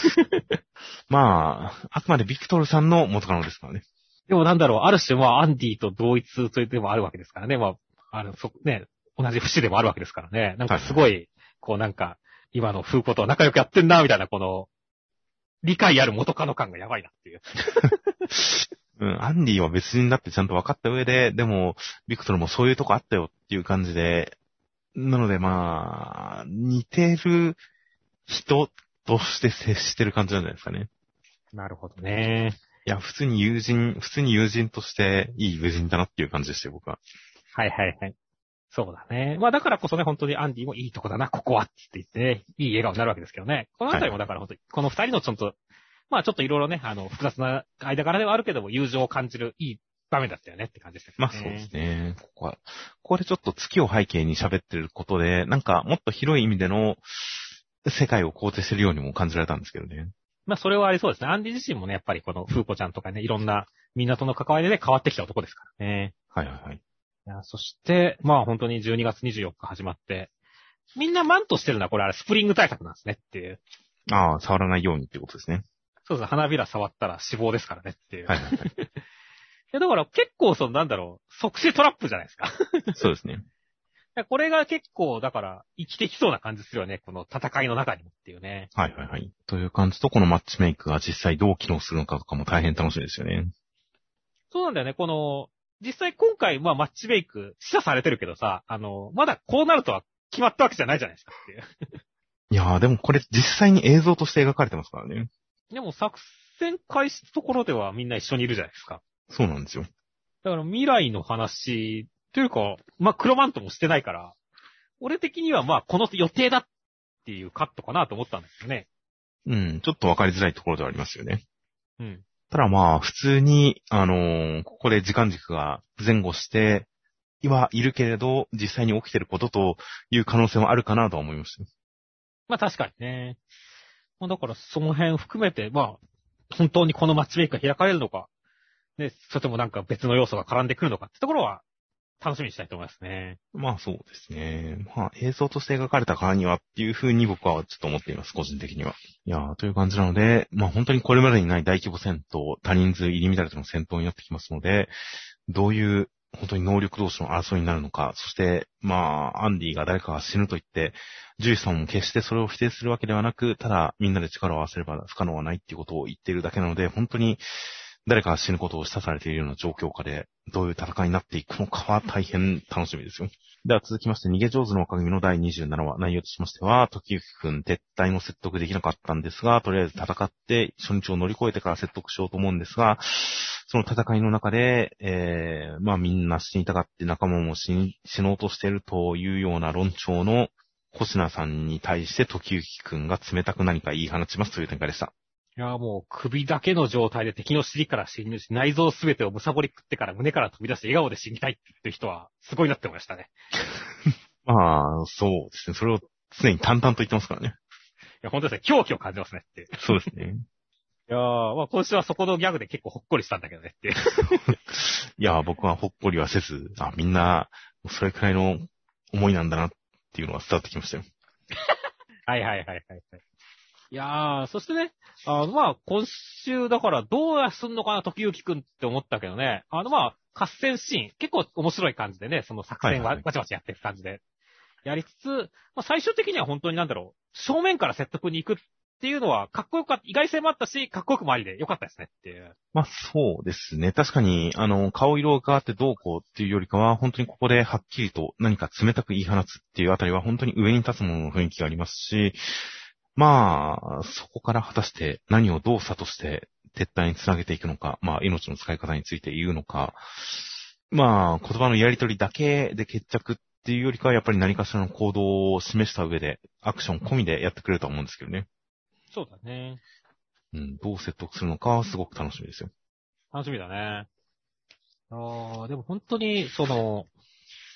Speaker 1: まあ、あくまでビクトルさんの元カノですからね。
Speaker 2: でもなんだろう、ある種まあ、アンディと同一というでもあるわけですからね。まあ、あの、そ、ね、同じ節でもあるわけですからね。なんかすごい、はいはい、こうなんか、今の風子と仲良くやってんな、みたいな、この、理解ある元カノ感がやばいなっていう。
Speaker 1: うん、アンディは別人だってちゃんと分かった上で、でも、ビクトルもそういうとこあったよっていう感じで、なのでまあ、似てる人として接してる感じなんじゃないですかね。
Speaker 2: なるほどね。
Speaker 1: いや、普通に友人、普通に友人としていい友人だなっていう感じでしたよ、僕は。
Speaker 2: はいはいはい。そうだね。まあだからこそね、本当にアンディもいいとこだな、ここはって言って、ね、いい笑顔になるわけですけどね。このあたりもだから本当に、この二人のちょっと、まあちょっといろいろね、あの、複雑な間柄ではあるけども、友情を感じるいい場面だったよねって感じですね。
Speaker 1: まあそうですね。ここは、ここでちょっと月を背景に喋ってることで、なんかもっと広い意味での世界を肯定してるようにも感じられたんですけどね。
Speaker 2: まあそれはありそうですね。アンディ自身もね、やっぱりこのフーコちゃんとかね、いろんな港の関わりで変わってきた男ですからね。
Speaker 1: はいはいはい。
Speaker 2: いやそして、まあ本当にじゅうにがつにじゅうよっか始まって、みんなマントしてるのはこれあれスプリング対策なんですねっていう。
Speaker 1: ああ、触らないようにってことですね。
Speaker 2: そうですね。花びら触ったら死亡ですからねっていう。
Speaker 1: はいはいはい。い
Speaker 2: やだから結構そのなんだろう、即死トラップじゃないですか。
Speaker 1: そうですね。
Speaker 2: これが結構だから生きてきそうな感じするよね。この戦いの中にもっていうね。
Speaker 1: はいはいはい。という感じと、このマッチメイクが実際どう機能するのかとかも大変楽しみですよね。
Speaker 2: そうなんだよね。この、実際今回まあマッチメイク示唆されてるけどさ、あの、まだこうなるとは決まったわけじゃないじゃないですかっていう。
Speaker 1: いやーでもこれ実際に映像として描かれてますからね。
Speaker 2: でも作戦開始のところではみんな一緒にいるじゃないですか。
Speaker 1: そうなんですよ。
Speaker 2: だから未来の話、というか、まあ黒マントもしてないから、俺的にはまあこの予定だっていうカットかなと思ったんですよね。
Speaker 1: うん、ちょっとわかりづらいところではありますよね。
Speaker 2: うん。
Speaker 1: ただまあ、普通に、あのーここで時間軸が前後して、はいるけれど、実際に起きてることという可能性もあるかなとは思いました。
Speaker 2: まあ確かにね。まあだからその辺含めて、まあ、本当にこのマッチメイクが開かれるのか、ね、それともなんか別の要素が絡んでくるのかってところは、楽しみにしたいと思いますね。
Speaker 1: まあそうですね。まあ映像として描かれたからにはっていうふうに僕はちょっと思っています、個人的には。いやー、という感じなので、まあ本当にこれまでにない大規模戦闘、多人数入り乱れての戦闘になってきますので、どういう本当に能力同士の争いになるのか、そして、まあ、アンディが誰かが死ぬと言って、ジュイさんも決してそれを否定するわけではなく、ただみんなで力を合わせれば不可能はないっていうことを言っているだけなので、本当に誰かが死ぬことを示唆されているような状況下で、どういう戦いになっていくのかは大変楽しみですよ。では続きまして、逃げ上手の若君のだいにじゅうななわ、内容としましては、時行くん撤退の説得できなかったんですが、とりあえず戦って初日を乗り越えてから説得しようと思うんですが、その戦いの中で、えー、まあみんな死にたがって仲間も死に死のうとしているというような論調の星名さんに対して時行くんが冷たく何か言い放ちますという展開でした。
Speaker 2: いや、もう首だけの状態で敵の尻から侵入し、内臓すべてをむさぼり食ってから胸から飛び出して笑顔で死にたいって言ってる人は、すごいなって思いましたね。
Speaker 1: まあ、そうですね。それを常に淡々と言ってますからね。
Speaker 2: いや、本当ですね。狂気を感じますねって。
Speaker 1: そうですね。
Speaker 2: いやー、まあ今週はそこのギャグで結構ほっこりしたんだけどねって。
Speaker 1: いや、僕はほっこりはせず、あ、みんな、それくらいの思いなんだなっていうのは伝わってきましたよ。
Speaker 2: はいはいはいはい。いやー、そしてね、あの、まあ、今週だからどうやすんのかな、時行くんって思ったけどね。あの、まあ、合戦シーン、結構面白い感じでね、その作戦
Speaker 1: はいはいはい
Speaker 2: わわちわちやっていく感じで。やりつつ、まあ、最終的には本当になんだろう、正面から説得に行くっていうのは、かっこよかった、意外性もあったし、かっこよくもありでよかったですねっていう。
Speaker 1: まあそうですね。確かに、あの、顔色があってどうこうっていうよりかは、本当にここではっきりと何か冷たく言い放つっていうあたりは本当に上に立つものの雰囲気がありますし、まあ、そこから果たして何をどう差として撤退につなげていくのか、まあ命の使い方について言うのか、まあ言葉のやりとりだけで決着っていうよりかはやっぱり何かしらの行動を示した上で、アクション込みでやってくれると思うんですけどね。
Speaker 2: そうだね。
Speaker 1: うん、どう説得するのかはすごく楽しみですよ。
Speaker 2: 楽しみだね。ああ、でも本当に、その、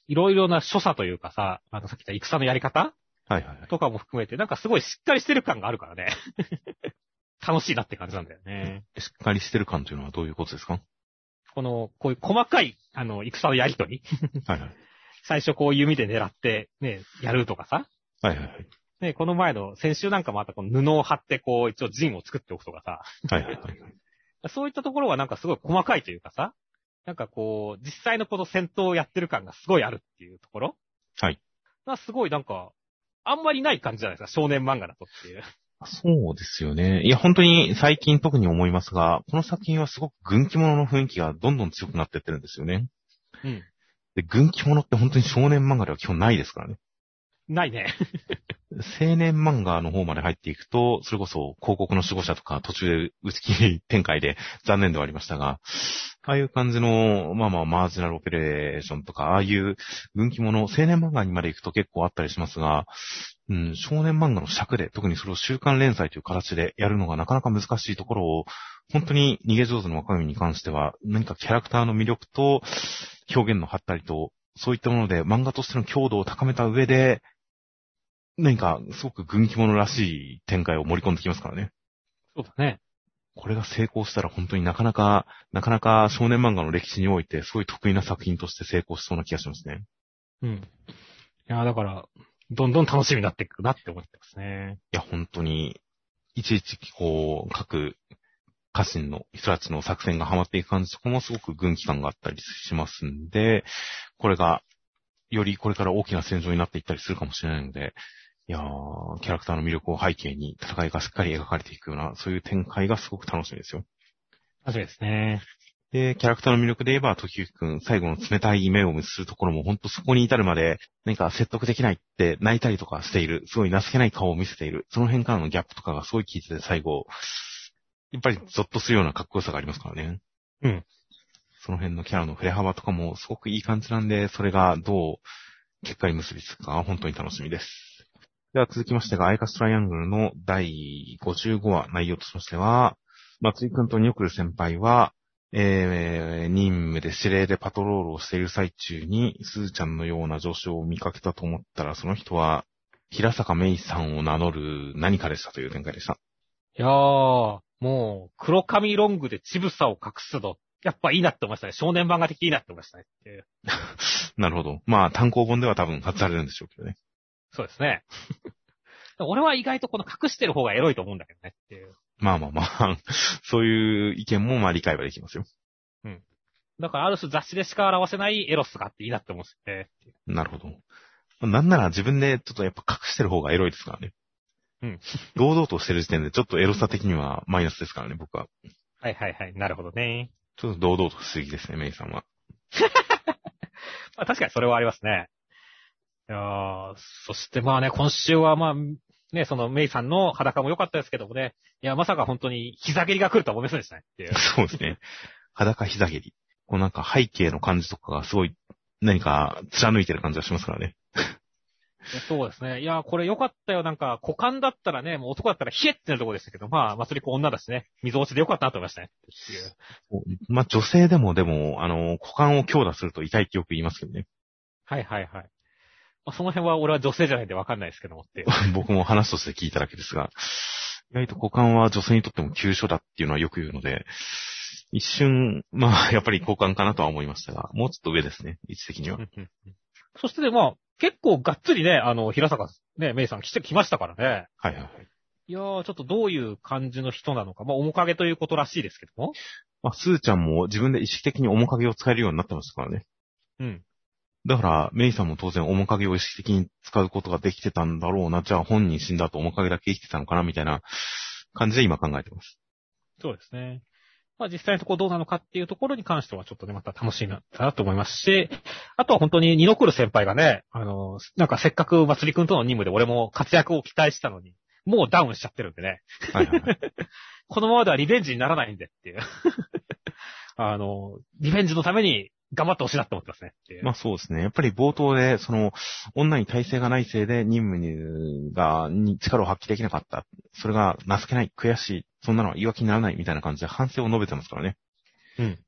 Speaker 2: いろいろな所作というかさ、あの、さっき言った戦のやり方
Speaker 1: はいはいはい。
Speaker 2: とかも含めて、なんかすごいしっかりしてる感があるからね。楽しいなって感じなんだよね。
Speaker 1: しっかりしてる感というのはどういうことですか？
Speaker 2: この、こういう細かい、あの、戦のやりとり。
Speaker 1: はいはい。
Speaker 2: 最初こう弓で狙って、ね、やるとかさ。
Speaker 1: はいはいはい。
Speaker 2: ね、この前の、先週なんかまたこの布を貼ってこう、一応陣を作っておくとかさ。
Speaker 1: はいはいはい。
Speaker 2: そういったところはなんかすごい細かいというかさ。なんかこう、実際のこの戦闘をやってる感がすごいあるっていうところ。
Speaker 1: はい。
Speaker 2: がすごいなんか、あんまりない感じじゃないですか、少年漫画だとっていう。
Speaker 1: そうですよね。いや、本当に最近特に思いますが、この作品はすごく軍記物の雰囲気がどんどん強くなってってるんですよね。
Speaker 2: うん。
Speaker 1: で、軍記物って本当に少年漫画では基本ないですからね。
Speaker 2: ないね。
Speaker 1: 青年漫画の方まで入っていくと、それこそ広告の守護者とか途中で打ち切り展開で残念ではありましたが、ああいう感じの、まあまあマージナルオペレーションとか、ああいう軍記物、青年漫画にまで行くと結構あったりしますが、うん、少年漫画の尺で、特にそれを週刊連載という形でやるのがなかなか難しいところを、本当に逃げ上手の若君に関しては、何かキャラクターの魅力と表現の張ったりと、そういったもので漫画としての強度を高めた上で、何かすごく軍記物らしい展開を盛り込んできますからね。
Speaker 2: そうだね。
Speaker 1: これが成功したら本当になかなか、なかなか少年漫画の歴史においてすごい得意な作品として成功しそうな気がしますね。
Speaker 2: うん。いや、だから、どんどん楽しみになっていくなって思ってますね。
Speaker 1: いや、本当に、いちいちこう、各家臣の人たちの作戦がハマっていく感じとかもすごく軍記感があったりしますんで、これが、よりこれから大きな戦場になっていったりするかもしれないので、いやー、キャラクターの魅力を背景に戦いがしっかり描かれていくような、そういう展開がすごく楽しみですよ。
Speaker 2: 楽しみですね。
Speaker 1: で、キャラクターの魅力で言えば、時行くん、最後の冷たい目をするところも、ほんとそこに至るまで、何か説得できないって泣いたりとかしている、すごい情けない顔を見せている、その辺からのギャップとかがすごい効いてて、最後、やっぱりゾッとするようなかっこよさがありますからね。
Speaker 2: うん。
Speaker 1: その辺のキャラの触れ幅とかもすごくいい感じなんで、それがどう結果に結びつくか、本当に楽しみです。では続きましてが、アイカストライアングルのだいごじゅうごわ内容としましては、松井くんとニョクル先輩は、えー、任務で指令でパトロールをしている最中に、すずちゃんのような女子を見かけたと思ったら、その人は、平坂芽衣さんを名乗る何かでしたという展開でした。
Speaker 2: いやー、もう、黒髪ロングで乳房を隠すの、やっぱいいなって思いましたね。少年漫画的いいなって思いましたね。
Speaker 1: なるほど。まあ、単行本では多分外されるんでしょうけどね。
Speaker 2: そうですね。俺は意外とこの隠してる方がエロいと思うんだけどねっていう。
Speaker 1: まあまあまあ、そういう意見もまあ理解はできますよ。
Speaker 2: うん。だからある種雑誌でしか表せないエロスがあっていいなって思うんですよね。
Speaker 1: なるほど。なんなら自分でちょっとやっぱ隠してる方がエロいですからね。
Speaker 2: うん。
Speaker 1: 堂々としてる時点でちょっとエロさ的にはマイナスですからね、僕は。
Speaker 2: はいはいはい。なるほどね。
Speaker 1: ちょっと堂々としすぎですね、メイさんは。
Speaker 2: まあ確かにそれはありますね。いやー、そしてまあね、今週はまあ、ね、そのメイさんの裸も良かったですけどもね。いや、まさか本当に膝蹴りが来るとは思いませんでしたねっていう。
Speaker 1: そうですね。裸膝蹴り。こうなんか背景の感じとかがすごい何か貫いてる感じがしますからね。
Speaker 2: そうですね。いや、これ良かったよ。なんか、股間だったらね、もう男だったらヒエってなるところでしたけど、まあ、祭り子女だしね、水落ちで良かったなと思いましたね。っていう。
Speaker 1: まあ女性でもでも、あの、股間を強打すると痛いってよく言いますけどね。
Speaker 2: はいはいはい。まあ、その辺は俺は女性じゃないんで分かんないですけどもっていう。
Speaker 1: 僕も話として聞いただけですが、意外と股間は女性にとっても急所だっていうのはよく言うので、一瞬、まあ、やっぱり股間かなとは思いましたが、もうちょっと上ですね、位置的には。
Speaker 2: そしてね、まあ、結構がっつりね、あの、平坂ね、メイさん来てきましたからね。
Speaker 1: はいはいはい。
Speaker 2: いやー、ちょっとどういう感じの人なのか。まあ、面影ということらしいですけども。
Speaker 1: まあ、スーちゃんも自分で意識的に面影を使えるようになってましたからね。
Speaker 2: うん。
Speaker 1: だから、メイさんも当然面影を意識的に使うことができてたんだろうな。じゃあ本人死んだ後面影だけ生きてたのかなみたいな感じで今考えてます。
Speaker 2: そうですね。まあ実際のところどうなのかっていうところに関してはちょっとね、また楽しいな、なと思いますし、あとは本当にニノクル先輩がね、あの、なんかせっかく祭りくんとの任務で俺も活躍を期待したのに、もうダウンしちゃってるんでね。
Speaker 1: はいはいはい。
Speaker 2: このままではリベンジにならないんでっていう。あの、リベンジのために頑張ってほしいなって思ってますね。
Speaker 1: まあそうですね。やっぱり冒頭で、その、女に耐性がないせいで任務に、が、に力を発揮できなかった。それが情けない、悔しい、そんなのは言い訳にならないみたいな感じで反省を述べてますからね。
Speaker 2: うん。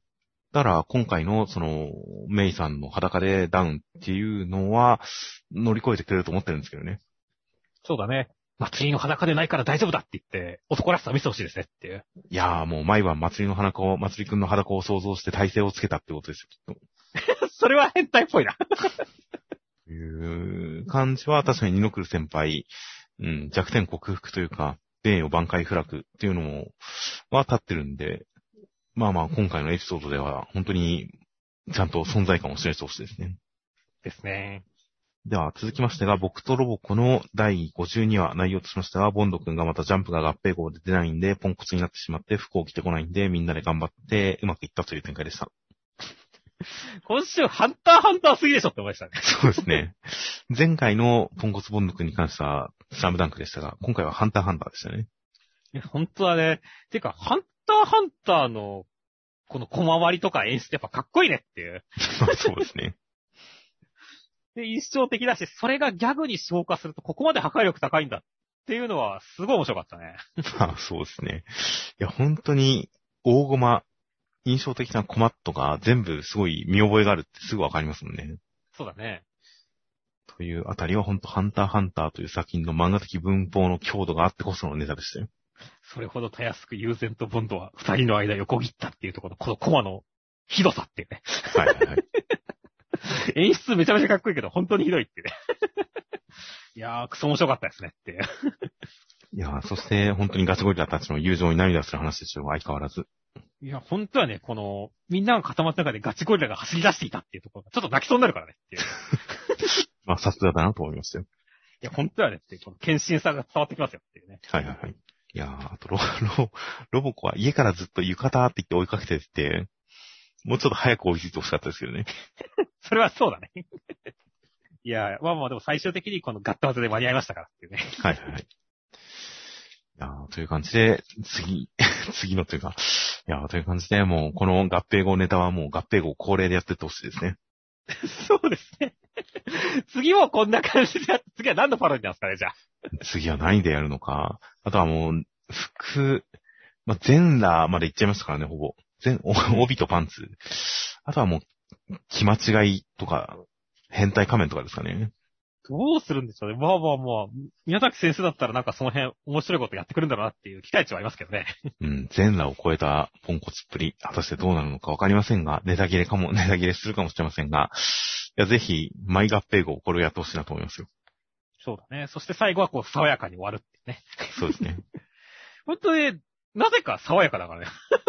Speaker 1: だから今回のそのメイさんの裸でダウンっていうのは乗り越えてくれると思ってるんですけどね。
Speaker 2: そうだね。祭りの裸でないから大丈夫だって言って、男らしさを見せてほしいですねっていう。
Speaker 1: いやーもう毎晩祭りの裸を、祭りくんの裸を想像して体勢をつけたってことですよ、きっと。
Speaker 2: それは変態っぽいな。
Speaker 1: という感じは確かに二の来る先輩、うん、弱点克服というか、名誉挽回不落っていうのも、は立ってるんで、まあまあ今回のエピソードでは本当にちゃんと存在感を示してほしいですね。
Speaker 2: ですね。
Speaker 1: では続きましてが、僕とロボコのだいごじゅうにわ内容としましては、ボンド君がまたジャンプが合併号で出ないんで、ポンコツになってしまって服を着てこないんで、みんなで頑張ってうまくいったという展開でした。
Speaker 2: 今週、ハンターハンターすぎでしょって思いましたね。
Speaker 1: そうですね。前回のポンコツボンド君に関しては、スラムダンクでしたが、今回はハンターハンターでしたね。
Speaker 2: いや、本当はね。てか、ハンターハンターの、この小回りとか演出やっぱかっこいいねっていう。
Speaker 1: そうですね。
Speaker 2: で、印象的だし、それがギャグに消化するとここまで破壊力高いんだっていうのはすごい面白かったね。
Speaker 1: まあそうですね。いや、本当に大駒、印象的なコマとか全部すごい見覚えがあるってすぐわかりますもんね。
Speaker 2: そうだね。
Speaker 1: というあたりは本当ハンターハンターという作品の漫画的文法の強度があってこそのネタでしたよ。
Speaker 2: それほどたやすく悠然とボンドは二人の間横切ったっていうところのこのコマのひどさっていうね。
Speaker 1: はいはいはい。
Speaker 2: 演出めちゃめちゃかっこいいけど本当にひどいってね。いやー、クソ面白かったですねっていう。
Speaker 1: いやー、そして本当にガチゴリラたちの友情に涙する話でしょう、相変わらず。
Speaker 2: いや、本当はね、この、みんなが固まった中でガチゴリラが走り出していたっていうところが、ちょっと泣きそうになるからねっていう。
Speaker 1: まあ、さすがだなと思いましたよ。
Speaker 2: いや、本当はねっていう、この献身さが伝わってきますよっていうね。
Speaker 1: はいはいはい。いやー、あとロ、ロ、ロボコは家からずっと浴衣って言って追いかけてって、もうちょっと早く追いついてほしかったですけどね。
Speaker 2: それはそうだね。いや、まあまあでも最終的にこのガッタワザで間に合いましたからっていうね。
Speaker 1: はいはいはい。いやーという感じで、次、次のというか、いやーという感じで、もうこの合併号ネタはもう合併号恒例でやってってほしいですね。
Speaker 2: そうですね。次もこんな感じでやって、次は何のパロディなんですかね、じゃあ。
Speaker 1: 次は何でやるのか。あとはもう、服、まあ、全裸まで行っちゃいましたからね、ほぼ。全、帯とパンツ。あとはもう、気間違いとか、変態仮面とかですかね。
Speaker 2: どうするんでしょうね。まあまあまあ、宮崎先生だったらなんかその辺面白いことやってくるんだろうなっていう期待値はありますけどね。
Speaker 1: うん、全裸を超えたポンコツっぷり、果たしてどうなるのかわかりませんが、ネタ切れかも、ネタ切れするかもしれませんが、いや、ぜひ、マイ合併号、これをやってほしいなと思いますよ。
Speaker 2: そうだね。そして最後はこう、爽やかに終わるっていうね。
Speaker 1: そうですね。
Speaker 2: 本当に、なぜか爽やかだからね。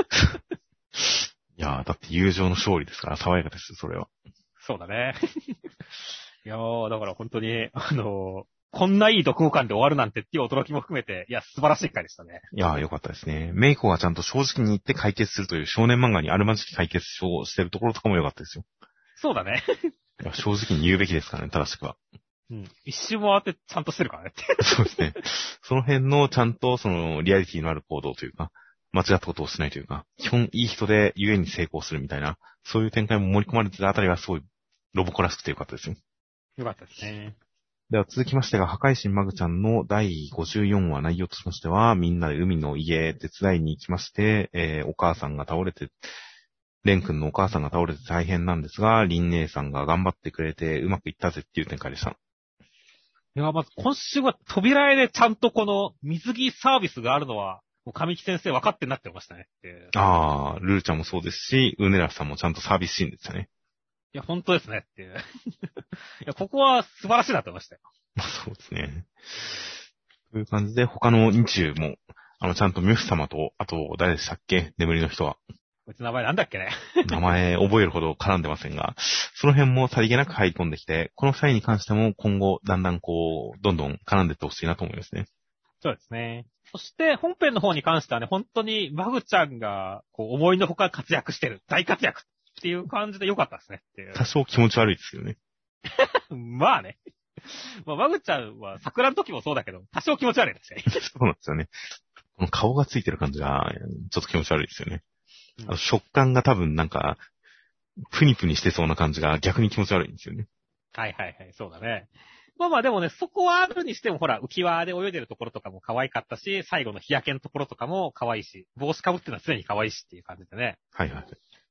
Speaker 1: いやー、だって友情の勝利ですから、爽やかですよ、それは。
Speaker 2: そうだね。いやー、だから本当に、あのー、こんないい読後感で終わるなんてっていう驚きも含めて、いや、素晴らしい回でしたね。
Speaker 1: いやー、よかったですね。メイコがちゃんと正直に言って解決するという少年漫画にあるまじき解決をしてるところとかもよかったですよ。
Speaker 2: そうだね。
Speaker 1: いや正直に言うべきですからね、正しくは。
Speaker 2: うん。一周回ってちゃんとしてるからねって。
Speaker 1: そうですね。その辺のちゃんとそのリアリティのある行動というか、間違ったことをしないというか、基本いい人で故に成功するみたいな、そういう展開も盛り込まれてたあたりはすごいロボコらしくてよかったですよ。
Speaker 2: よかったですね。
Speaker 1: では続きましてが、破壊神マグちゃんのだいごじゅうよんわ内容としましては、みんなで海の家手伝いに行きまして、えー、お母さんが倒れて、レン君のお母さんが倒れて大変なんですが、リン姉さんが頑張ってくれてうまくいったぜっていう展開でした。
Speaker 2: いや、まず今週は扉絵でちゃんとこの水着サービスがあるのは、もう神木先生分かってんなってましたね。
Speaker 1: あー、ルルちゃんもそうですし、ウネラさんもちゃんとサービスシーンでしたね。
Speaker 2: いや、本当ですねっていう。いや、ここは素晴らしいなって思いましたよ。
Speaker 1: そうですね。という感じで、他のに中も、あの、ちゃんとミュフ様と、あと、誰でしたっけ眠りの人は。
Speaker 2: こいつ名前なんだっけね。
Speaker 1: 名前覚えるほど絡んでませんが、その辺もさりげなく入り込んできて、この二人に関しても今後、だんだんこう、どんどん絡んでいってほしいなと思いますね。
Speaker 2: そうですね。そして本編の方に関してはね、本当にマグちゃんが、こう、思いのほか活躍してる。大活躍っていう感じで良かったですねっていう。
Speaker 1: 多少気持ち悪いですよね。
Speaker 2: まあね。まあ、マグちゃんは桜の時もそうだけど、多少気持ち悪いですよね。
Speaker 1: そうなんですよね。この顔がついてる感じが、ちょっと気持ち悪いですよね。
Speaker 2: うん、
Speaker 1: あの食感が多分なんか、プニプニしてそうな感じが逆に気持ち悪いんですよね。
Speaker 2: はいはいはい、そうだね。まあまあでもね、そこはあるにしてもほら、浮き輪で泳いでるところとかも可愛かったし、最後の日焼けのところとかも可愛いし、帽子かぶってるのは常に可愛いしっていう感じでね。
Speaker 1: はいはい。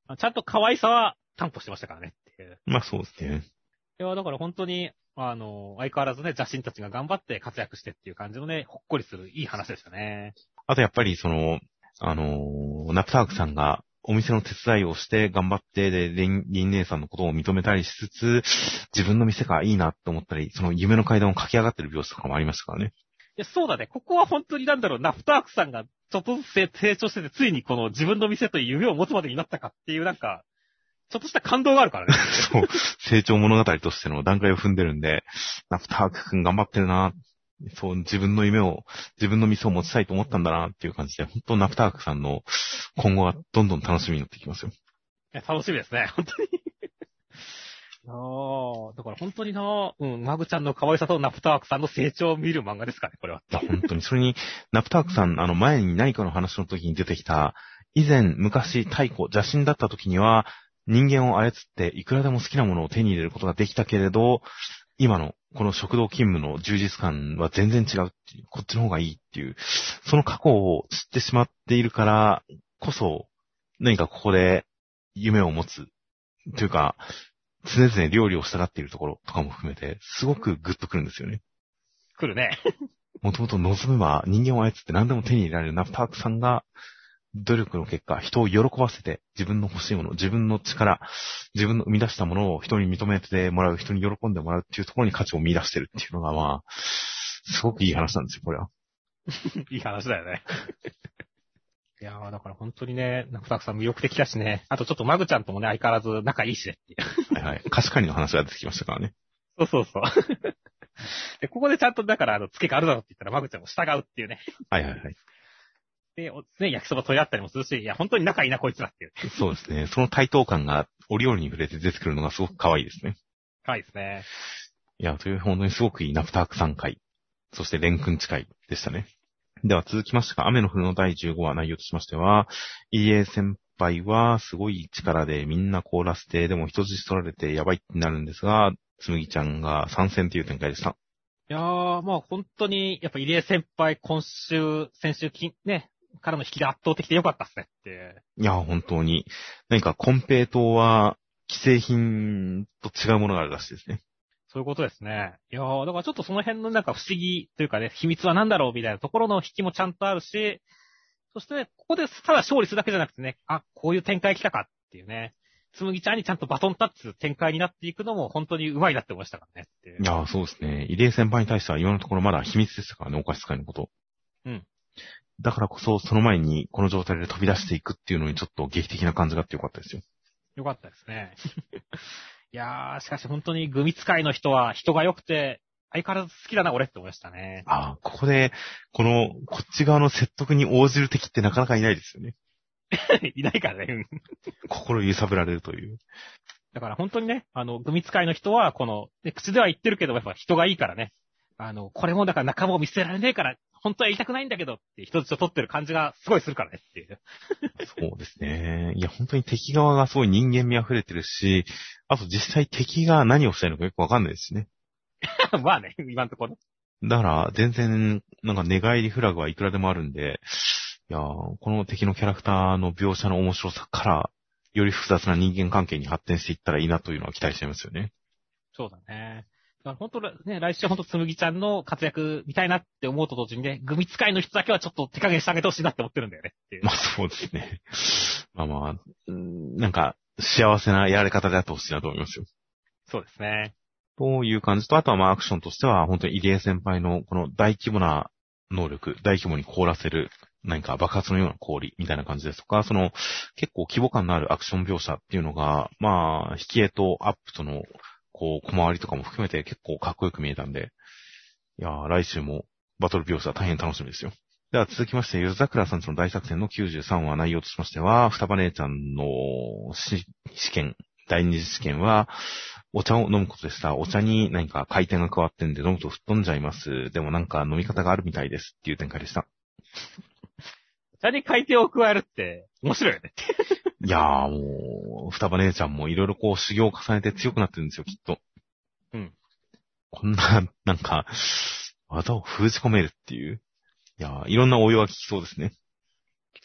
Speaker 2: ちゃんと可愛さは担保してましたからねっていう。
Speaker 1: まあそうですね。
Speaker 2: いや、だから本当に、あの、相変わらずね、邪神たちが頑張って活躍してっていう感じのね、ほっこりするいい話でしたね。
Speaker 1: あとやっぱりその、あのー、ナプタークさんがお店の手伝いをして頑張って、で、リン、リン姉さんのことを認めたりしつつ、自分の店がいいなって思ったり、その夢の階段を駆け上がってる描写とかもありましたからね。
Speaker 2: いや、そうだね。ここは本当になんだろう、ナプタークさんがちょっとずつ成長してて、ついにこの自分の店という夢を持つまでになったかっていうなんか、ちょっとした感動があるからね。
Speaker 1: そう。成長物語としての段階を踏んでるんで、ナプタークくん頑張ってるな。そう、自分の夢を、自分の店を持ちたいと思ったんだなっていう感じで、本当ナプタークさんの今後はどんどん楽しみになってきますよ。
Speaker 2: いや、楽しみですね、本当に。ああ、だから本当にな、うん、マグちゃんの可愛さとナプタークさんの成長を見る漫画ですかね、これは。
Speaker 1: いや、本当に。それに、ナプタークさん、あの前に何かの話の時に出てきた、以前、昔、太古、邪神だった時には、人間を操っていくらでも好きなものを手に入れることができたけれど、今のこの食堂勤務の充実感は全然違うっていう、こっちの方がいいっていう、その過去を知ってしまっているからこそ、何かここで夢を持つ、というか、常々料理をしたがっているところとかも含めて、すごくグッとくるんですよね。
Speaker 2: 来るね。
Speaker 1: もともと望めば人間を操って何でも手に入れられるナプタークさんが、努力の結果、人を喜ばせて、自分の欲しいもの、自分の力、自分の生み出したものを人に認めてもらう、人に喜んでもらうっていうところに価値を見出してるっていうのが、まあ、すごくいい話なんですよ、これは。
Speaker 2: いい話だよね。いやー、だから本当にね、ナプタークさん魅力的だしね。あとちょっとマグちゃんともね、相変わらず仲いいしねっていう。
Speaker 1: はいはい。貸し借りの話が出てきましたからね。
Speaker 2: そうそうそう。で、ここでちゃんとだから、あの、付けがあるだろうって言ったらマグちゃんも従うっていうね。
Speaker 1: はいはいはい。
Speaker 2: で、ね、焼きそば取り合ったりもするし、いや、本当に仲いいな、こいつらっていう。
Speaker 1: そうですね。その対等感が折々に触れて出てくるのがすごく可愛いですね。
Speaker 2: 可愛いですね。
Speaker 1: いや、という本当にすごくいいナプタークさん回、そしてレン君近いでしたね。では続きましてが、雨の降るのだいじゅうごわ内容としましては、入江先輩はすごい力でみんな凍らせて、でも人質取られてやばいってなるんですが、つむぎちゃんが参戦という展開でした。
Speaker 2: いやー、まあ本当に、やっぱ入江先輩、今週、先週金、ね、からの引きで圧倒的でよかったっすねって。
Speaker 1: いや、本当に。何か、コンペイトは、既製品と違うものがあるらしいですね。
Speaker 2: そういうことですね。いやー、だからちょっとその辺のなんか不思議というかね、秘密は何だろうみたいなところの引きもちゃんとあるし、そしてね、ここでただ勝利するだけじゃなくてね、あ、こういう展開来たかっていうね、つむぎちゃんにちゃんとバトンタッチする展開になっていくのも本当に上手いなって思いましたからねっていう。
Speaker 1: いや、そうですね。入江先輩に対しては今のところまだ秘密でしたからね、お菓子使いのこと。
Speaker 2: うん。
Speaker 1: だからこそ、その前にこの状態で飛び出していくっていうのにちょっと劇的な感じがあってよかったですよ。
Speaker 2: よかったですね。いやー、しかし本当にグミ使いの人は人が良くて、相変わらず好きだな俺って思いましたね。
Speaker 1: ああ、ここで、この、こっち側の説得に応じる敵ってなかなかいないですよね。
Speaker 2: いないからね。
Speaker 1: 心揺さぶられるという。
Speaker 2: だから本当にね、あの、グミ使いの人は、この、ね、口では言ってるけど、やっぱ人がいいからね。あの、これもだから仲間を見捨てられねえから、本当は言いたくないんだけどって人質を取ってる感じがすごいするからねっていう。
Speaker 1: そうですね。いや、本当に敵側がすごい人間味溢れてるし、あと実際敵が何をしたいのかよくわかんないですしね。
Speaker 2: まあね、今のところ。
Speaker 1: だから、全然、なんか寝返りフラグはいくらでもあるんで、いやー、この敵のキャラクターの描写の面白さから、より複雑な人間関係に発展していったらいいなというのは期待していますよね。
Speaker 2: そうだね。だから本当ね、来週本当つむぎちゃんの活躍見たいなって思うと同時にね、グミ使いの人だけはちょっと手加減してあげてほしいなって思ってるんだよねっていう。
Speaker 1: まあそうですね。まあまあ、なんか、幸せなやられ方であってほしいなと思いますよ。
Speaker 2: そうですね。
Speaker 1: という感じと、あとはまあアクションとしては、本当に入江先輩のこの大規模な能力、大規模に凍らせる、何か爆発のような氷みたいな感じですとか、その結構規模感のあるアクション描写っていうのが、まあ、引き絵とアップとの、こう、小回りとかも含めて結構かっこよく見えたんで、いやー、来週もバトル描写大変楽しみですよ。では続きまして、ゆずざくらさんちの大作戦のきゅうじゅうさんわ内容としましては、双葉姉ちゃんの試験、第二次試験は、お茶を飲むことでした。お茶に何か回転が加わってんで飲むと吹っ飛んじゃいます。でもなんか飲み方があるみたいですっていう展開でした。
Speaker 2: お茶に回転を加えるって面白いよね。
Speaker 1: いやーもう、双葉姉ちゃんもいろいろこう修行を重ねて強くなってるんですよ、きっと。
Speaker 2: うん。
Speaker 1: こんな、なんか、技を封じ込めるっていう。いやー、いろんな応用が効きそうですね。
Speaker 2: き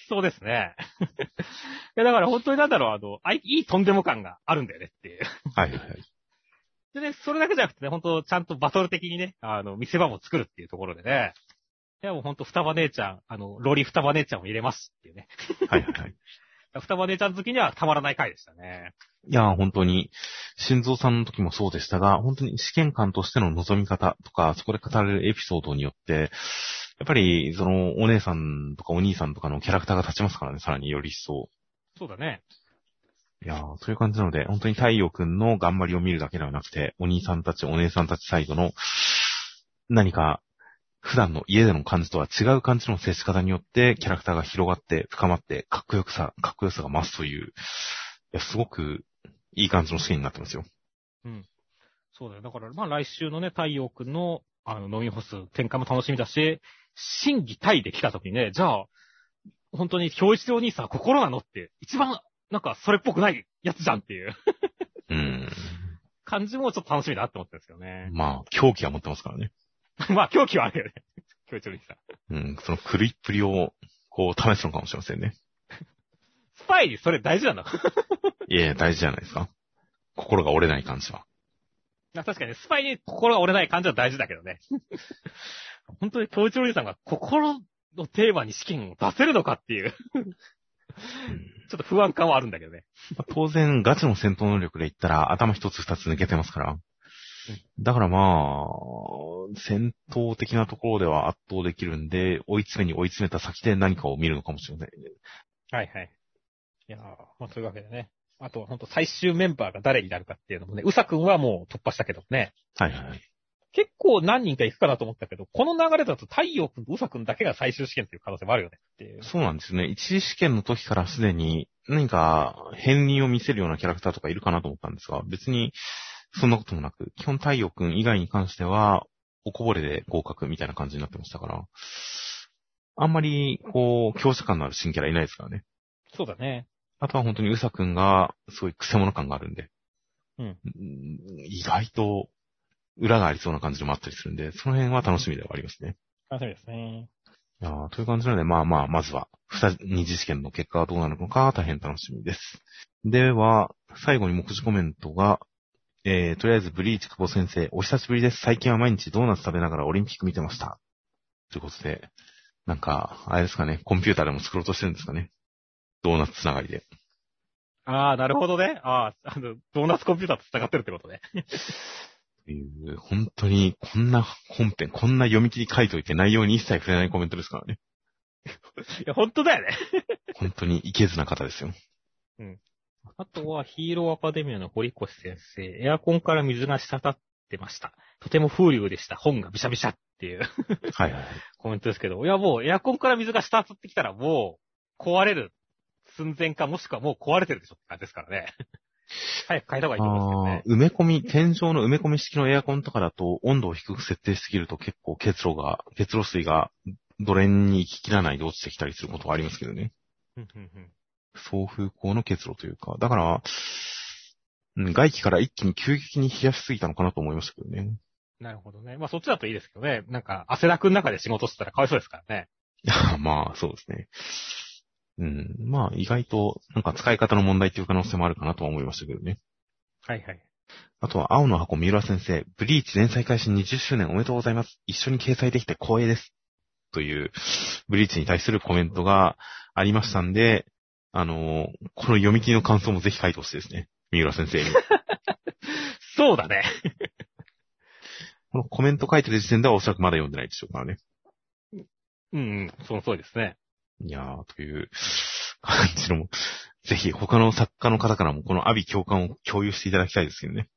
Speaker 2: そうですね。いや、だから本当になんだろう、あの、あいいいとんでも感があるんだよねっていう。
Speaker 1: はいはいはい。
Speaker 2: でね、それだけじゃなくてね、本当ちゃんとバトル的にね、あの、見せ場も作るっていうところでね。いや、もう本当双葉姉ちゃん、あの、ロリ双葉姉ちゃんも入れますっていうね。
Speaker 1: はいはいはい。
Speaker 2: 双葉姉ちゃん好きにはたまらない回でしたね。
Speaker 1: いやー、本当に、心臓さんの時もそうでしたが、本当に試験官としての望み方とか、そこで語られるエピソードによって、やっぱり、その、お姉さんとかお兄さんとかのキャラクターが立ちますからね、さらにより一層。
Speaker 2: そうだね。
Speaker 1: いやー、そういう感じなので、本当に太陽くんの頑張りを見るだけではなくて、お兄さんたち、お姉さんたちサイドの、何か、普段の家での感じとは違う感じの接し方によって、キャラクターが広がって、深まって、かっこよくさ、かっこよさが増すという、いや、すごく、いい感じのシーンになってますよ。
Speaker 2: うん。そうだよ。だから、まあ来週のね、太陽くんの、あの、飲み干す展開も楽しみだし、審議対で来た時にね、じゃあ、本当に京一郎兄さんは心なのって、一番、なんか、それっぽくないやつじゃんっていう
Speaker 1: うーん。
Speaker 2: 感じもちょっと楽しみだって思ってるんですよね。
Speaker 1: まあ、狂気は持ってますからね。
Speaker 2: まあ、狂気はあるよね。京一郎兄さん。
Speaker 1: うん、その狂いっぷりを、こう、試すのかもしれませんね。
Speaker 2: スパイにそれ大事なの
Speaker 1: いや、大事じゃないですか。心が折れない感じは。
Speaker 2: 確かに、スパイに心が折れない感じは大事だけどね。本当に京一郎兄さんが心のテーマに試験を出せるのかっていう
Speaker 1: うん、
Speaker 2: ちょっと不安感はあるんだけどね。
Speaker 1: 当然、ガチの戦闘能力で言ったら、頭一つ二つ抜けてますから。だからまあ、戦闘的なところでは圧倒できるんで、追い詰めに追い詰めた先で何かを見るのかもしれません。
Speaker 2: はいはい。いやー、まあそういうわけでね。あとは本当最終メンバーが誰になるかっていうのもね、うさくんはもう突破したけどね。
Speaker 1: はいはい。
Speaker 2: 結構何人か行くかなと思ったけど、この流れだと太陽くんとうさくんだけが最終試験っていう可能性もあるよねっていう。
Speaker 1: そうなんですね。一次試験の時からすでに何か片鱗を見せるようなキャラクターとかいるかなと思ったんですが、別にそんなこともなく、基本太陽くん以外に関しては、おこぼれで合格みたいな感じになってましたから、あんまり、こう、強者感のある新キャラいないですからね。
Speaker 2: そうだね。
Speaker 1: あとは本当にうさくんが、すごい癖者感があるんで、
Speaker 2: うん。
Speaker 1: 意外と、裏がありそうな感じでもあったりするんで、その辺は楽しみではありますね。
Speaker 2: 楽しみですね。
Speaker 1: いやーという感じなので、まあまあ、まずは、二次試験の結果はどうなるのか、大変楽しみです。では、最後に目次コメントが、えー、とりあえず、ブリーチ久保先生、お久しぶりです。最近は毎日ドーナツ食べながらオリンピック見てました。ということで、なんか、あれですかね、コンピューターでも作ろうとしてるんですかね。ドーナツつながりで。
Speaker 2: ああ、なるほどね。ああ、あの、ドーナツコンピューターと繋がってるってことね。
Speaker 1: という、本当に、こんな本編、こんな読み切り書いといて内容に一切触れないコメントですからね。
Speaker 2: いや、本当だよね。
Speaker 1: 本当にいけずな方ですよ。
Speaker 2: うん。あとは、ヒーローアカデミアの堀越先生、エアコンから水が滴ってました。とても風流でした。本がビシャビシャっていう
Speaker 1: はいはいはい。
Speaker 2: コメントですけど、いやもうエアコンから水が滴ってきたらもう壊れる寸前かもしくはもう壊れてるでしょって感じですからね。早く変えた方がいいと思うんですけどね。
Speaker 1: 埋め込み、天井の埋め込み式のエアコンとかだと温度を低く設定しすぎると結構結露が、結露水がドレンに行ききらないで落ちてきたりすることはありますけどね。
Speaker 2: うんうんうん。
Speaker 1: 送風口の結露というか、だから、うん外気から一気に急激に冷やしすぎたのかなと思いましたけどね。
Speaker 2: なるほどね。まあそっちだといいですけどね。なんか汗だくの中で仕事してたらかわいそうですからね。
Speaker 1: いや、まあ、そうですね。うん。まあ、意外と、なんか使い方の問題っていう可能性もあるかなとは思いましたけどね。
Speaker 2: はいはい。
Speaker 1: あとは、青の箱三浦先生、ブリーチ連載開始にじゅっしゅうねんおめでとうございます。一緒に掲載できて光栄です。という、ブリーチに対するコメントがありましたんで、あのー、この読み切りの感想もぜひ書いてほしいですね。三浦先生に。
Speaker 2: そうだね。
Speaker 1: このコメント書いてる時点ではおそらくまだ読んでないでしょうからね。
Speaker 2: うん、うん、その通りですね。
Speaker 1: いやー、という感じのも、ぜひ他の作家の方からもこの阿鼻共感を共有していただきたいですけどね。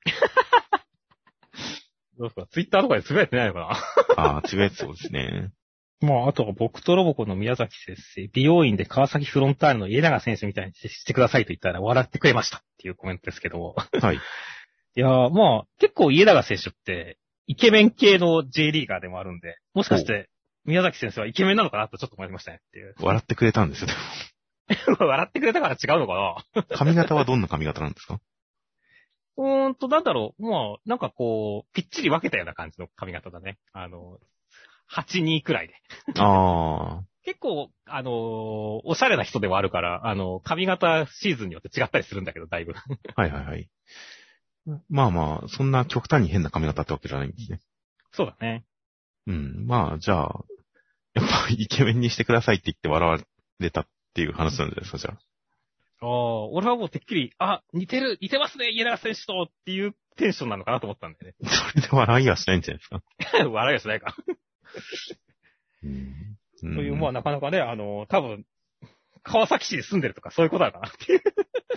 Speaker 2: どうですかツイッターとかでつぶやいてないのか
Speaker 1: ああ、違うそうですね。
Speaker 2: なまあ、あとは僕とロボコの宮崎先生、美容院で川崎フロンターレの家永先生みたいにしてくださいと言ったら笑ってくれましたっていうコメントですけど。
Speaker 1: はい。
Speaker 2: いやー、まあ、結構家永選手って、イケメン系の J リーガーでもあるんで、もしかして、宮崎先生はイケメンなのかなとちょっと思いましたねっていう。
Speaker 1: 笑ってくれたんですよ。
Speaker 2: 笑ってくれたから違うのかな
Speaker 1: 髪型はどんな髪型なんですか？
Speaker 2: うーんと、なんだろう。まあ、なんかこう、ぴっちり分けたような感じの髪型だね。あの、 はちにくらいで。
Speaker 1: ああ。
Speaker 2: 結構、あのー、おしゃれな人ではあるから、あの、髪型シーズンによって違ったりするんだけど、だいぶ。
Speaker 1: はいはいはい。まあまあ、そんな極端に変な髪型ってわけじゃないんですね。
Speaker 2: そうだね。
Speaker 1: うん。まあ、じゃあ、やっぱイケメンにしてくださいって言って笑われたっていう話なんじゃないですか、じゃあ。
Speaker 2: ああ、俺はもうてっきり、あ、似てる、似てますね、家永選手とっていうテンションなのかなと思ったんだよね。
Speaker 1: それで笑いはしないんじゃないですか。
Speaker 2: 笑いはしないか。
Speaker 1: うん
Speaker 2: という、まあなかなかね、あの、多分、川崎市に住んでるとかそういうことだかなっていう。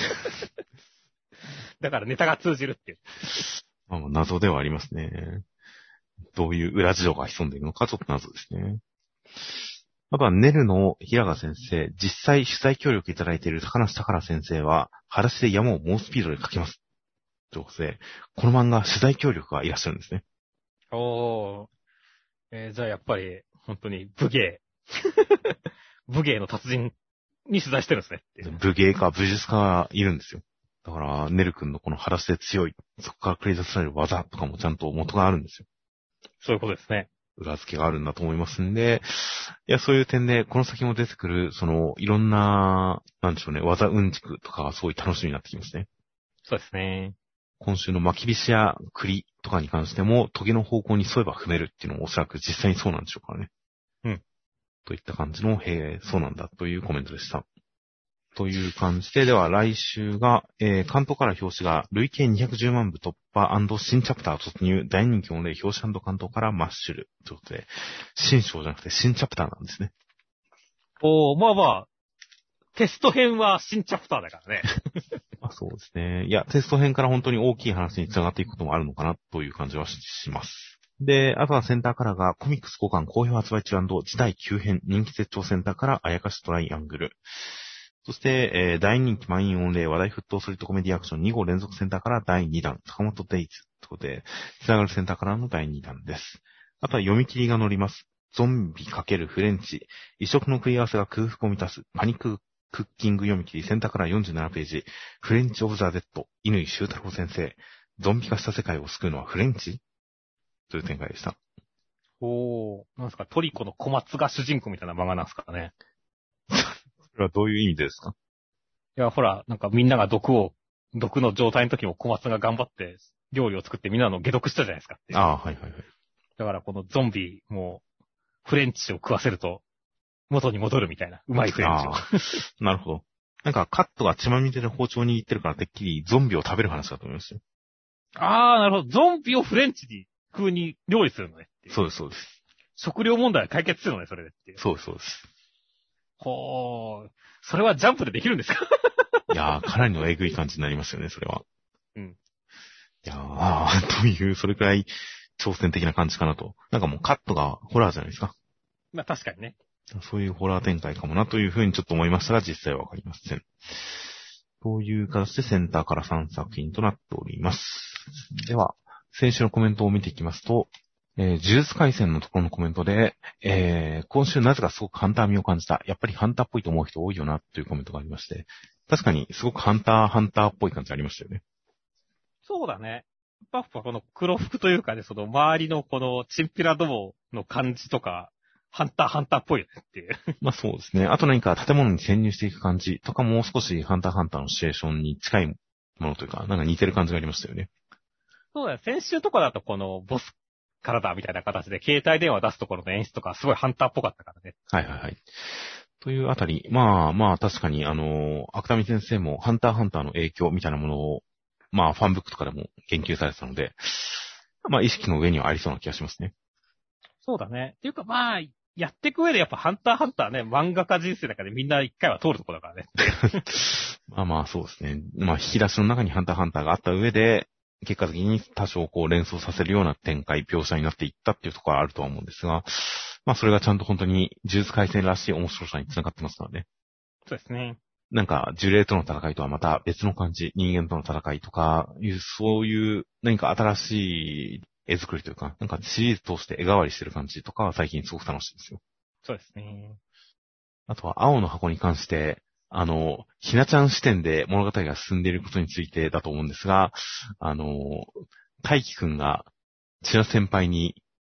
Speaker 2: だからネタが通じるっていう。
Speaker 1: まあ、謎ではありますね。どういう裏事情が潜んでいるのかちょっと謎ですね。あとは、ネルの平賀先生、実際取材協力いただいている高梨宝先生は、裸足で山を猛スピードで描きます。ということで、この漫画取材協力がいらっしゃるんですね。
Speaker 2: おー。えー、じゃあやっぱり、本当に武芸。武芸の達人に取材してるんですね。
Speaker 1: 武芸家、武術家がいるんですよ。だから、ネル君のこの裸足で強い、そこから繰り出される技とかもちゃんと元があるんですよ。
Speaker 2: そういうことですね。
Speaker 1: 裏付けがあるんだと思いますんで、いや、そういう点で、この先も出てくる、その、いろんな、なんでしょうね、技うんちくとかがすごい楽しみになってきますね。
Speaker 2: そうですね。
Speaker 1: 今週の巻き菱や栗とかに関しても、トゲの方向に沿えば踏めるっていうのもおそらく実際にそうなんでしょうからね。
Speaker 2: うん。
Speaker 1: といった感じの、へえ、そうなんだというコメントでした。という感じで、では来週が、えー、関東から表紙が累計にひゃくじゅうまんぶ突破&新チャプター突入、大人気御礼表紙&関東からマッシュルということで、新章じゃなくて新チャプターなんですね。
Speaker 2: おー、まあまあ、テスト編は新チャプターだからね。
Speaker 1: あ、そうですね。いや、テスト編から本当に大きい話に繋がっていくこともあるのかなという感じはします。で、あとはセンターからがコミックス交換好評発売中&時代急変人気絶頂センターからあやかしトライアングル。そして、えー、大人気満員御礼話題沸騰ストリートコメディアクションに号連続センターからだいにだん、坂本デイズということで、つながるセンターからのだいにだんです。あとは読み切りが載ります。ゾンビ×フレンチ。異色の食い合わせが空腹を満たす。パニッククッキング読み切りセンターからよんじゅうななページ。フレンチオブザ・デッド。乾修太郎先生。ゾンビ化した世界を救うのはフレンチという展開でした。
Speaker 2: おー、なんすか、トリコの小松が主人公みたいな漫画なんすかね。
Speaker 1: それはどういう意味ですか？
Speaker 2: いや、ほら、なんかみんなが毒を、毒の状態の時も小松が頑張って料理を作ってみんなの解毒したじゃないですかって。
Speaker 1: ああ、はいはいはい。
Speaker 2: だからこのゾンビもフレンチを食わせると元に戻るみたいな。うまいフレンチを。
Speaker 1: なるほど。なんかカットが血まみれで包丁に握ってるからてっきりゾンビを食べる話だと思いますよ。
Speaker 2: ああ、なるほど。ゾンビをフレンチに風に料理するのねっていう。
Speaker 1: そうですそうです。
Speaker 2: 食料問題は解決するのね、それでっていう。
Speaker 1: そうですそうです。
Speaker 2: ほー。それはジャンプでできるんですか？
Speaker 1: いやー、かなりのえぐい感じになりますよね、それは。
Speaker 2: うん。
Speaker 1: いやー、という、それくらい挑戦的な感じかなと。なんかもうカットがホラーじゃないですか。
Speaker 2: まあ確かにね。
Speaker 1: そういうホラー展開かもなというふうにちょっと思いましたが、実際はわかりません。という形でセンターからさんさく品となっております。では、先週のコメントを見ていきますと、えー、呪術廻戦のところのコメントで、えー、今週なぜかすごくハンター味を感じた。やっぱりハンターっぽいと思う人多いよな、というコメントがありまして。確かにすごくハンター、ハンターっぽい感じありましたよね。
Speaker 2: そうだね。パッフはこの黒服というかね、その周りのこのチンピラどもの感じとか、ハンターハンターっぽいよねっていう。
Speaker 1: まあそうですね。あと何か建物に潜入していく感じとかもう少しハンターハンターのシチュエーションに近いものというか、なんか似てる感じがありましたよね。
Speaker 2: そうだよ。先週とかだとこのボスからだみたいな形で携帯電話出すところの演出とかすごいハンターっぽかったからね。
Speaker 1: はいはいはい。というあたり、まあまあ確かにあの、芥見先生もハンターハンターの影響みたいなものを、まあファンブックとかでも言及されてたので、まあ意識の上にはありそうな気がしますね。
Speaker 2: そうだね。っていうかまあ、やっていく上でやっぱハンターハンターね、漫画家人生の中でみんな一回は通るとこだからね。
Speaker 1: まあまあそうですね。まあ引き出しの中にハンターハンターがあった上で、結果的に多少こう連想させるような展開、描写になっていったっていうところはあるとは思うんですが、まあそれがちゃんと本当に呪術廻戦らしい面白さにつながってますからね。
Speaker 2: そうですね。
Speaker 1: なんか呪霊との戦いとはまた別の感じ、人間との戦いとかいう、そういう何か新しい絵作りというか、なんかシリーズ通して絵代わりしてる感じとかは最近すごく楽しいですよ。
Speaker 2: そうですね。
Speaker 1: あとは青の箱に関して、あの、ひなちゃん視点で物語が進んでいることについてだと思うんですが、あの、大輝くんが千奈先輩に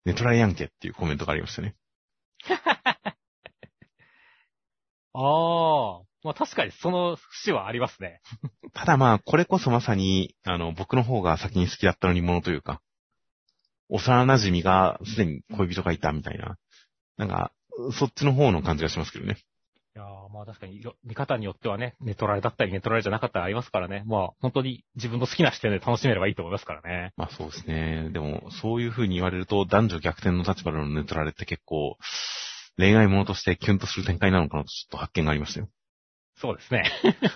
Speaker 1: ネトラレやんけっていうコメントがありましたね。
Speaker 2: ああ、まあ確かにその節はありますね。
Speaker 1: ただまあ、これこそまさに、あの、僕の方が先に好きだったのにものというか、幼馴染がすでに恋人がいたみたいな、なんか、そっちの方の感じがしますけどね。
Speaker 2: いやーまあ確かによ、見方によってはね、ネトラレだったりネトラレじゃなかったりありますからね。まあ本当に自分の好きな視点で楽しめればいいと思いますからね。
Speaker 1: まあそうですね。でも、そういう風に言われると、男女逆転の立場でのネトラレって結構、恋愛ものとしてキュンとする展開なのかなとちょっと発見がありましたよ。
Speaker 2: そうですね。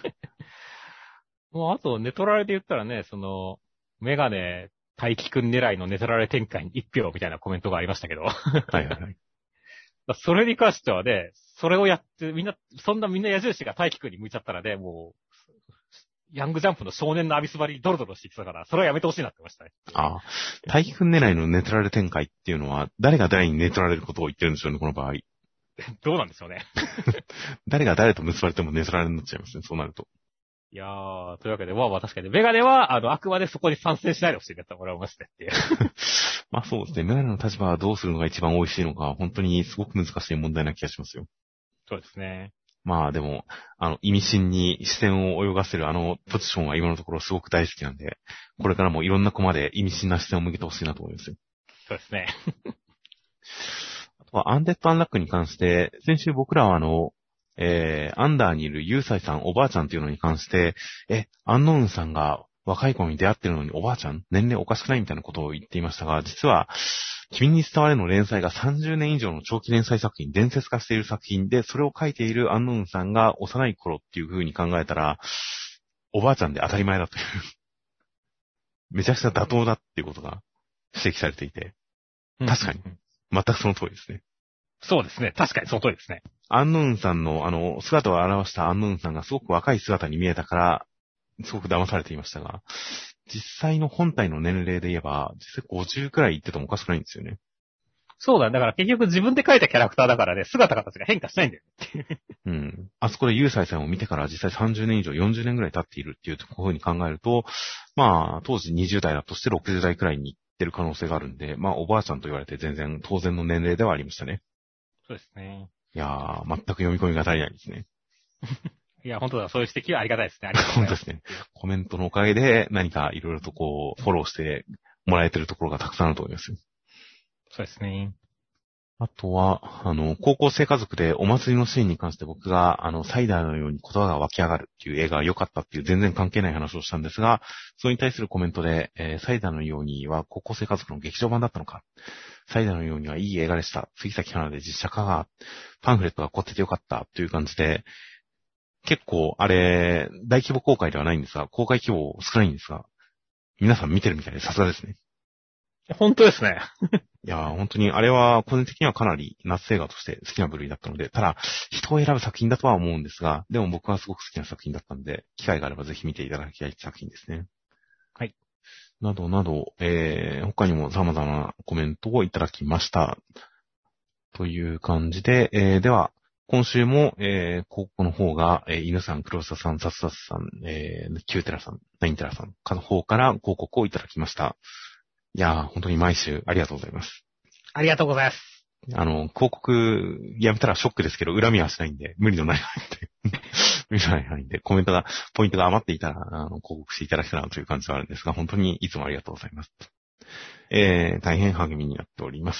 Speaker 2: もうあとネトラレで言ったらね、その、メガネ、大輝くん狙いのネトラレ展開に一票みたいなコメントがありましたけど。
Speaker 1: はいはいはい。
Speaker 2: それに関してはね、それをやって、みんな、そんなみんな矢印が大輝くんに向いちゃったらね、もう、ヤングジャンプの少年のアビスバリドロドロしてきたから、それはやめてほしいなって思いましたね。
Speaker 1: ああ。大輝くん狙いのネトラレ展開っていうのは、誰が誰にネトラレることを言ってるんでしょうね、この場合。
Speaker 2: どうなんでしょうね。
Speaker 1: 誰が誰と結ばれてもネトラレになっちゃいますね、そうなると。
Speaker 2: いやー、というわけで、まあまあ確かに、メガネは、あの、あくまでそこに参戦しないでほしいなと思いましたっていう。
Speaker 1: まあそうですね、メガネの立場はどうするのが一番美味しいのか、本当にすごく難しい問題な気がしますよ。
Speaker 2: そうですね。
Speaker 1: まあでも、あの、意味深に視線を泳がせるあのポジションは今のところすごく大好きなんで、これからもいろんなコマで意味深な視線を向けてほしいなと思いますよ。
Speaker 2: そうですね。
Speaker 1: あとは、アンデッド・アンラックに関して、先週僕らはあの、えー、アンダーにいるユーサイさん、おばあちゃんっていうのに関して、え、アンノウンさんが若い子に出会ってるのにおばあちゃん年齢おかしくないみたいなことを言っていましたが、実は、君に伝われの連載がさんじゅうねん以上の長期連載作品、伝説化している作品で、それを書いているアンノウンさんが幼い頃っていう風に考えたら、おばあちゃんで当たり前だという。めちゃくちゃ妥当だっていうことが指摘されていて、確かに、全くその通りですね。
Speaker 2: そうですね。確かにその通りですね。
Speaker 1: アンノウンさんの、あの、姿を表したアンノウンさんがすごく若い姿に見えたから、すごく騙されていましたが、実際の本体の年齢で言えば、実際ごじゅうくらい言っててもおかしくないんですよね。
Speaker 2: そうだ、だから結局自分で描いたキャラクターだからね、姿形が変化しないんだよね。
Speaker 1: うん。あそこでユーサイさんを見てから実際さんじゅうねん以上、よんじゅうねんぐらい経っているっていうふうに考えると、まあ、当時にじゅう代だとしてろくじゅう代くらいに行ってる可能性があるんで、まあ、おばあちゃんと言われて全然当然の年齢ではありましたね。
Speaker 2: そうですね。
Speaker 1: いやー、全く読み込みが足りないですね。
Speaker 2: いや、本当だ、そういう指摘はありがたいですね。ありがとうございます。
Speaker 1: 本当ですね。コメントのおかげで何かいろいろとこう、フォローしてもらえてるところがたくさんあると思いますよ。
Speaker 2: そうですね。
Speaker 1: あとは、あの、高校生家族でお祭りのシーンに関して僕が、あの、サイダーのように言葉が湧き上がるっていう映画が良かったっていう全然関係ない話をしたんですが、それに対するコメントで、えー、サイダーのようには高校生家族の劇場版だったのか。サイダーのようにはいい映画でした。杉咲花で実写化が、パンフレットが凝っててよかったという感じで、結構、あれ、大規模公開ではないんですが、公開規模少ないんですが、皆さん見てるみたいでさすがですね。
Speaker 2: 本当ですね。
Speaker 1: いやー、本当にあれは個人的にはかなり夏映画として好きな部類だったので、ただ、人を選ぶ作品だとは思うんですが、でも僕はすごく好きな作品だったので、機会があればぜひ見ていただきたい作品ですね。
Speaker 2: はい。
Speaker 1: などなど、えー、他にも様々なコメントをいただきました。という感じで、えー、では、今週も、えー、高校の方が、えー、犬さん、黒沢さん、ザスザスさん、えー、キューテラさん、ナインテラさんの方から広告をいただきました。いやー、本当に毎週ありがとうございます。
Speaker 2: ありがとうございます。
Speaker 1: あの、広告やめたらショックですけど、恨みはしないんで、無理のない範囲で、無理のない範囲で、コメントが、ポイントが余っていたら、あの、広告していただけたらという感じはあるんですが、本当にいつもありがとうございます。えー、大変励みになっております。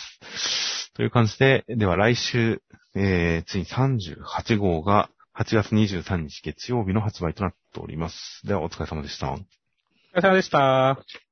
Speaker 1: という感じで、では来週、えー、ついにさんじゅうはち号がはちがつにじゅうさんにち月曜日の発売となっております。ではお疲れ様でした。
Speaker 2: お疲れ様でした。